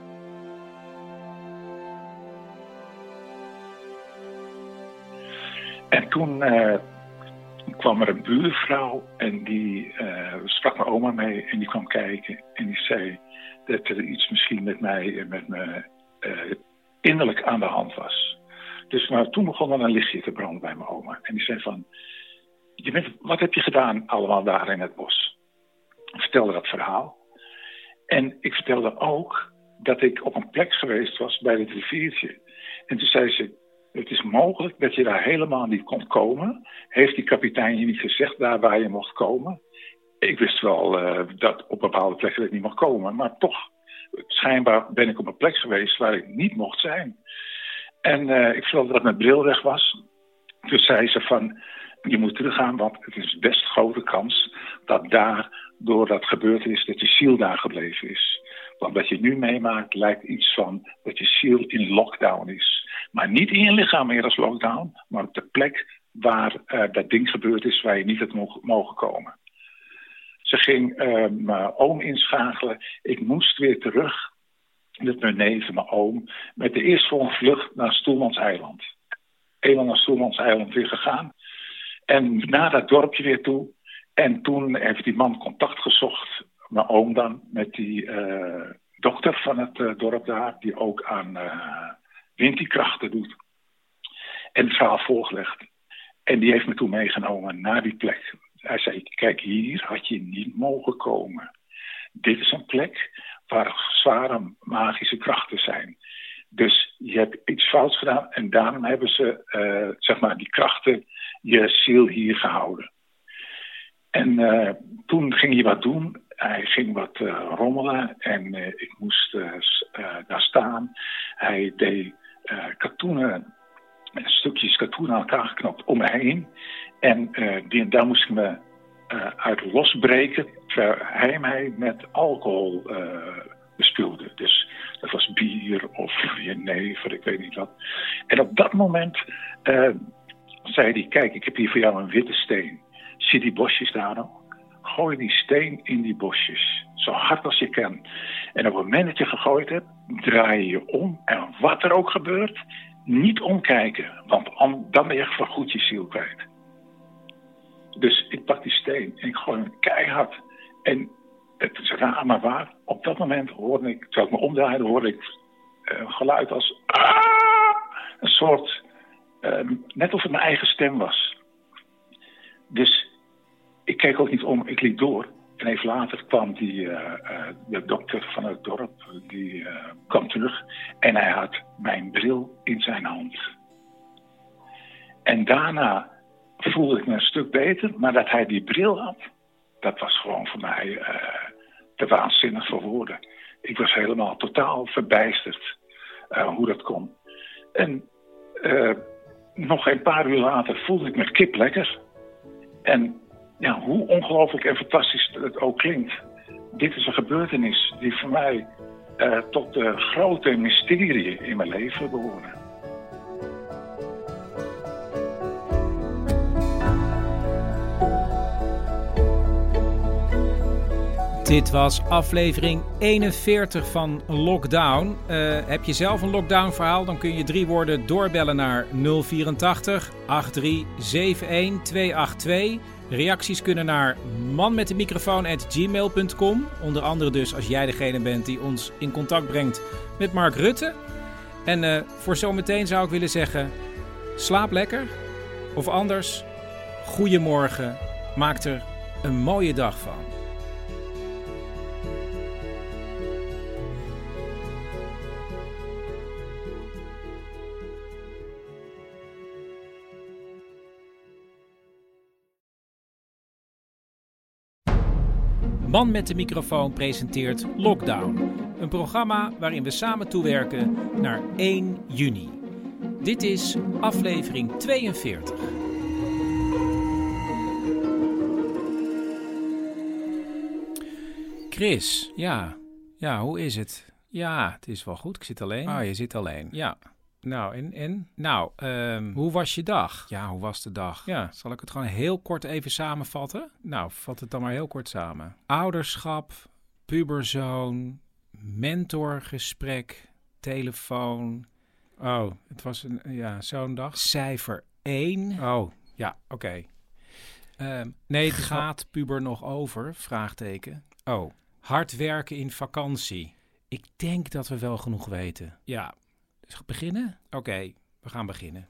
En toen kwam er een buurvrouw en die sprak mijn oma mee en die kwam kijken. En die zei dat er iets misschien met mij en met me innerlijk aan de hand was. Dus maar toen begon er een lichtje te branden bij mijn oma. En die zei van, wat heb je gedaan allemaal daar in het bos? Ik vertelde dat verhaal. En ik vertelde ook dat ik op een plek geweest was bij het riviertje. En toen zei ze, het is mogelijk dat je daar helemaal niet kon komen. Heeft die kapitein je niet gezegd daar waar je mocht komen? Ik wist wel dat op bepaalde plekken ik niet mocht komen. Maar toch, schijnbaar ben ik op een plek geweest waar ik niet mocht zijn. En ik vertelde dat mijn bril weg was. Toen zei ze van, je moet teruggaan, want het is best een grote kans dat daar, door dat gebeurd is, dat je ziel daar gebleven is. Want wat je nu meemaakt lijkt iets van dat je ziel in lockdown is. Maar niet in je lichaam meer als lockdown, maar op de plek waar dat ding gebeurd is waar je niet had mogen komen. Ze ging mijn oom inschakelen. Ik moest weer terug met mijn neef en mijn oom met de eerstvolgende vlucht naar Stoelmanseiland. Eenmaal naar Stoelmanseiland weer gegaan. En naar dat dorpje weer toe. En toen heeft die man contact gezocht, mijn oom dan, met die dokter van het dorp daar, die ook aan windkrachten doet. En het verhaal voorgelegd. En die heeft me toen meegenomen naar die plek. Hij zei, kijk, hier had je niet mogen komen. Dit is een plek waar zware magische krachten zijn. Dus je hebt iets fouts gedaan en daarom hebben ze, zeg maar, die krachten je ziel hier gehouden. En toen ging hij wat doen. Hij ging wat rommelen en ik moest daar staan. Hij deed stukjes katoen aan elkaar geknopt om me heen. En daar moest ik me uit losbreken, terwijl hij mij met alcohol bespuwde. Dus dat was bier of jenever, ik weet niet wat. En op dat moment zei hij, kijk, ik heb hier voor jou een witte steen. Zie die bosjes daar nog? Gooi die steen in die bosjes. Zo hard als je kan. En op het moment dat je gegooid hebt, draai je je om. En wat er ook gebeurt, niet omkijken. Want dan ben je echt voorgoed je ziel kwijt. Dus ik pak die steen en ik gooi hem keihard. En het is raar maar waar. Op dat moment hoorde ik, terwijl ik me omdraaide, hoorde ik een geluid als... een soort... net of het mijn eigen stem was. Dus ik keek ook niet om, ik liep door. En even later kwam de dokter van het dorp, die kwam terug. En hij had mijn bril in zijn hand. En daarna voelde ik me een stuk beter. Maar dat hij die bril had, dat was gewoon voor mij te waanzinnig voor woorden. Ik was helemaal totaal verbijsterd hoe dat kon. En nog een paar uur later voelde ik me kip lekker. En ja, hoe ongelooflijk en fantastisch het ook klinkt. dit is een gebeurtenis die voor mij tot de grote mysterie in mijn leven behoren. Dit was aflevering 41 van Lockdown. Heb je zelf een lockdown verhaal? Dan kun je 3 woorden doorbellen naar 084 8371 282. Reacties kunnen naar manmetdemicrofoon@gmail.com. Onder andere dus als jij degene bent die ons in contact brengt met Mark Rutte. En voor zometeen zou ik willen zeggen, slaap lekker. Of anders, goeiemorgen. Maak er een mooie dag van. Man met de microfoon presenteert Lockdown. Een programma waarin we samen toewerken naar 1 juni. Dit is aflevering 42. Chris, ja, hoe is het? Ja, het is wel goed. Ik zit alleen. Ah, je zit alleen. Ja. Nou, en? Nou, hoe was je dag? Ja, hoe was de dag? Ja, zal ik het gewoon heel kort even samenvatten? Nou, vat het dan maar heel kort samen. Ouderschap, puberzoon, mentorgesprek, telefoon. Oh, het was zo'n dag. Cijfer 1. Oh, ja, oké. Nee, het gaat puber nog over? Vraagteken. Oh, hard werken in vakantie. Ik denk dat we wel genoeg weten. Ja. Dus beginnen? Oké, we gaan beginnen.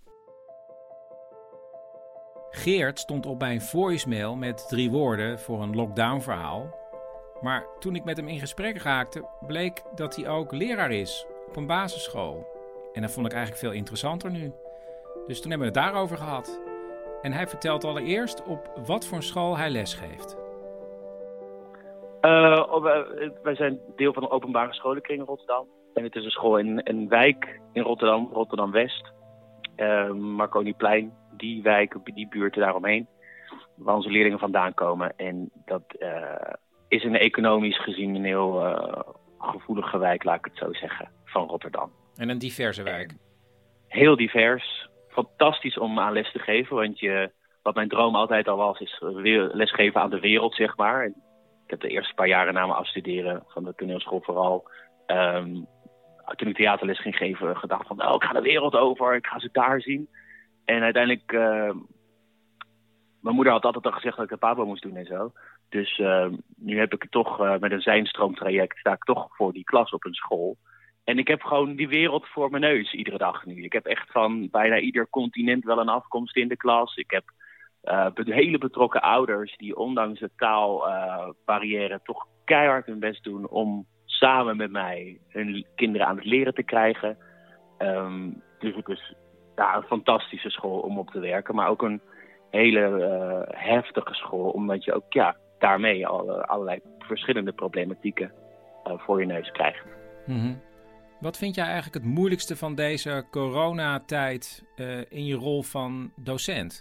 Geert stond op mijn voicemail met 3 woorden voor een lockdown verhaal. Maar toen ik met hem in gesprek raakte, bleek dat hij ook leraar is op een basisschool. En dat vond ik eigenlijk veel interessanter nu. Dus toen hebben we het daarover gehad. En hij vertelt allereerst op wat voor school hij lesgeeft. Wij zijn deel van een openbare scholenkring in Rotterdam. En het is een school in een wijk in Rotterdam, Rotterdam-West. Marconiplein, die wijk, die buurten daaromheen. Waar onze leerlingen vandaan komen. En dat is een economisch gezien een heel gevoelige wijk, laat ik het zo zeggen, van Rotterdam. En een diverse wijk. Heel divers. Fantastisch om aan les te geven. Want wat mijn droom altijd al was, is lesgeven aan de wereld, zeg maar. En ik heb de eerste paar jaren na mijn afstuderen van de toneelschool vooral... toen ik theaterles ging geven, gedacht van, ik ga de wereld over, ik ga ze daar zien. En uiteindelijk, mijn moeder had altijd al gezegd dat ik een pabo moest doen en zo. Dus nu heb ik het toch met een zijnstroomtraject, sta ik toch voor die klas op een school. En ik heb gewoon die wereld voor mijn neus iedere dag nu. Ik heb echt van bijna ieder continent wel een afkomst in de klas. Ik heb hele betrokken ouders die ondanks de taalbarrière toch keihard hun best doen om samen met mij hun kinderen aan het leren te krijgen. Dus het is een fantastische school om op te werken. Maar ook een hele heftige school. Omdat je ook daarmee allerlei verschillende problematieken voor je neus krijgt. Mm-hmm. Wat vind jij eigenlijk het moeilijkste van deze coronatijd in je rol van docent?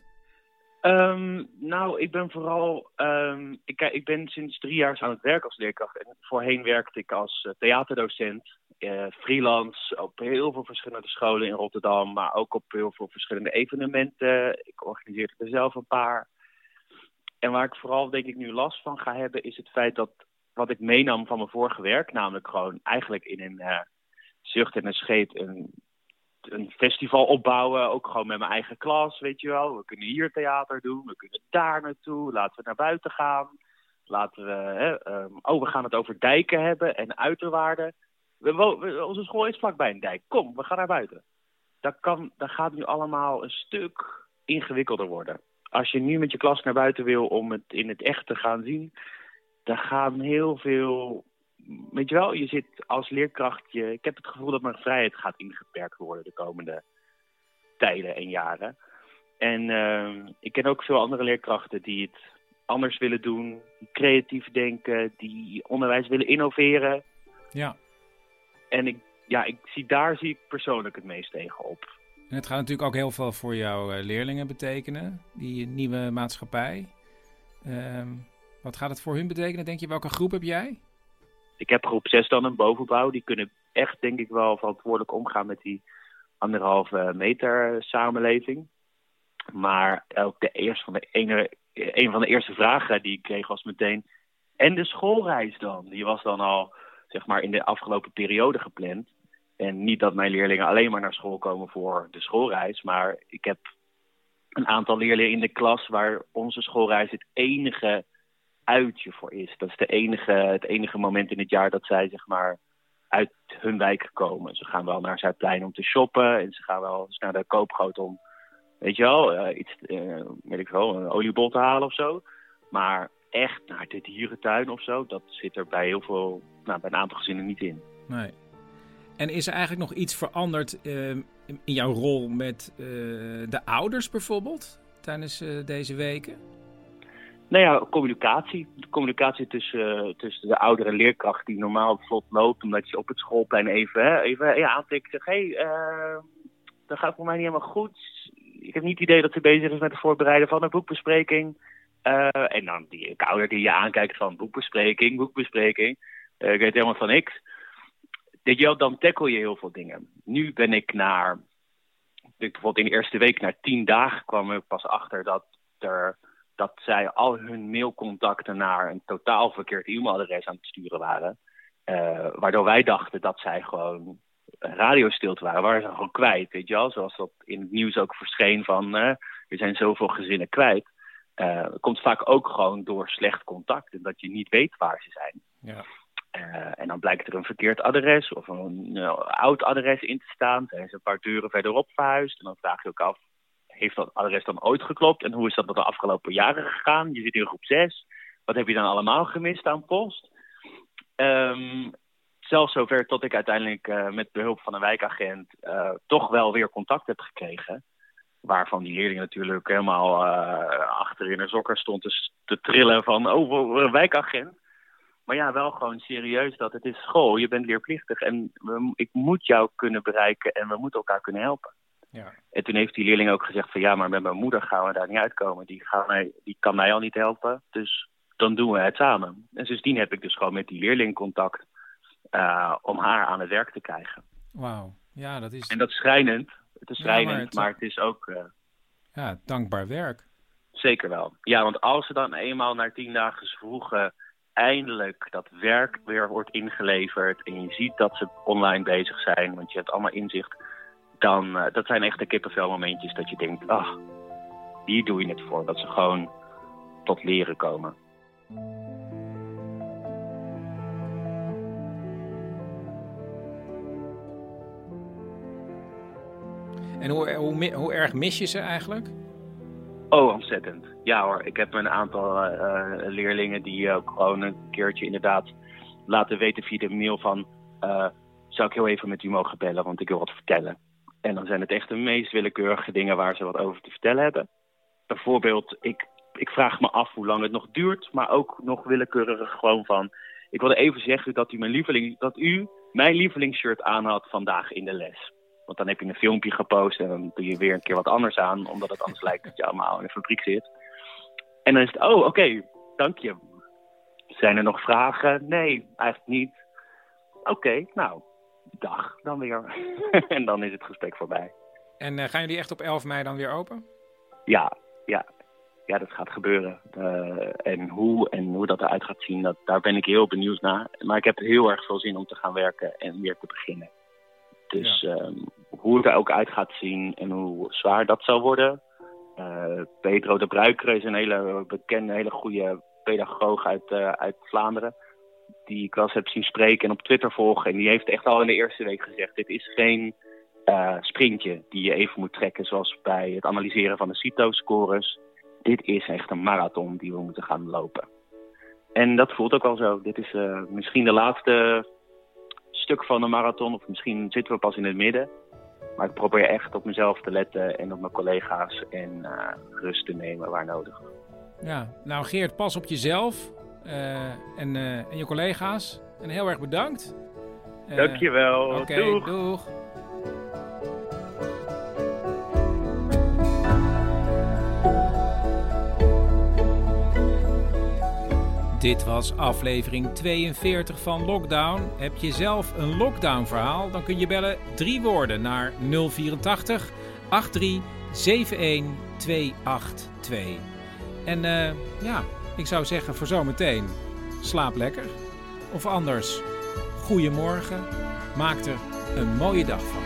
Ik ben vooral... Ik ben sinds 3 jaar aan het werk als leerkracht. En voorheen werkte ik als theaterdocent. Freelance op heel veel verschillende scholen in Rotterdam. Maar ook op heel veel verschillende evenementen. Ik organiseerde er zelf een paar. En waar ik vooral denk ik nu last van ga hebben... is het feit dat wat ik meenam van mijn vorige werk... namelijk gewoon eigenlijk in een zucht en een scheet... een festival opbouwen, ook gewoon met mijn eigen klas, weet je wel. We kunnen hier theater doen, we kunnen daar naartoe, laten we naar buiten gaan. Laten we, we gaan het over dijken hebben en uiterwaarden. Onze school is vlakbij een dijk, kom, we gaan naar buiten. Dat gaat nu allemaal een stuk ingewikkelder worden. Als je nu met je klas naar buiten wil om het in het echt te gaan zien, dan gaan heel veel... Weet je wel, je zit als leerkracht... Ik heb het gevoel dat mijn vrijheid gaat ingeperkt worden de komende tijden en jaren. En ik ken ook veel andere leerkrachten die het anders willen doen. Die creatief denken, die onderwijs willen innoveren. Ja. En daar zie ik persoonlijk het meest tegenop. En het gaat natuurlijk ook heel veel voor jouw leerlingen betekenen, die nieuwe maatschappij. Wat gaat het voor hun betekenen, denk je? Welke groep heb jij? Ik heb groep 6 dan een bovenbouw. Die kunnen echt, denk ik wel, verantwoordelijk omgaan met die 1,5 meter samenleving. Maar ook een van de eerste vragen die ik kreeg was meteen... En de schoolreis dan? Die was dan al, zeg maar, in de afgelopen periode gepland. En niet dat mijn leerlingen alleen maar naar school komen voor de schoolreis. Maar ik heb een aantal leerlingen in de klas waar onze schoolreis het enige uitje voor is. Dat is het enige moment in het jaar dat zij, zeg maar, uit hun wijk komen. Ze gaan wel naar Zuidplein om te shoppen. En ze gaan wel eens naar de koopgoot om, weet je wel, weet ik wel, een oliebol te halen of zo. Maar echt naar de dierentuin of zo, dat zit er bij bij een aantal gezinnen niet in. Nee. En is er eigenlijk nog iets veranderd in jouw rol met de ouders bijvoorbeeld tijdens deze weken? Nou ja, communicatie. De communicatie tussen de oudere leerkracht die normaal vlot loopt, omdat je op het schoolplein even aantikt en zegt, dat gaat voor mij niet helemaal goed. Ik heb niet het idee dat ze bezig is met het voorbereiden van een boekbespreking. En dan die ouder die je aankijkt van boekbespreking. Ik weet helemaal van niks. Dan tackle je heel veel dingen. Nu ben ik bijvoorbeeld in de eerste week, na 10 dagen, kwam ik pas achter dat zij al hun mailcontacten naar een totaal verkeerd e-mailadres aan het sturen waren. Waardoor wij dachten dat zij gewoon radiostilte waren ze gewoon kwijt, weet je wel. Zoals dat in het nieuws ook verscheen van, er zijn zoveel gezinnen kwijt. Het komt vaak ook gewoon door slecht contact en dat je niet weet waar ze zijn. Ja. En dan blijkt er een verkeerd adres of een oud adres in te staan. Zijn ze een paar deuren verderop verhuisd. En dan vraag je ook af, heeft dat adres dan ooit geklopt? En hoe is dat de afgelopen jaren gegaan? Je zit in groep 6. Wat heb je dan allemaal gemist aan post? Zelfs zover tot ik uiteindelijk met behulp van een wijkagent toch wel weer contact heb gekregen. Waarvan die leerling natuurlijk helemaal achter in haar sokken stond te trillen van een wijkagent. Maar ja, wel gewoon serieus dat het is school. Je bent leerplichtig en ik moet jou kunnen bereiken en we moeten elkaar kunnen helpen. Ja. En toen heeft die leerling ook gezegd van ja, maar met mijn moeder gaan we daar niet uitkomen. Die kan mij al niet helpen, dus dan doen we het samen. En sindsdien heb ik dus gewoon met die leerling contact om haar aan het werk te krijgen. Wauw, ja, dat is... En dat is schrijnend. Het is schrijnend, maar het is ook... Ja, dankbaar werk. Zeker wel. Ja, want als ze dan eenmaal na 10 dagen vroegen eindelijk dat werk weer wordt ingeleverd en je ziet dat ze online bezig zijn, want je hebt allemaal inzicht, dan dat zijn echt de kippenvelmomentjes dat je denkt, hier doe je het voor. Dat ze gewoon tot leren komen. En hoe erg mis je ze eigenlijk? Oh, ontzettend. Ja hoor, ik heb een aantal leerlingen die ook gewoon een keertje inderdaad laten weten via de mail van, zou ik heel even met u mogen bellen, want ik wil wat vertellen. En dan zijn het echt de meest willekeurige dingen waar ze wat over te vertellen hebben. Bijvoorbeeld, ik vraag me af hoe lang het nog duurt, maar ook nog willekeurig gewoon van, ik wilde even zeggen dat u mijn lievelingsshirt aan had vandaag in de les. Want dan heb je een filmpje gepost en dan doe je weer een keer wat anders aan, omdat het anders lijkt dat je allemaal in de fabriek zit. En dan is het, oké, dank je. Zijn er nog vragen? Nee, eigenlijk niet. Oké, nou, dag dan weer. En dan is het gesprek voorbij. En gaan jullie echt op 11 mei dan weer open? Ja, dat gaat gebeuren. En hoe dat eruit gaat zien, daar ben ik heel benieuwd naar. Maar ik heb heel erg veel zin om te gaan werken en weer te beginnen. Dus hoe het er ook uit gaat zien en hoe zwaar dat zal worden. Pedro de Bruiker is een hele bekende, hele goede pedagoog uit Vlaanderen. Die ik wel eens heb zien spreken en op Twitter volgen. En die heeft echt al in de eerste week gezegd, dit is geen sprintje die je even moet trekken zoals bij het analyseren van de CITO-scores. Dit is echt een marathon die we moeten gaan lopen. En dat voelt ook al zo. Dit is misschien de laatste stuk van de marathon, of misschien zitten we pas in het midden. Maar ik probeer echt op mezelf te letten en op mijn collega's en rust te nemen waar nodig. Ja, nou Geert, pas op jezelf en je collega's. En heel erg bedankt. Dankjewel. Oké, doeg. Dit was aflevering 42 van Lockdown. Heb je zelf een lockdown-verhaal? Dan kun je bellen 3 woorden naar 084 83 71 282. En ik zou zeggen voor zometeen, slaap lekker. Of anders, goeiemorgen. Maak er een mooie dag van.